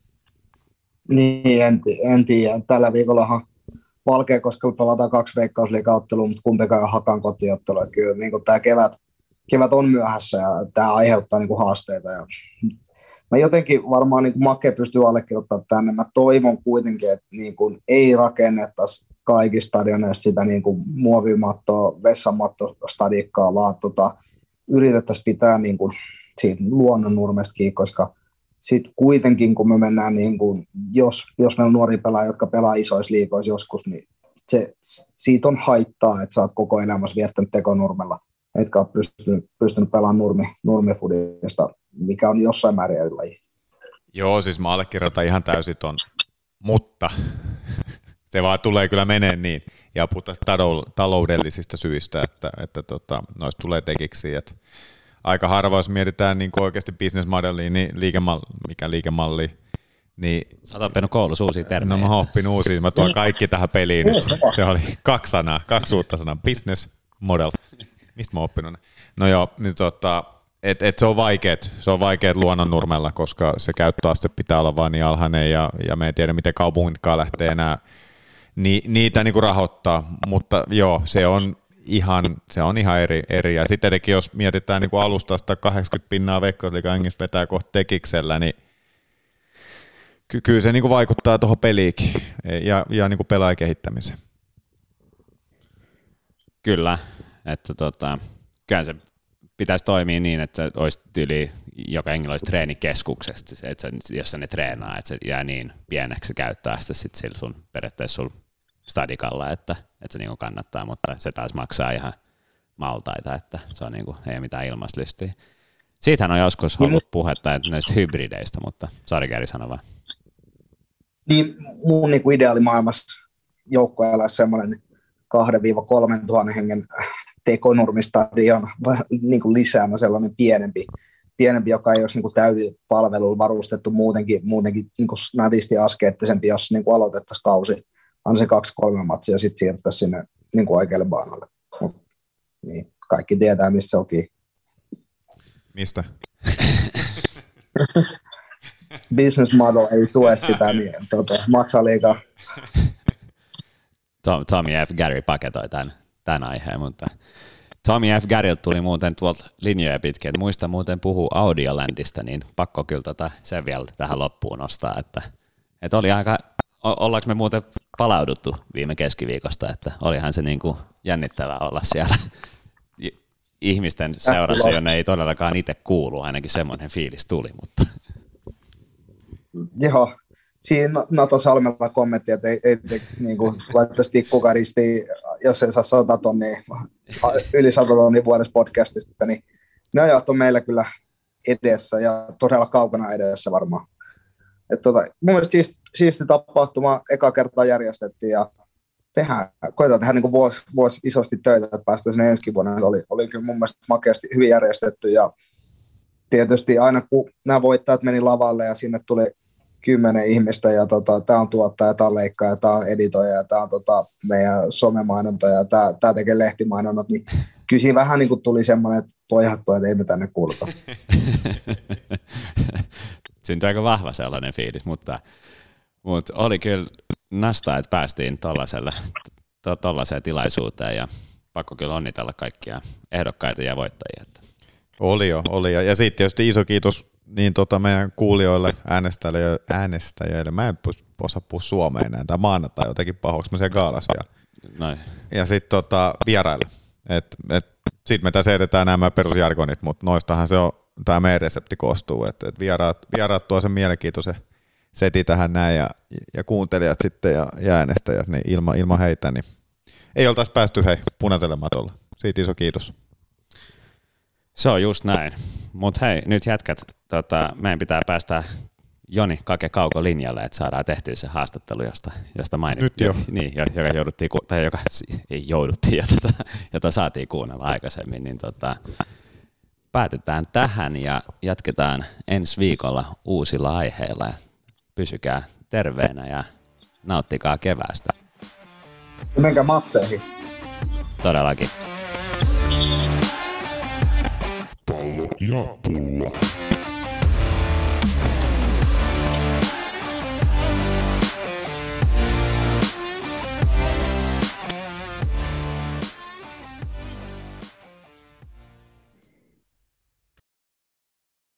Niin, en tiedä. Tällä viikollahan Valkeakoskella pelataan 2 veikkausliigaottelua, mutta kumpikaan on Hakan kotiottelu. Kyllä niin tämä kevät on myöhässä ja tämä aiheuttaa niin kuin haasteita. Ja mä jotenkin varmaan niin kuin Make pystyy allekirjoittamaan tänne. Mä toivon kuitenkin, että niin kuin ei rakennettaisi kaikista stadioneista sitä niin kuin muovimattoa, vessanmattostadikkaa, vaan yritettäisiin pitää niin kuin siitä luonnonnurmesta kiinni, koska sitten kuitenkin, kun me mennään, niin kun, jos meillä on nuoria pelaajia, jotka pelaa isoissa liigoissa joskus, niin siitä on haittaa, että sä oot koko elämässä viettänyt tekonurmella, etkä ole pystynyt pelaamaan nurmifudista, mikä on jossain määrin eri laji. Joo, siis mä allekirjoitan ihan täysin ton, mutta se vaan tulee kyllä menee niin. Ja puhutaan taloudellisista syistä, että noista tulee tekiksi, että aika harva, jos mietitään niin oikeasti business modelia, niin liikemalli, niin... Sä oot oppinut koulussa uusia termejä. No mä oon oppinut uusia, mä tuon kaikki tähän peliin nyt. Se oli 2 uutta sanaa, business model. Mistä mä oon oppinut ne? No joo, niin se on vaikeet luonnonnurmella, koska se käyttöaste pitää olla vaan niin alhainen ja me ei tiedä, miten kaupungitkaan lähtee enää niitä niin kuin rahoittaa, mutta joo, se on ihan eri. Ja sitten etenkin, jos mietitään niin kuin alustasta 80% Veikkausliigan hengissä vetää kohta tekiksellä, niin kyllä se niin kuin vaikuttaa tuohon peliinkin ja niin kuin pelaajakehittämiseen. Kyllä, että kyllä se pitäisi toimia niin, että olisi tyyli joka hengi olisi treenikeskuksesta, että jos ne treenaa, että se jää niin pieneksi se käyttöaste sitten sillä sun periaatteessa sulla stadikalla, että se niinku kannattaa, mutta se taas maksaa ihan maltaita, että se on niinku, ei mitään ilmaislystiä. Siitähän on joskus ollut puhetta että näistä hybrideistä, mutta sori Geri, sano vaan. Niin mun niinku ideaalimaailmassa joukkueella olisi semmoinen 2-3 tuhannen hengen tekonurmistadion niin kuin lisäämä sellainen pienempi pienempi, joka ei olisi niin täytipalvelulla varustettu muutenkin niin snadisti askeettisempi, jos niin aloitettaisiin kausi, on se 2-3 matsia ja sitten siirryttäisiin sinne niin oikealle baanalle. Niin, kaikki tietää, missä onkin. Mistä? Business model ei tue sitä, niin maksaa liikaa. Tommy F. Gary paketoi tämän aiheen, mutta Tommy F. Garylta tuli muuten tuolta linjoja pitkin, että muista muuten puhua Audiolandista, niin pakko kyllä sen vielä tähän loppuun nostaa, että oli aika, ollaanko me muuten palauduttu viime keskiviikosta, että olihan se niin kuin jännittävää olla siellä ihmisten seurassa, jonne ei todellakaan itse kuulu, ainakin semmoinen fiilis tuli, mutta... Joo, siinä Nato Salmella kommentti, että ei niin laittaisi tikkukaristiin, jos ei saa 100 tonnia, yli 100 tonnia vuodessa podcastista, niin ne ajat on meillä kyllä edessä ja todella kaukana edessä varmaan. Mun mielestä siisti tapahtuma eka kertaa järjestettiin ja koetaan tehdä niin vuosi isosti töitä, että päästään sinne ensi vuonna. Oli kyllä mun mielestä makeasti hyvin järjestetty ja tietysti aina kun nämä voittajat meni lavalle ja sinne tuli 10 ihmistä ja tämä on tuottaja, tämä on leikkaaja, tämä on editoija ja tämä on meidän somemainonta ja tämä tekee lehtimainonnat, niin kyllä siinä vähän niin kuin tuli semmoinen, että pojat ei me tänne kuuluta. Syntyi aika vahva sellainen fiilis, mutta oli kyllä nastaa, että päästiin tuollaiseen tilaisuuteen ja pakko kyllä onnitella kaikkia ehdokkaita ja voittajia. Oli jo. Ja sitten tietysti iso kiitos niin meidän kuulijoille, äänestäjille. Mä en osaa puhua suomea enää. Tämä maanantai jotenkin pahoiksi, mä siellä gaalassa vielä. Noin. Ja sitten vieraille. Sitten me tässä edetään nämä perusjargonit, mutta noistahan se on, tämä meidän resepti koostuu. Et vieraat tuo sen mielenkiintoisen seti tähän näin ja kuuntelijat sitten ja äänestäjät, niin ilman heitä, niin ei oltaisi päästy punaiselle matolle. Siitä iso kiitos. Se on just näin. Mutta hei, nyt jätkät, meidän pitää päästä Joni Kake Kauko linjalle, että saadaan tehtyä se haastattelu, josta mainittiin. Nyt jo. Niin, joka jouduttiin, tai joka ei jouduttiin, jota saatiin kuunnella aikaisemmin, niin päätetään tähän ja jatketaan ensi viikolla uusilla aiheilla. Pysykää terveenä ja nauttikaa keväästä. Menkää matseihin. Todellakin. Pallo ja pullo.